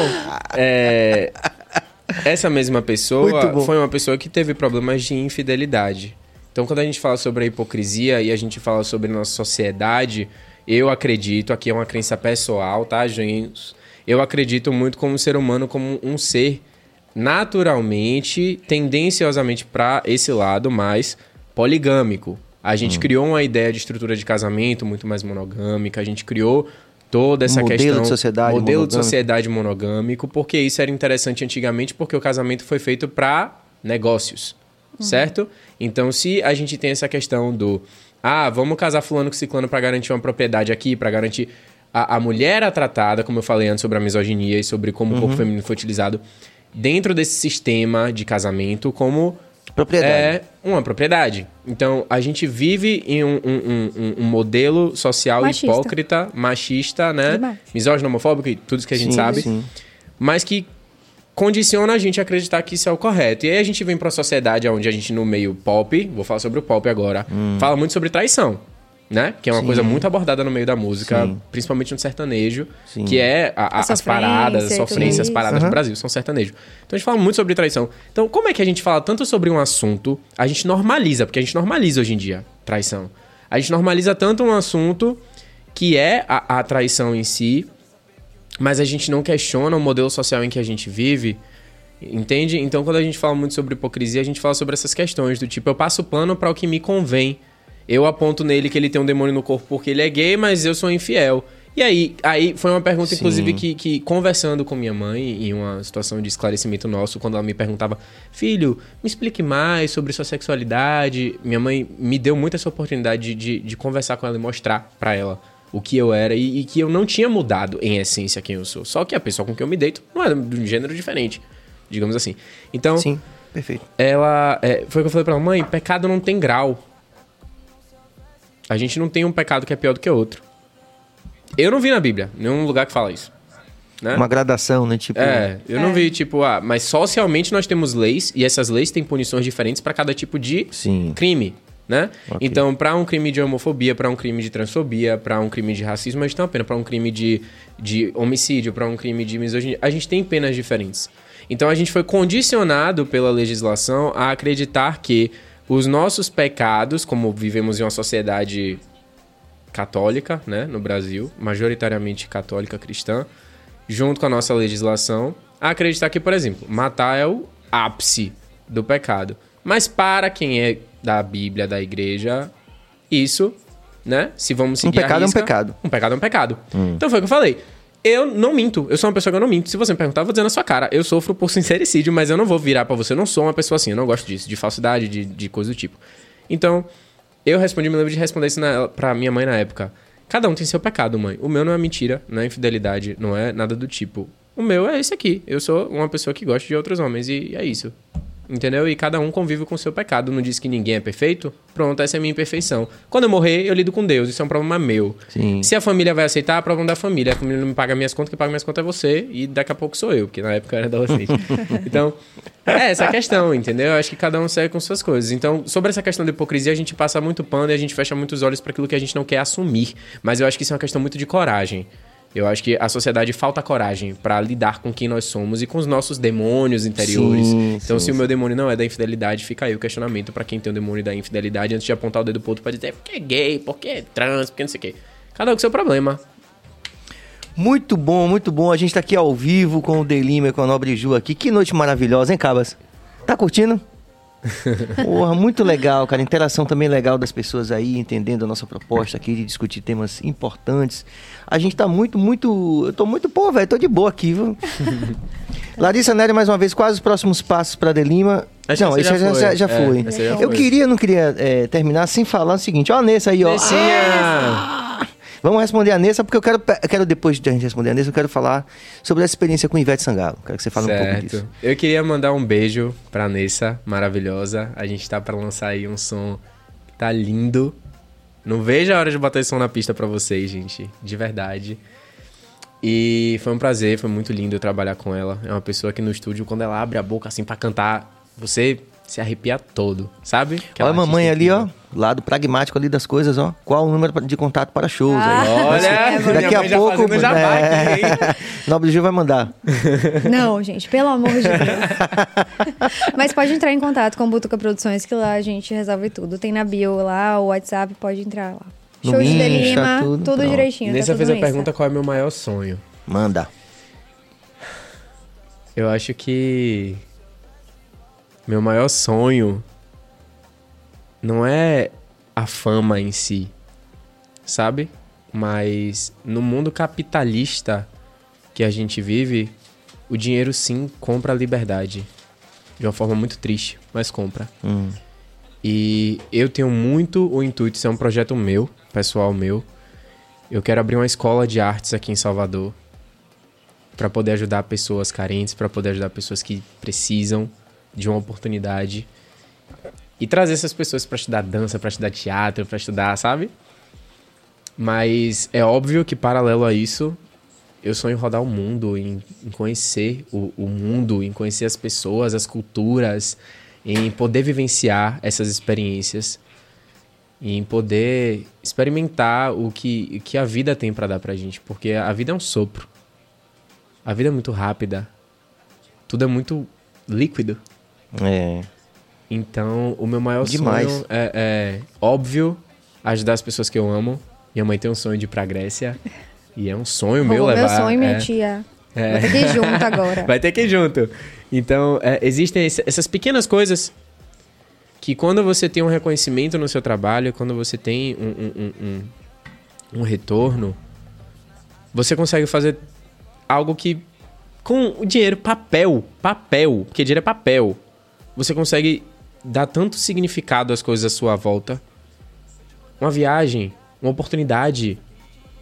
é, essa mesma pessoa
Muito bom.
foi uma pessoa que teve problemas de infidelidade. Então, quando a gente fala sobre a hipocrisia e a gente fala sobre nossa sociedade, eu acredito, aqui é uma crença pessoal, tá, gente? Eu acredito muito como ser humano, como um ser naturalmente, tendenciosamente para esse lado mais poligâmico. A gente
Hum.
criou uma ideia de estrutura de casamento muito mais monogâmica, a gente criou toda essa
Um modelo
questão...
de sociedade
modelo de
monogâmico.
sociedade monogâmico, porque isso era interessante antigamente, porque o casamento foi feito para negócios, certo? Então, se a gente tem essa questão do... Ah, vamos casar fulano com ciclano para garantir uma propriedade aqui, para garantir... A, a mulher é tratada, como eu falei antes, sobre a misoginia e sobre como o corpo feminino foi utilizado dentro desse sistema de casamento como...
Propriedade.
É uma propriedade. Então, a gente vive em um, um- um- um modelo social
Machista.
hipócrita, machista, né?
Demais.
Misógino, homofóbico e tudo isso que a gente
Sim,
sabe.
sim.
Mas que condiciona a gente a acreditar que isso é o correto. E aí a gente vem pra sociedade onde a gente, no meio pop, vou falar sobre o pop agora, fala muito sobre traição. Né? Que é uma
Hum. Sim.
coisa muito abordada no meio da música,
Sim.
principalmente no sertanejo,
Sim.
que é a- a-
A
as
sofrência
paradas, as
e tudo
sofrências, as
isso.
paradas
Uhum.
no Brasil, são sertanejo. Então a gente fala muito sobre traição. Então, como é que a gente fala tanto sobre um assunto, a gente normaliza, porque a gente normaliza hoje em dia traição. A gente normaliza tanto um assunto que é a, a traição em si, mas a gente não questiona o modelo social em que a gente vive, entende? Então, quando a gente fala muito sobre hipocrisia, a gente fala sobre essas questões, do tipo, eu passo pano para o que me convém. Eu aponto nele que ele tem um demônio no corpo porque ele é gay, mas eu sou infiel. E aí, aí foi uma pergunta,
Sim.
inclusive, que, que conversando com minha mãe, em uma situação de esclarecimento nosso, quando ela me perguntava, filho, me explique mais sobre sua sexualidade. Minha mãe me deu muito essa oportunidade de, de, de conversar com ela e mostrar pra ela o que eu era e, e que eu não tinha mudado em essência quem eu sou. Só que a pessoa com quem eu me deito não é de um gênero diferente, digamos assim. Então,
Sim, perfeito.
ela... É, foi o que eu falei pra ela, mãe, pecado não tem grau. A gente não tem um pecado que é pior do que outro. Eu não vi na Bíblia, nenhum lugar que fala isso. Né?
Uma gradação, né? Tipo,
É, eu
É.
não vi, tipo, ah, mas socialmente nós temos leis e essas leis têm punições diferentes pra cada tipo de
Sim.
crime, né?
Ok.
Então, pra um crime de homofobia, pra um crime de transfobia, pra um crime de racismo, a gente tem uma pena. Pra um crime de, de homicídio, pra um crime de misoginia, a gente tem penas diferentes. Então, a gente foi condicionado pela legislação a acreditar que os nossos pecados, como vivemos em uma sociedade católica, né, no Brasil, majoritariamente católica cristã, junto com a nossa legislação, a acreditar que, por exemplo, matar é o ápice do pecado. Mas para quem é da Bíblia, da igreja, isso, né? Se vamos seguir
Um pecado
a risca,
é um pecado.
Um pecado é um pecado. Então foi o que eu falei. Eu não minto. Eu sou uma pessoa que eu não minto. Se você me perguntar, eu vou dizer na sua cara. Eu sofro por sincericídio, mas eu não vou virar pra você. Eu não sou uma pessoa assim. Eu não gosto disso. De falsidade, de, de coisa do tipo. Então, eu respondi, me lembro de responder isso na, pra minha mãe na época. Cada um tem seu pecado, mãe. O meu não é mentira, não é infidelidade, não é nada do tipo. O meu é esse aqui. Eu sou uma pessoa que gosta de outros homens e é isso. Entendeu? E cada um convive com o seu pecado. Não diz que ninguém é perfeito? Pronto, essa é a minha imperfeição. Quando eu morrer, eu lido com Deus. Isso é um problema meu.
Sim.
Se a família vai aceitar, é problema da família. A família não me paga minhas contas, quem paga minhas contas é você. E daqui a pouco sou eu, porque na época eu era adolescente. Então, é essa a questão, entendeu? Eu acho que cada um segue com suas coisas. Então, sobre essa questão da hipocrisia, a gente passa muito pano e a gente fecha muitos olhos para aquilo que a gente não quer assumir. Mas eu acho que isso é uma questão muito de coragem. Eu acho que a sociedade falta coragem pra lidar com quem nós somos e com os nossos demônios interiores.
Sim,
então,
sim,
se o
sim.
meu demônio não é da infidelidade, fica aí o questionamento pra quem tem o demônio da infidelidade antes de apontar o dedo pro outro pra dizer porque é gay, porque é trans, porque não sei o quê. Cada um com seu problema.
Muito bom, muito bom. A gente tá aqui ao vivo com o Delima e com a Nobre Ju aqui. Que noite maravilhosa, hein, Cabas? Tá curtindo? Porra, muito legal, cara. Interação também legal das pessoas aí, entendendo a nossa proposta aqui de discutir temas importantes. A gente tá muito, muito... Eu tô muito, pô, velho, tô de boa aqui, viu? Larissa Nery, mais uma vez, quais os próximos passos pra Delima?
Essa
Não,
já
isso já,
foi.
já, já
É,
foi.
essa já
Eu
foi.
queria, não queria é, terminar sem falar o seguinte. Ó a Nessa aí, ó.
Nessinha!
Vamos responder a Nessa, porque eu quero, eu quero depois de a gente responder a Nessa, eu quero falar sobre essa experiência com Ivete Sangalo. Quero que você fale um pouco disso.
Eu queria mandar um beijo pra Nessa, maravilhosa. A gente tá pra lançar aí um som que tá lindo. Não vejo a hora de botar esse som na pista pra vocês, gente. De verdade. E foi um prazer, foi muito lindo eu trabalhar com ela. É uma pessoa que no estúdio, quando ela abre a boca assim pra cantar, você se arrepia todo, sabe? Aquela
Olha a mamãe
artista
ali,
incrível.
ó. Lado pragmático ali das coisas, ó. Qual o número de contato para shows
Ah,
aí?
Olha,
É,
minha
Daqui a
mãe já
pouco.
fazendo jabá
é,
aqui, hein?
Nobre Gil vai mandar.
Não, gente, pelo amor de Deus. Mas pode entrar em contato com o Butuca Produções, que lá a gente resolve tudo. Tem na bio lá, o WhatsApp, pode entrar lá.
No
Show de
Insta,
Delima,
tudo,
tudo,
pronto.
direitinho.
Nessa
tá
fez
tudo
a
no Insta.
pergunta qual é meu maior sonho.
Manda.
Eu acho que meu maior sonho não é a fama em si, sabe? Mas no mundo capitalista que a gente vive, o dinheiro sim compra a liberdade. De uma forma muito triste, mas compra.
Hum.
E eu tenho muito o intuito, isso é um projeto meu, pessoal meu. Eu quero abrir uma escola de artes aqui em Salvador para poder ajudar pessoas carentes, para poder ajudar pessoas que precisam de uma oportunidade e trazer essas pessoas para estudar dança, para estudar teatro, para estudar, sabe? Mas é óbvio que paralelo a isso, eu sonho em rodar o mundo, em, em conhecer o, o mundo, em conhecer as pessoas, as culturas, em poder vivenciar essas experiências, em poder experimentar o que, o que a vida tem para dar pra gente, porque a vida é um sopro. A vida é muito rápida. Tudo é muito líquido.
É.
Então, o meu maior
Demais.
sonho é, é, óbvio, ajudar as pessoas que eu amo. Minha mãe tem um sonho de ir pra Grécia. E é um sonho meu
Roubou
levar...
meu sonho, minha
é,
tia.
É.
Vai ter que ir junto agora.
Vai ter que ir junto. Então, é, existem esse- essas pequenas coisas que quando você tem um reconhecimento no seu trabalho, quando você tem um, um, um, um, um retorno, você consegue fazer algo que, com o dinheiro, papel, papel, porque dinheiro é papel, você consegue dar tanto significado às coisas à sua volta. Uma viagem, uma oportunidade,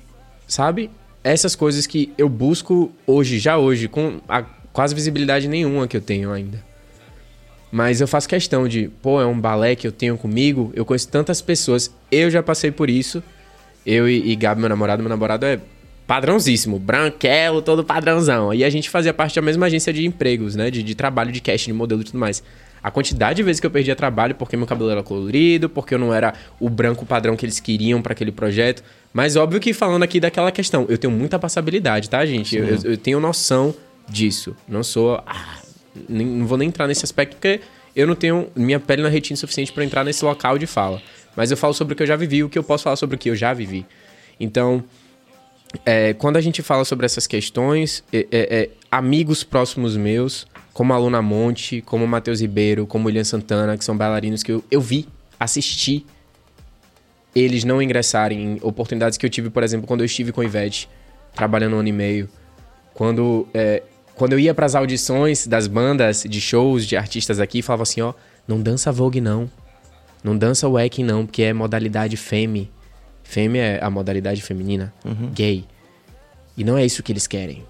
sabe? Essas coisas que eu busco hoje, já hoje, com a quase visibilidade nenhuma que eu tenho ainda. Mas eu faço questão de, pô, é um balé que eu tenho comigo, eu conheço tantas pessoas, eu já passei por isso. Eu e, e Gabi, meu namorado, meu namorado é padrãozíssimo, branquelo, todo padrãozão. E a gente fazia parte da mesma agência de empregos, né? De, de trabalho, de casting, de modelo e tudo mais. A quantidade de vezes que eu perdia trabalho porque meu cabelo era colorido, porque eu não era o branco padrão que eles queriam para aquele projeto. Mas óbvio que falando aqui daquela questão, eu tenho muita passabilidade, tá, gente? Eu, eu, eu tenho noção disso. Não sou... Ah, nem, não vou nem entrar nesse aspecto porque eu não tenho minha pele na retina suficiente para entrar nesse local de fala. Mas eu falo sobre o que eu já vivi, o que eu posso falar sobre o que eu já vivi. Então... É, quando a gente fala sobre essas questões, é, é, é, amigos próximos meus, como a Luna Monte, como o Matheus Ribeiro, como o William Santana, que são bailarinos que eu, eu vi, assisti eles não ingressarem em oportunidades que eu tive, por exemplo, quando eu estive com o Ivete, trabalhando um ano e meio. Quando, é, quando eu ia para as audições das bandas, de shows, de artistas aqui, falava assim, ó, não dança Vogue não, não dança Wacken não, porque é modalidade femme. Fêmea é a modalidade feminina, uhum. Gay. E não é isso que eles querem.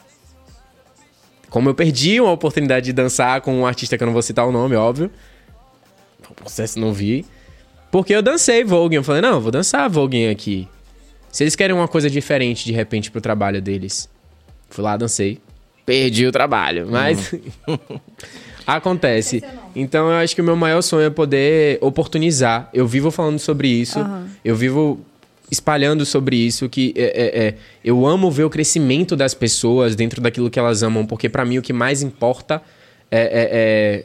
Como eu perdi uma oportunidade de dançar com um artista que eu não vou citar o nome, óbvio. O processo não vi. Porque eu dancei Vogue. Eu falei, não, eu vou dançar Vogue aqui. Se eles querem uma coisa diferente, de repente, pro trabalho deles. Fui lá, dancei. Perdi o trabalho, mas... Uhum. Acontece. Então, eu acho que o meu maior sonho é poder oportunizar. Eu vivo falando sobre isso. Uhum. Eu vivo espalhando sobre isso. Que é, é, é, eu amo ver o crescimento das pessoas dentro daquilo que elas amam. Porque, pra mim, o que mais importa é, é, é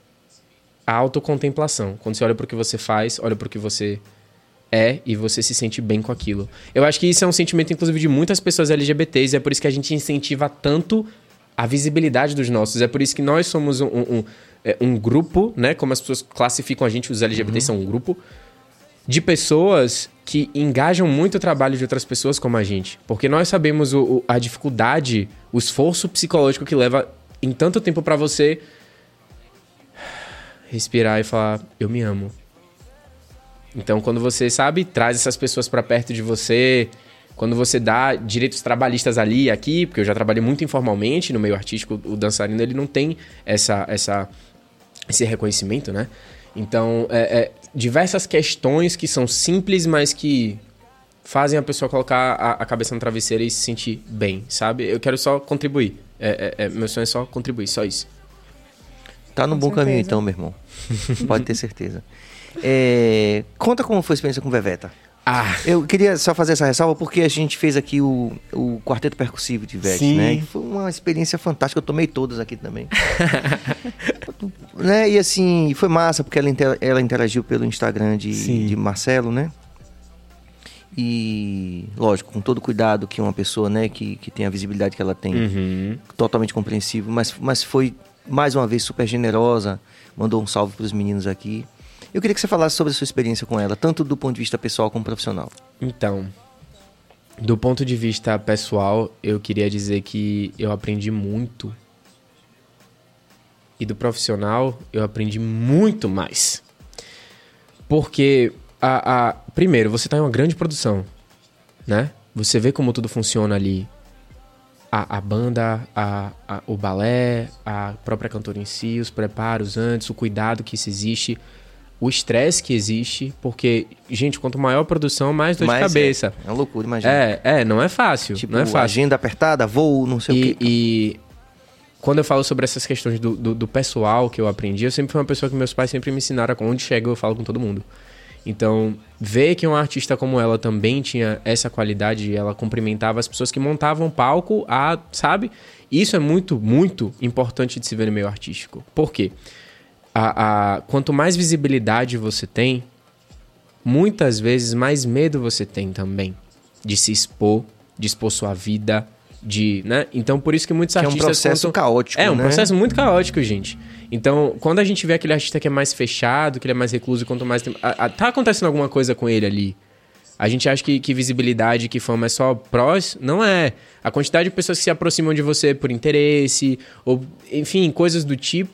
a autocontemplação. Quando você olha pro que você faz, olha pro que você é e você se sente bem com aquilo. Eu acho que isso é um sentimento, inclusive, de muitas pessoas L G B T s. E é por isso que a gente incentiva tanto... a visibilidade dos nossos. É por isso que nós somos um, um, um grupo, né? Como as pessoas classificam a gente, os L G B T uhum. são um grupo, de pessoas que engajam muito o trabalho de outras pessoas como a gente. Porque nós sabemos o, o, a dificuldade, o esforço psicológico que leva em tanto tempo pra você respirar e falar, eu me amo. Então, quando você, sabe, traz essas pessoas pra perto de você... Quando você dá direitos trabalhistas ali e aqui, porque eu já trabalhei muito informalmente no meio artístico, o dançarino ele não tem essa, essa, esse reconhecimento, né? Então, é, é, diversas questões que são simples, mas que fazem a pessoa colocar a, a cabeça no travesseiro e se sentir bem, sabe? Eu quero só contribuir. É, é, é, meu sonho é só contribuir, só isso.
Tá no
Com
bom
certeza.
caminho então, meu irmão. Pode ter certeza. É, conta como foi a experiência com Veveta.
Ah.
Eu queria só fazer essa ressalva porque a gente fez aqui o, o quarteto percussivo de Ivete,
Sim.
né? Foi uma experiência fantástica, eu tomei todas aqui também. Né? E assim, foi massa porque ela, inter, ela interagiu pelo Instagram de, de Marcelo, né? E, lógico, com todo cuidado que uma pessoa, né, que, que tem a visibilidade que ela tem,
Uhum.
totalmente compreensível, mas, mas foi, mais uma vez, super generosa, mandou um salve para os meninos aqui. Eu queria que você falasse sobre a sua experiência com ela, tanto do ponto de vista pessoal como profissional.
Então, do ponto de vista pessoal, eu queria dizer que eu aprendi muito. E do profissional, eu aprendi muito mais. Porque, a, a, primeiro, você está em uma grande produção, né? Você vê como tudo funciona ali. A, a banda, a, a, o balé, a própria cantora em si, os preparos antes, o cuidado que isso existe... O estresse que existe, porque, gente, quanto maior a produção, mais dor
Mas
de cabeça.
É, é uma loucura, imagina.
É, é, não é fácil.
Tipo,
não é fácil.
agenda apertada, voo, não sei
E,
o quê.
e quando eu falo sobre essas questões do, do, do pessoal que eu aprendi, eu sempre fui uma pessoa que meus pais sempre me ensinaram, onde chega eu falo com todo mundo. Então, ver que uma artista como ela também tinha essa qualidade, e ela cumprimentava as pessoas que montavam palco, a, sabe? Isso é muito, muito importante de se ver no meio artístico. Por quê? A, a, quanto mais visibilidade você tem, muitas vezes mais medo você tem também de se expor, de expor sua vida, de, né? Então, por isso que muitos
Que
artistas...
é um processo
contam...
caótico,
É, um
né?
processo muito caótico, gente. Então, quando a gente vê aquele artista que é mais fechado, que ele é mais recluso, quanto mais... Tem... A, a, tá acontecendo alguma coisa com ele ali. A gente acha que, que visibilidade, que fama é só prós. Não é. A quantidade de pessoas que se aproximam de você por interesse, ou, enfim, coisas do tipo...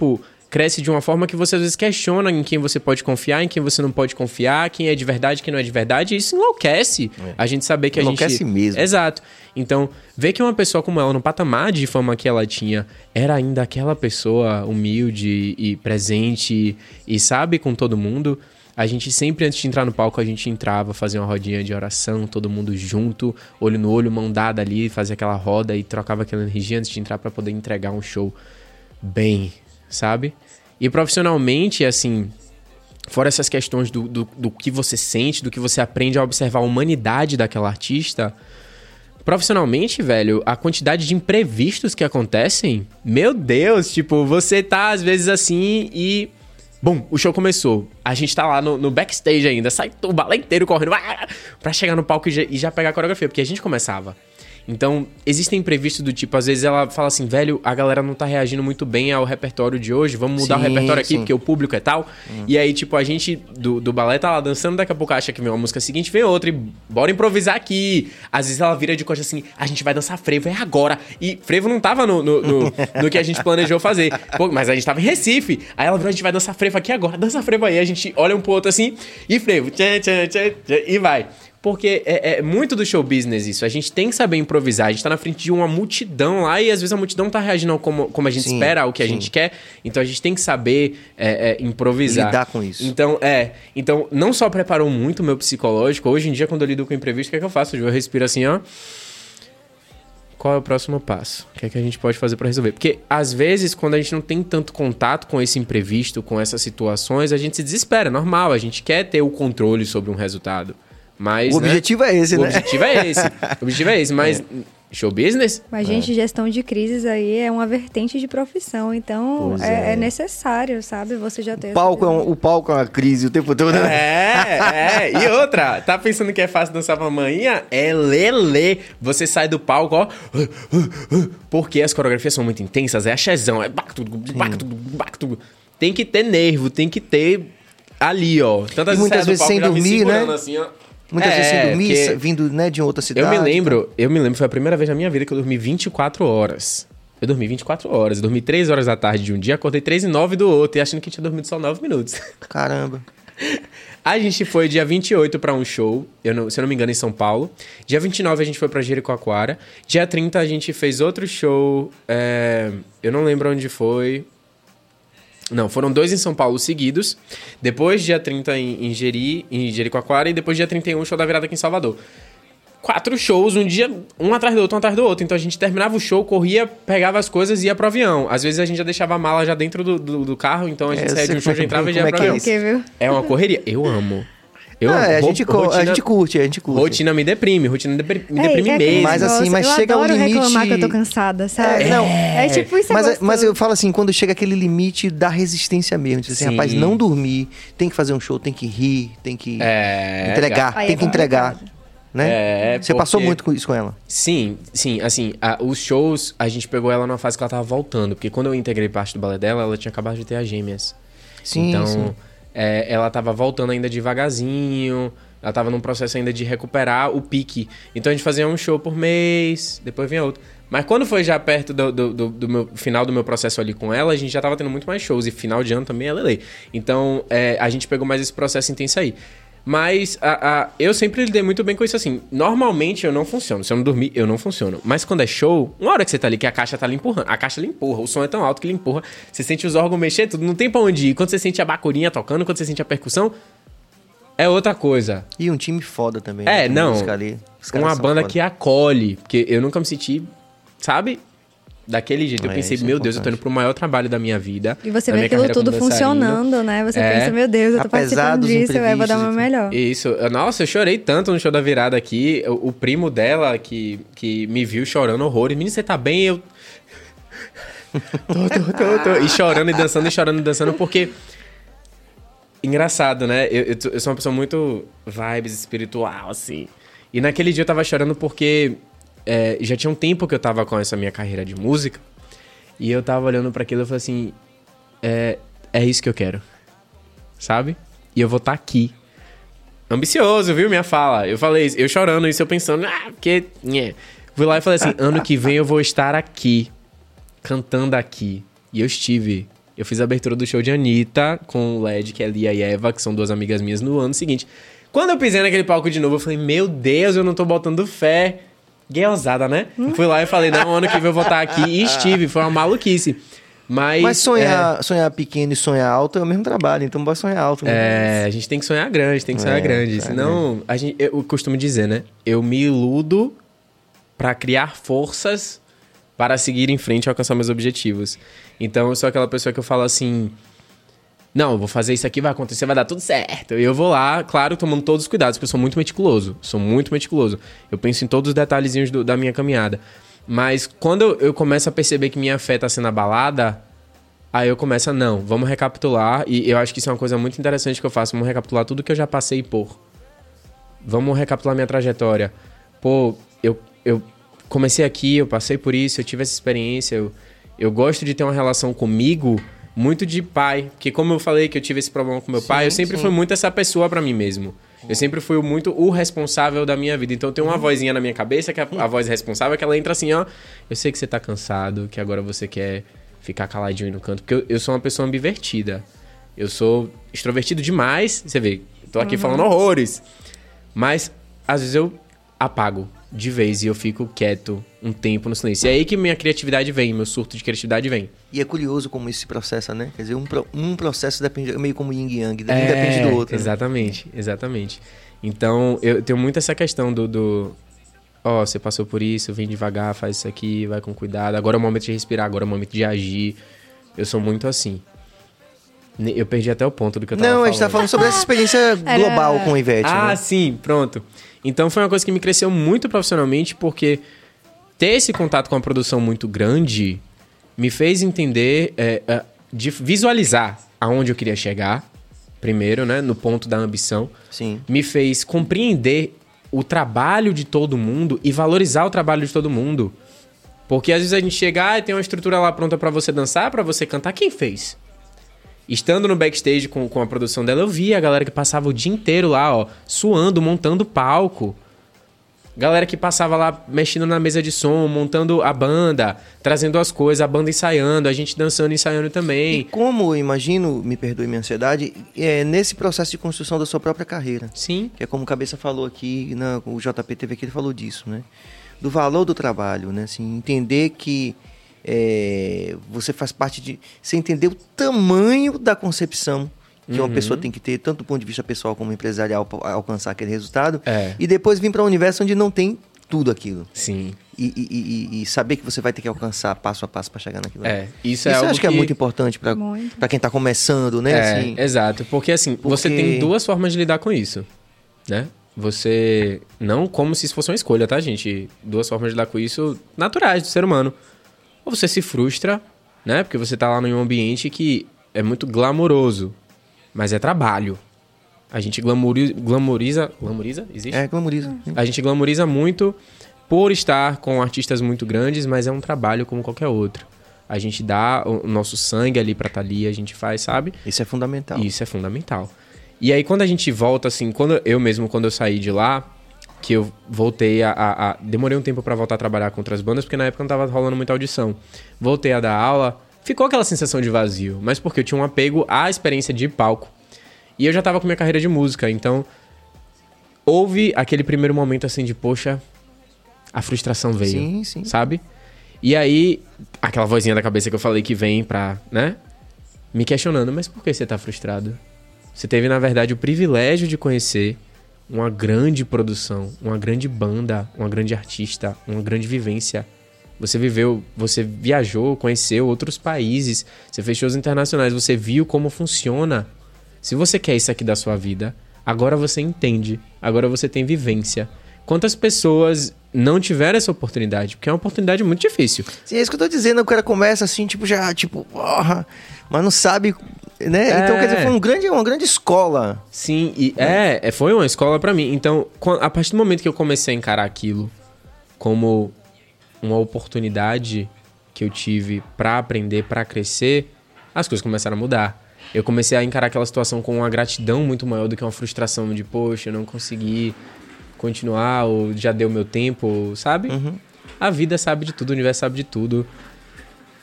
cresce de uma forma que você às vezes questiona em quem você pode confiar, em quem você não pode confiar, quem é de verdade, quem não é de verdade. E isso enlouquece. É. A gente saber que a
enlouquece
gente...
Enlouquece mesmo.
Exato. Então, ver que uma pessoa como ela, no patamar de fama que ela tinha, era ainda aquela pessoa humilde e presente e sabe com todo mundo... A gente sempre, antes de entrar no palco, a gente entrava, fazia uma rodinha de oração, todo mundo junto, olho no olho, mão dada ali, fazia aquela roda e trocava aquela energia antes de entrar pra poder entregar um show bem, sabe? E profissionalmente, assim, fora essas questões do, do, do que você sente, do que você aprende a observar a humanidade daquela artista, profissionalmente, velho, a quantidade de imprevistos que acontecem, meu Deus, tipo, você tá às vezes assim e... Bum, o show começou. A gente tá lá no, no backstage ainda. Sai o balé inteiro correndo ah, pra chegar no palco e já, e já pegar a coreografia. Porque a gente começava. Então, existem imprevistos do tipo... Às vezes ela fala assim... Velho, a galera não tá reagindo muito bem ao repertório de hoje. Vamos mudar sim, o repertório aqui, sim. porque o público é tal. Hum. E aí, tipo, a gente do, do balé tá lá dançando. Daqui a pouco acha que vem uma música seguinte, vem outra. E bora improvisar aqui. Às vezes ela vira de costas assim... A gente vai dançar frevo, é agora. E frevo não tava no, no, no, no que a gente planejou fazer. Pô, mas a gente tava em Recife. Aí ela virou, a gente vai dançar frevo aqui agora. Dança frevo aí. A gente olha um pro outro assim... E frevo. Tchê, tchê, tchê, tchê, e vai. Porque é, é muito do show business isso. A gente tem que saber improvisar. A gente tá na frente de uma multidão lá e às vezes a multidão tá reagindo como, como a gente sim, espera, ao que sim. a gente quer. Então a gente tem que saber é, é, improvisar.
Lidar com isso.
Então, é. Então, não só preparou muito o meu psicológico. Hoje em dia, quando eu lido com imprevisto, o que é que eu faço? Eu respiro assim, ó. Qual é o próximo passo? O que é que a gente pode fazer pra resolver? Porque, às vezes, quando a gente não tem tanto contato com esse imprevisto, com essas situações, a gente se desespera. É normal. A gente quer ter o controle sobre um resultado. Mas,
o objetivo
né?
é esse,
o
né?
O objetivo é esse. O objetivo é esse, mas... É. Show business?
Mas, gente, é. gestão de crises aí é uma vertente de profissão. Então, é, é. é necessário, sabe? Você já ter...
O palco, é um, o palco é uma crise o tempo todo, né?
É, é. E outra, tá pensando que é fácil dançar pra manhã? É lelê. Você sai do palco, ó... Porque as coreografias são muito intensas. É axézão. É bacto, bacto, bacto. Tem que ter nervo, tem que ter... Ali, ó. Tantas
e muitas vezes sem dormir, né?
Assim, ó.
Muitas
é,
vezes sem dormir,
que...
vindo, né, de outra cidade.
Eu me lembro, tá? eu me lembro, foi a primeira vez na minha vida que eu dormi vinte e quatro horas. Eu dormi vinte e quatro horas. Eu dormi três horas da tarde de um dia, acordei três e nove do outro, e achando que tinha dormido só nove minutos.
Caramba.
A gente foi dia vinte e oito pra um show, eu não, se eu não me engano, em São Paulo. Dia vinte e nove a gente foi pra Jericoacoara. Dia trinta a gente fez outro show, é... eu não lembro onde foi... Não, foram dois em São Paulo seguidos. Depois, dia trinta em, em, Jeri, em Jericoacoara. E depois, dia trinta e um, show da virada aqui em Salvador. Quatro shows, um dia, um atrás do outro, um atrás do outro. Então, a gente terminava o show, corria, pegava as coisas e ia pro avião. Às vezes, a gente já deixava a mala já dentro do, do, do carro. Então, a gente é, saía de um show, já entrava e já ia pro avião. É, é uma correria. Eu amo. Eu
ah,
amo.
A, gente
rotina,
a gente curte, a gente curte.
Rotina me deprime, rotina me deprime, me deprime
é,
mesmo.
Mas assim, mas
eu
chega ao limite...
Eu adoro reclamar que eu tô cansada, sabe?
É, não,
é tipo isso.
Mas, mas eu falo assim, quando chega aquele limite da resistência mesmo. Tipo assim, rapaz, não dormir, tem que fazer um show, tem que rir, tem que
é,
entregar,
é,
tem que entregar. Né?
É,
Você
porque...
passou muito com isso com ela?
Sim, sim, assim, a, os shows, a gente pegou ela numa fase que ela tava voltando, porque quando eu integrei parte do balé dela, ela tinha acabado de ter as gêmeas.
Sim,
então,
sim.
É, ela tava voltando ainda devagarzinho, ela tava num processo ainda de recuperar o pique. Então a gente fazia um show por mês, depois vinha outro. Mas quando foi já perto do, do, do, do meu, final do meu processo ali com ela, a gente já tava tendo muito mais shows, e final de ano também é lelê. Então, é, a gente pegou mais esse processo intenso aí. Mas a, a, eu sempre lidei muito bem com isso assim. Normalmente eu não funciono. Se eu não dormir, eu não funciono. Mas quando é show, uma hora que você tá ali, que a caixa tá lhe empurrando. A caixa lhe empurra. O som é tão alto que lhe empurra. Você sente os órgãos mexer, tudo. Não tem pra onde ir. Quando você sente a bacurinha tocando, quando você sente a percussão, é outra coisa.
E um time foda também.
É,
né?
não.
Ali,
uma banda foda. Que acolhe. Porque eu nunca me senti, sabe... Daquele jeito. Eu
é,
pensei,
é
meu
importante.
Deus, eu tô indo pro maior trabalho da minha vida.
E você vê aquilo tudo funcionando, né? Você é. pensa, meu Deus, eu tô
Apesar
participando disso, eu vou dar o meu melhor.
Isso. Nossa, eu chorei tanto no show da virada aqui. O, o primo dela, que, que me viu chorando horrores. Menino, você tá bem? Eu... tô, tô, tô, tô. E chorando e dançando, e chorando e dançando, porque... Engraçado, né? Eu, eu, eu sou uma pessoa muito vibes espiritual, assim. E naquele dia eu tava chorando porque... É, já tinha um tempo que eu tava com essa minha carreira de música. E eu tava olhando pra aquilo e falei assim... É, é isso que eu quero. Sabe? E eu vou estar tá aqui. Ambicioso, viu? Minha fala. Eu falei isso, eu chorando isso, eu pensando... Ah, porque... Nhé. Fui lá e falei assim... Ano que vem eu vou estar aqui. Cantando aqui. E eu estive. Eu fiz a abertura do show de Anitta com o Led, que é Lia e Eva, que são duas amigas minhas, no ano seguinte. Quando eu pisei naquele palco de novo, eu falei, meu Deus, eu não tô botando fé. Gay ousada, né? Fui lá e falei, não, ano que vem eu vou estar aqui. E estive, foi uma maluquice. Mas,
Mas sonhar, é... sonhar pequeno e sonhar alto é o mesmo trabalho, então bora sonhar alto. Né?
É, a gente tem que sonhar grande, tem que sonhar
é,
grande.
É
Senão, a gente, eu costumo dizer, né? Eu me iludo pra criar forças para seguir em frente e alcançar meus objetivos. Então, eu sou aquela pessoa que eu falo assim... Não, eu vou fazer isso aqui, vai acontecer, vai dar tudo certo. E eu vou lá, claro, tomando todos os cuidados, porque eu sou muito meticuloso. Sou muito meticuloso. Eu penso em todos os detalhezinhos do, da minha caminhada. Mas quando eu, eu começo a perceber que minha fé tá sendo abalada, aí eu começo a, não, vamos recapitular. E eu acho que isso é uma coisa muito interessante que eu faço. Vamos recapitular tudo que eu já passei por. Vamos recapitular minha trajetória. Pô, eu, eu comecei aqui, eu passei por isso, eu tive essa experiência. Eu, eu gosto de ter uma relação comigo... muito de pai, porque como eu falei que eu tive esse problema com meu sim, pai, eu sempre sim. fui muito essa pessoa pra mim mesmo. Eu sempre fui muito o responsável da minha vida. Então tem uma vozinha na minha cabeça, que é a, a voz responsável, que ela entra assim, ó, eu sei que você tá cansado, que agora você quer ficar caladinho aí no canto, porque eu, eu sou uma pessoa ambivertida. Eu sou extrovertido demais, você vê, tô aqui uhum. falando horrores. Mas às vezes eu apago de vez e eu fico quieto um tempo no silêncio. E é aí que minha criatividade vem, meu surto de criatividade vem.
E é curioso como isso se processa, né? Quer dizer, um, um processo depende, meio como yin e yang, um é, depende do outro.
Exatamente,
né?
exatamente. Então, eu tenho muito essa questão do... do ó, oh, você passou por isso, vem devagar, faz isso aqui, vai com cuidado. Agora é o momento de respirar, agora é o momento de agir. Eu sou muito assim. Eu perdi até o ponto do que eu tava
Não,
falando.
a gente tá falando sobre essa experiência global
Era...
com o Ivete,
Ah,
né?
sim, pronto. Então foi uma coisa que me cresceu muito profissionalmente, porque ter esse contato com a produção muito grande me fez entender, é, é, de visualizar aonde eu queria chegar, primeiro, né, no ponto da ambição.
Sim.
Me fez compreender o trabalho de todo mundo e valorizar o trabalho de todo mundo. Porque às vezes a gente chega e tem uma estrutura lá pronta pra você dançar, pra você cantar. Quem fez? Estando no backstage com, com a produção dela, eu vi a galera que passava o dia inteiro lá, ó, suando, montando palco. Galera que passava lá mexendo na mesa de som, montando a banda, trazendo as coisas, a banda ensaiando, a gente dançando e ensaiando também.
E como, eu imagino, me perdoe minha ansiedade, é nesse processo de construção da sua própria carreira.
Sim.
Que é como o Cabeça falou aqui, na, o J P teve aqui, ele falou disso, né? Do valor do trabalho, né? Assim, entender que é, você faz parte de... Você entender o tamanho da concepção que uhum. uma pessoa tem que ter, tanto do ponto de vista pessoal como empresarial, para alcançar aquele resultado.
É.
E depois vir para um universo onde não tem tudo aquilo.
Sim.
E, e, e, e saber que você vai ter que alcançar passo a passo para chegar naquilo.
É, isso é
isso
algo
eu acho que,
que
é muito importante para para quem tá começando, né?
É,
assim,
exato. Porque assim,
porque...
você tem duas formas de lidar com isso, né? Você... Não como se isso fosse uma escolha, tá, gente? Duas formas de lidar com isso naturais do ser humano. Ou você se frustra, né? Porque você tá lá num ambiente que é muito glamouroso, mas é trabalho. A gente glamouriza... Glamoriza... Glamoriza? Existe?
É, glamoriza.
A gente glamoriza muito por estar com artistas muito grandes, mas é um trabalho como qualquer outro. A gente dá o nosso sangue ali pra estar ali, a gente faz, sabe?
Isso é fundamental.
Isso é fundamental. E aí, quando a gente volta, assim, quando eu mesmo, quando eu saí de lá, que eu voltei a... a, a demorei um tempo pra voltar a trabalhar com outras bandas, porque na época não tava rolando muita audição. Voltei a dar aula, ficou aquela sensação de vazio, mas porque eu tinha um apego à experiência de palco. E eu já tava com minha carreira de música, então houve aquele primeiro momento, assim, de, poxa, a frustração veio,
sim, sim.
sabe? E aí, aquela vozinha da cabeça que eu falei que vem pra, né, me questionando, mas por que você tá frustrado? Você teve, na verdade, o privilégio de conhecer uma grande produção, uma grande banda, uma grande artista, uma grande vivência. Você viveu, você viajou, conheceu outros países, você fez shows internacionais, você viu como funciona. Se você quer isso aqui da sua vida, agora você entende, agora você tem vivência. Quantas pessoas não tiveram essa oportunidade? Porque é uma oportunidade muito difícil.
Sim, é isso que eu tô dizendo, o cara começa assim, tipo, já, tipo, porra, mas não sabe, né? É. Então, quer dizer, foi um grande, uma grande escola.
Sim, e é, é foi uma escola pra mim. Então, a partir do momento que eu comecei a encarar aquilo como uma oportunidade que eu tive pra aprender, pra crescer, as coisas começaram a mudar. Eu comecei a encarar aquela situação com uma gratidão muito maior do que uma frustração de, poxa, eu não consegui continuar, ou já deu meu tempo, sabe?
Uhum.
A vida sabe de tudo, o universo sabe de tudo.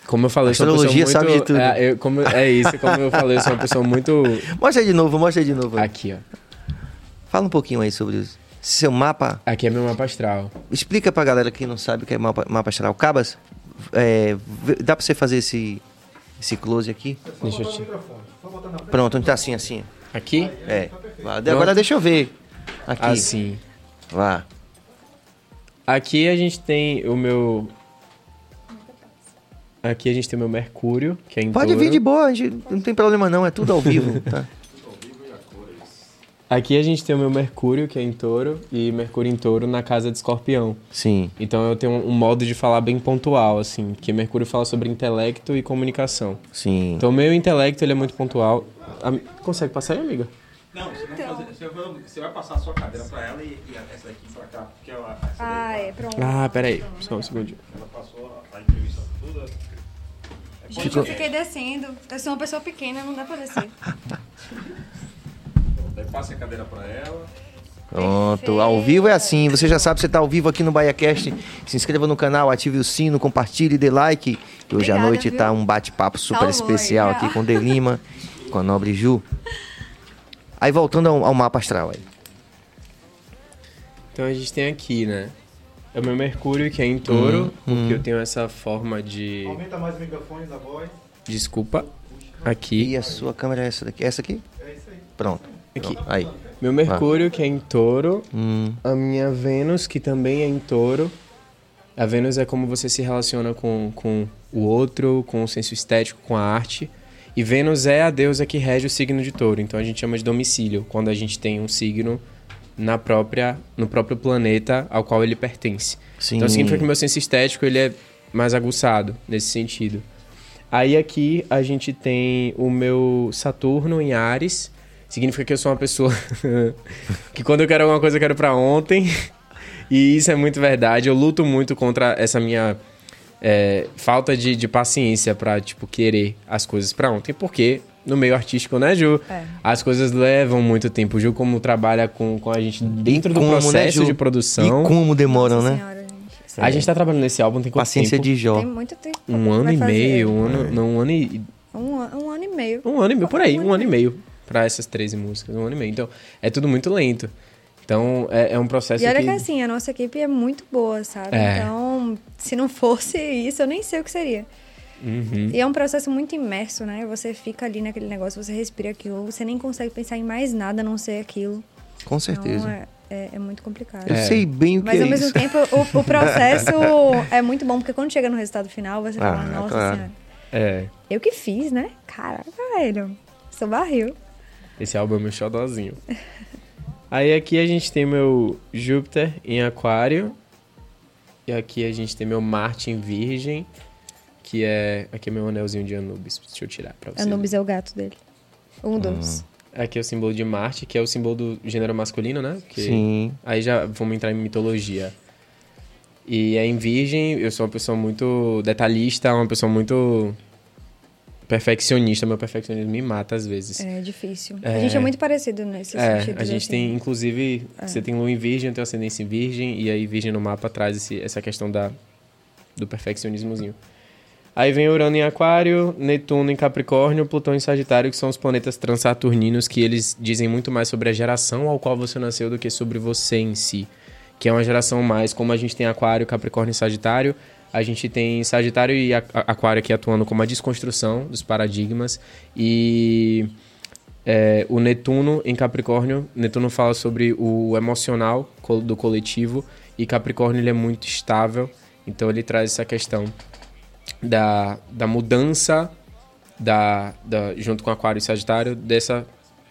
Como eu falei, eu sou uma
Astrologia
pessoa muito...
sabe de tudo.
É, eu- como, é isso, como eu falei, eu sou uma pessoa muito...
Mostra aí de novo, mostra aí de novo.
Aqui, ó.
Fala um pouquinho aí sobre isso. Seu mapa.
Aqui é meu mapa astral.
Explica pra galera que não sabe o que é mapa, mapa astral. Cabas, é, vê- dá pra você fazer esse, esse close aqui?
Deixa eu te...
Pronto, onde tá assim, assim.
Aqui?
É. Vá, agora deixa eu ver. Aqui.
Assim.
Vá.
Aqui a gente tem o meu... Aqui a gente tem o meu Mercúrio, que é em
Pode
touro.
vir de boa, a gente, não tem problema não, é tudo ao vivo, tá?
Aqui a gente tem o meu Mercúrio, que é em touro, e Mercúrio em touro na casa de Escorpião.
Sim.
Então eu tenho um, um modo de falar bem pontual, assim, que Mercúrio fala sobre intelecto e comunicação.
Sim.
Então o meu intelecto, ele é muito pontual. A- Consegue passar aí, amiga?
Não, você, vai fazer, você, vai, você vai passar a sua cadeira pra ela e, e essa daqui pra cá, porque ela, essa daí,
Ah, é, pronto.
Ah, peraí, só um segundinho.
ela passou a entrevista toda.
Gente, eu fiquei descendo. Eu sou uma pessoa pequena, não dá pra descer.
Daí passa a cadeira pra ela.
Pronto, ao vivo é assim, você já sabe, você tá ao vivo aqui no BahiaCast, se inscreva no canal, ative o sino, compartilhe, dê like, que hoje à
Obrigada,
noite
viu?
tá um bate-papo super
Salvou aí,
especial
já.
aqui com Delima, com a Nobre Ju. Aí voltando ao, ao mapa astral aí.
Então a gente tem aqui, né? É o meu Mercúrio, que é em touro,
Hum,
porque
hum.
eu tenho essa forma de...
Aumenta mais o microfone da voz.
Desculpa. Aqui.
E a sua câmera é essa daqui? Essa aqui?
É isso aí.
Pronto.
Aqui.
Pronto. Aí.
Meu Mercúrio, que é em touro.
Hum,
A minha Vênus, que também é em touro. A Vênus é como você se relaciona com, com o outro, com o senso estético, com a arte. E Vênus é a deusa que rege o signo de touro. Então a gente chama de domicílio, quando a gente tem um signo na própria, no próprio planeta ao qual ele pertence.
sim.
Então significa que o meu senso estético ele é mais aguçado nesse sentido. Aí aqui a gente tem o meu Saturno em Áries. Significa que eu sou uma pessoa que quando eu quero alguma coisa eu quero pra ontem. E isso é muito verdade. Eu luto muito contra essa minha é, falta de, de paciência pra, tipo, querer as coisas pra ontem. Porque no meio artístico, né, Ju?
É.
As coisas levam muito tempo. Ju, como trabalha com, com a gente dentro do
Como, né,
processo
Ju?
de produção.
E como demoram,
Nossa
né?
senhora, gente.
A gente tá trabalhando nesse álbum tem quanto
Paciência
tempo?
de Jó.
Tem muito tempo.
Um ano
Vai
e
fazer.
meio, um ano, não, um ano e...
Um, an- um ano e meio.
Um ano e meio, por aí, um ano e meio pra essas treze músicas, um ano e meio. Então, é tudo muito lento. Então, é, é um processo
E olha
que...
que assim, a nossa equipe é muito boa, sabe?
É.
Então, se não fosse isso, eu nem sei o que seria.
Uhum.
E é um processo muito imerso, né? Você fica ali naquele negócio, você respira aquilo, você nem consegue pensar em mais nada a não ser aquilo.
Com certeza.
Então, é, é, é muito complicado.
Eu
É.
sei bem o que
Mas
é
ao mesmo
isso.
tempo, o, o processo é muito bom, porque quando chega no resultado final, você fala,
Ah,
nossa
claro.
senhora,
É,
eu que fiz, né? Caraca, velho. Sou barril.
esse álbum é meu xodózinho. Aí aqui a gente tem meu Júpiter em Aquário. E aqui a gente tem meu Marte em Virgem. Que é... Aqui é meu anelzinho de Anubis. Deixa eu tirar pra você.
Anubis é o gato dele. Um dos.
Aqui é o símbolo de Marte, que é o símbolo do gênero masculino, né? Que...
Sim.
Aí já vamos entrar em mitologia. E é em Virgem, eu sou uma pessoa muito detalhista, uma pessoa muito perfeccionista. Meu perfeccionismo me mata às vezes.
É difícil.
É.
A gente é muito parecido nesse
É,
sentido.
a gente
assim.
tem, inclusive, você tem lua em Virgem, eu tenho ascendência em Virgem, e aí Virgem no mapa traz esse, essa questão da, do perfeccionismozinho. Aí vem Urano em Aquário, Netuno em Capricórnio, Plutão em Sagitário, que são os planetas transaturninos, que eles dizem muito mais sobre a geração ao qual você nasceu do que sobre você em si. Que é uma geração mais, como a gente tem Aquário, Capricórnio e Sagitário, a gente tem Sagitário e a- a- Aquário aqui atuando como a desconstrução dos paradigmas, e é, o Netuno em Capricórnio, Netuno fala sobre o emocional co- do coletivo, e Capricórnio ele é muito estável, então ele traz essa questão da, da mudança da, da, junto com Aquário e Sagitário, dessa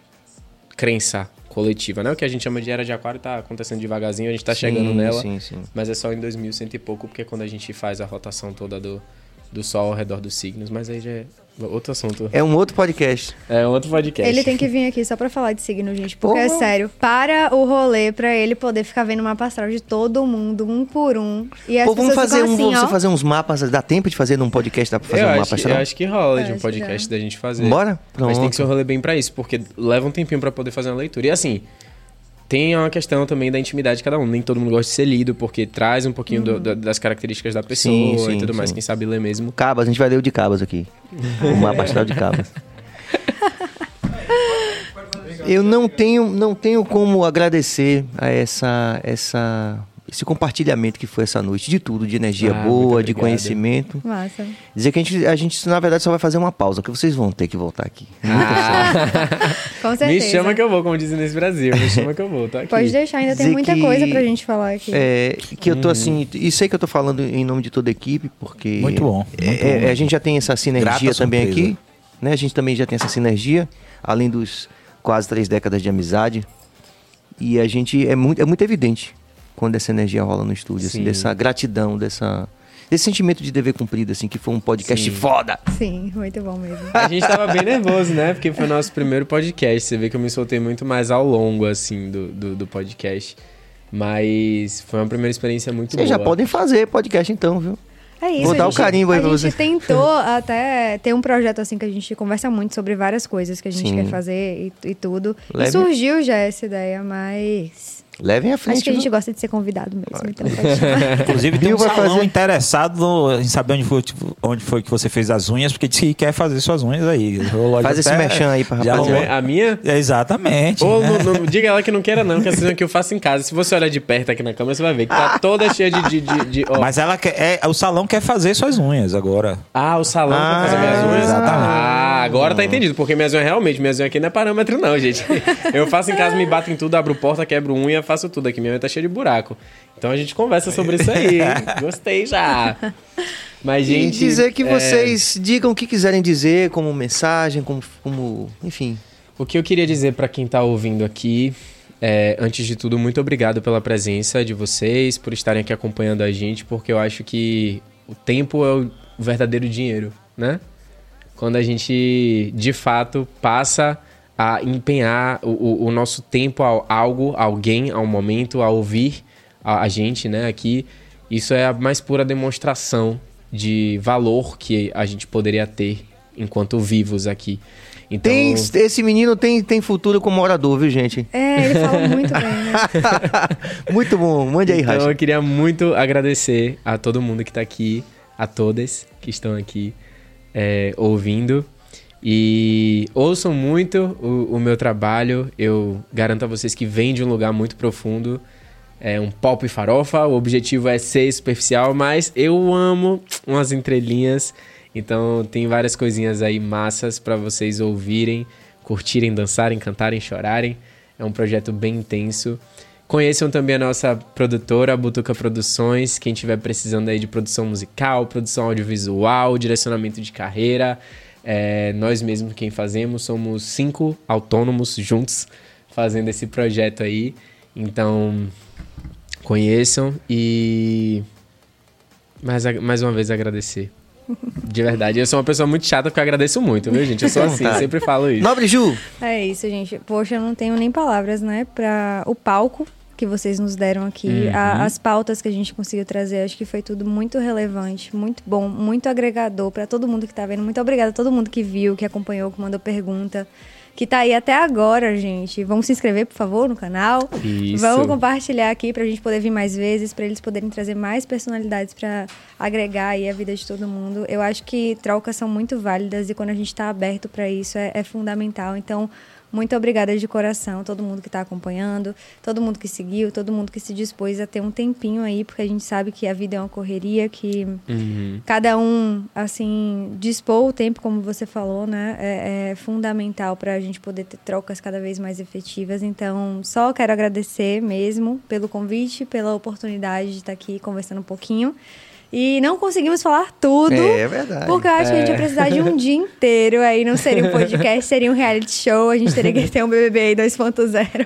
crença coletiva, né? O que a gente chama de era de Aquário tá acontecendo devagarzinho, a gente tá chegando
Sim,
nela,
Sim, sim.
mas é só em dois mil e cem e pouco, porque é quando a gente faz a rotação toda do, do Sol ao redor dos signos, mas aí já é outro assunto.
É um outro podcast.
É outro podcast.
Ele tem que vir aqui só pra falar de signo, gente. Porque é
Porra.
sério, para o rolê pra ele poder ficar vendo o mapa astral de todo mundo, um por um. E as
Pô, vamos
pessoas
fazer,
ficam
um,
assim,
vamos
ó.
fazer uns mapas. Dá tempo de fazer num podcast? Dá pra fazer
eu
um
acho,
mapa
que-
astral?
eu acho que rola de um
Acho
podcast
que
da gente fazer.
Bora?
Mas tem que ser um
Pronto.
rolê bem pra isso, porque leva um tempinho pra poder fazer uma leitura. E assim, tem uma questão também da intimidade de cada um. Nem todo mundo gosta de ser lido, porque traz um pouquinho do- do- das características da pessoa
Sim, sim,
e tudo mais.
sim.
Quem sabe ler mesmo.
Cabas, a gente vai ler o de Cabas aqui. O mapa astral de Cabas. Eu não tenho, não tenho como agradecer a essa, essa, esse compartilhamento que foi essa noite. De tudo, de energia
Ah, muito
boa, de
obrigado.
conhecimento.
Massa.
Dizer que a gente, a gente, na verdade, só vai fazer uma pausa, que vocês vão ter que voltar aqui.
Com certeza.
Me chama que eu vou, como dizem nesse Brasil. Me chama que eu vou, tá aqui.
Pode deixar, ainda tem
Dizer
muita
que-
coisa pra gente falar aqui.
É, que eu tô assim, e sei que eu tô falando em nome de toda a equipe, porque
Muito bom, muito
é,
bom.
a gente já tem essa sinergia
Grata
também
surpresa.
aqui, né? A gente também já tem essa sinergia, além dos quase três décadas de amizade. E a gente é muito, é muito evidente quando essa energia rola no estúdio, assim,
Sim.
dessa gratidão, dessa desse sentimento de dever cumprido, assim, que foi um podcast
Sim.
foda.
Sim, muito bom mesmo.
A gente tava bem nervoso, né? Porque foi o nosso primeiro podcast. Você vê que eu me soltei muito mais ao longo, assim, do, do, do podcast. Mas foi uma primeira experiência muito
Vocês
boa.
já podem fazer podcast então, viu?
É isso.
Vou
a
dar o
gente-
carimbo aí
a
pra
gente
você.
tentou até ter um projeto assim que a gente conversa muito sobre várias coisas que a gente
Sim.
quer fazer e, e tudo.
Leve-
E surgiu já essa ideia, mas
Levem à frente.
acho que a gente
viu?
gosta de ser convidado mesmo, então pode chamar.
Inclusive, tem um
Viu, vai
salão
fazer-
interessado em saber onde foi, tipo, onde foi que você fez as unhas, porque disse que quer fazer suas unhas aí. Rolou
Faz esse
até-
merchan aí pra
já
rapaziada.
rolou.
A minha?
É, exatamente.
Ou
né?
não, não- diga ela que não queira não, que essa que eu faço em casa. Se você olhar de perto aqui na câmera, você vai ver que tá toda cheia de... de, de, de- ó.
Mas ela quer, é, o salão quer fazer suas unhas agora.
Ah, o salão
Ah,
pra fazer minhas unhas?
exatamente.
Ah, agora tá entendido. Porque minhas unhas realmente, minhas unhas aqui não é parâmetro não, gente. Eu faço em casa, me bato em tudo, abro porta, quebro unha, faço tudo aqui. Minha unha tá cheia de buraco. Então a gente conversa sobre isso aí, hein? Gostei já. Mas, gente...
E dizer que
é,
vocês digam o que quiserem dizer, como mensagem, como, como enfim.
O que eu queria dizer pra quem tá ouvindo aqui é, antes de tudo, muito obrigado pela presença de vocês, por estarem aqui acompanhando a gente, porque eu acho que o tempo é o verdadeiro dinheiro, né? Quando a gente, de fato, passa a empenhar o, o, o nosso tempo a algo, a alguém, a um momento, a ouvir a, a gente, né, aqui, isso é a mais pura demonstração de valor que a gente poderia ter enquanto vivos aqui. Então,
Tem, esse menino tem, tem futuro como orador, viu, gente?
É, ele fala muito bem, né?
Muito bom, mande aí,
então
Racha.
eu queria muito agradecer a todo mundo que está aqui, a todas que estão aqui é, ouvindo. E ouçam muito o, o meu trabalho. Eu garanto a vocês que vem de um lugar muito profundo. É um pop e farofa. O objetivo é ser superficial, mas eu amo umas entrelinhas. Então tem várias coisinhas aí massas para vocês ouvirem, curtirem, dançarem, cantarem, chorarem. É um projeto bem intenso. Conheçam também a nossa produtora, a Butuca Produções. Quem estiver precisando aí de produção musical, produção audiovisual, direcionamento de carreira. É, nós mesmos quem fazemos, somos cinco autônomos juntos fazendo esse projeto aí. Então, conheçam e mais, mais uma vez agradecer. De verdade, eu sou uma pessoa muito chata porque eu agradeço muito, viu, gente? Eu sou assim, eu sempre falo isso.
Nobre Ju,
É isso, gente. Poxa, eu não tenho nem palavras, né? Pra o palco que vocês nos deram aqui, a- as pautas que a gente conseguiu trazer, acho que foi tudo muito relevante, muito bom, muito agregador pra todo mundo que tá vendo. Muito obrigada a todo mundo que viu, que acompanhou, que mandou pergunta, que tá aí até agora, gente. Vamos se inscrever, por favor, no canal.
Isso.
Vamos compartilhar aqui pra gente poder vir mais vezes, pra eles poderem trazer mais personalidades pra agregar aí a vida de todo mundo. Eu acho que trocas são muito válidas e quando a gente tá aberto pra isso é, é fundamental. Então, muito obrigada de coração, todo mundo que tá acompanhando, todo mundo que seguiu, todo mundo que se dispôs a ter um tempinho aí, porque a gente sabe que a vida é uma correria, que
Uhum.
cada um, assim, dispor o tempo, como você falou, né? É, é fundamental para a gente poder ter trocas cada vez mais efetivas. Então, só quero agradecer mesmo pelo convite, pela oportunidade de estar aqui conversando um pouquinho. E não conseguimos falar tudo.
É verdade.
Porque eu acho que a gente ia precisar de um dia inteiro. Aí não seria um podcast, seria um reality show. A gente teria que ter um B B B aí dois ponto zero.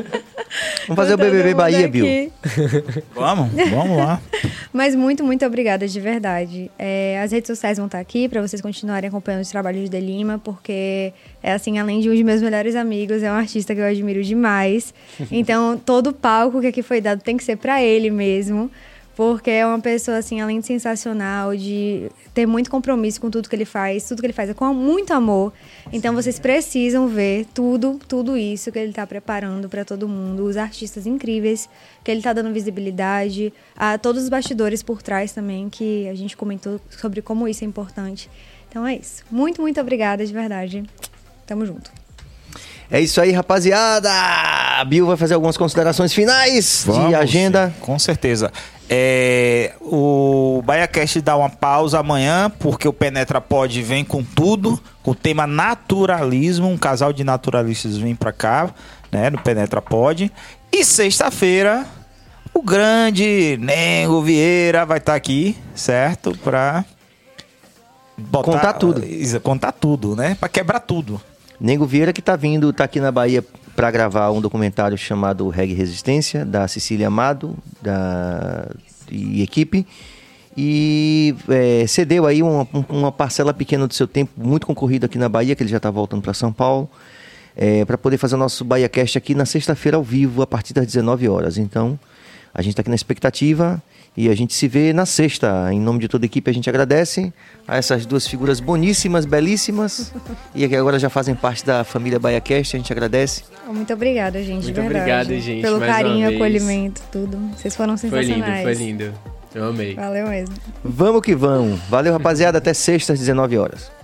Vamos fazer o B B B Bahia, Bill.
Vamos, vamos lá.
Mas muito, muito obrigada, de verdade. É, as redes sociais vão estar aqui para vocês continuarem acompanhando os trabalhos de Delima, porque é assim, além de um dos meus melhores amigos, é um artista que eu admiro demais. Então, todo o palco que aqui foi dado tem que ser para ele mesmo, Porque é uma pessoa, assim, além de sensacional, de ter muito compromisso com tudo que ele faz. Tudo que ele faz é com muito amor. Então, vocês precisam ver tudo, tudo isso que ele está preparando para todo mundo. Os artistas incríveis que ele está dando visibilidade. A todos os bastidores por trás também, que a gente comentou sobre como isso é importante. Então, é isso. Muito, muito obrigada, de verdade. Tamo junto.
É isso aí, rapaziada! A Bill vai fazer algumas considerações finais
Vamos,
de agenda.
Com certeza. É, o BaiaCast dá uma pausa amanhã, porque o Penetra Pod vem com tudo, com o tema naturalismo. Um casal de naturalistas vem pra cá, né, no Penetra Pod. E sexta-feira, o grande Nego Vieira vai estar aqui, certo? Pra botar,
Contar tudo.
Contar tudo, né? Pra quebrar tudo.
Nego Vieira que tá vindo, tá aqui na Bahia para gravar um documentário chamado Reggae Resistência, da Cecília Amado da, e equipe. E é, cedeu aí uma, uma parcela pequena do seu tempo, muito concorrido aqui na Bahia, que ele já tá voltando para São Paulo, é, para poder fazer o nosso BaiaCast aqui na sexta-feira ao vivo, a partir das dezenove horas. Então, a gente tá aqui na expectativa e a gente se vê na sexta. Em nome de toda a equipe, a gente agradece a essas duas figuras boníssimas, belíssimas, e que agora já fazem parte da família BaiaCast. A gente agradece.
Muito obrigada, gente,
Muito
de verdade.
obrigado, gente,
Pelo
mais uma
carinho,
vez.
acolhimento, tudo. Vocês foram
Foi
sensacionais.
lindo, foi lindo. Eu amei.
Valeu mesmo.
Vamos que vamos. Valeu, rapaziada. Até sexta às dezenove horas.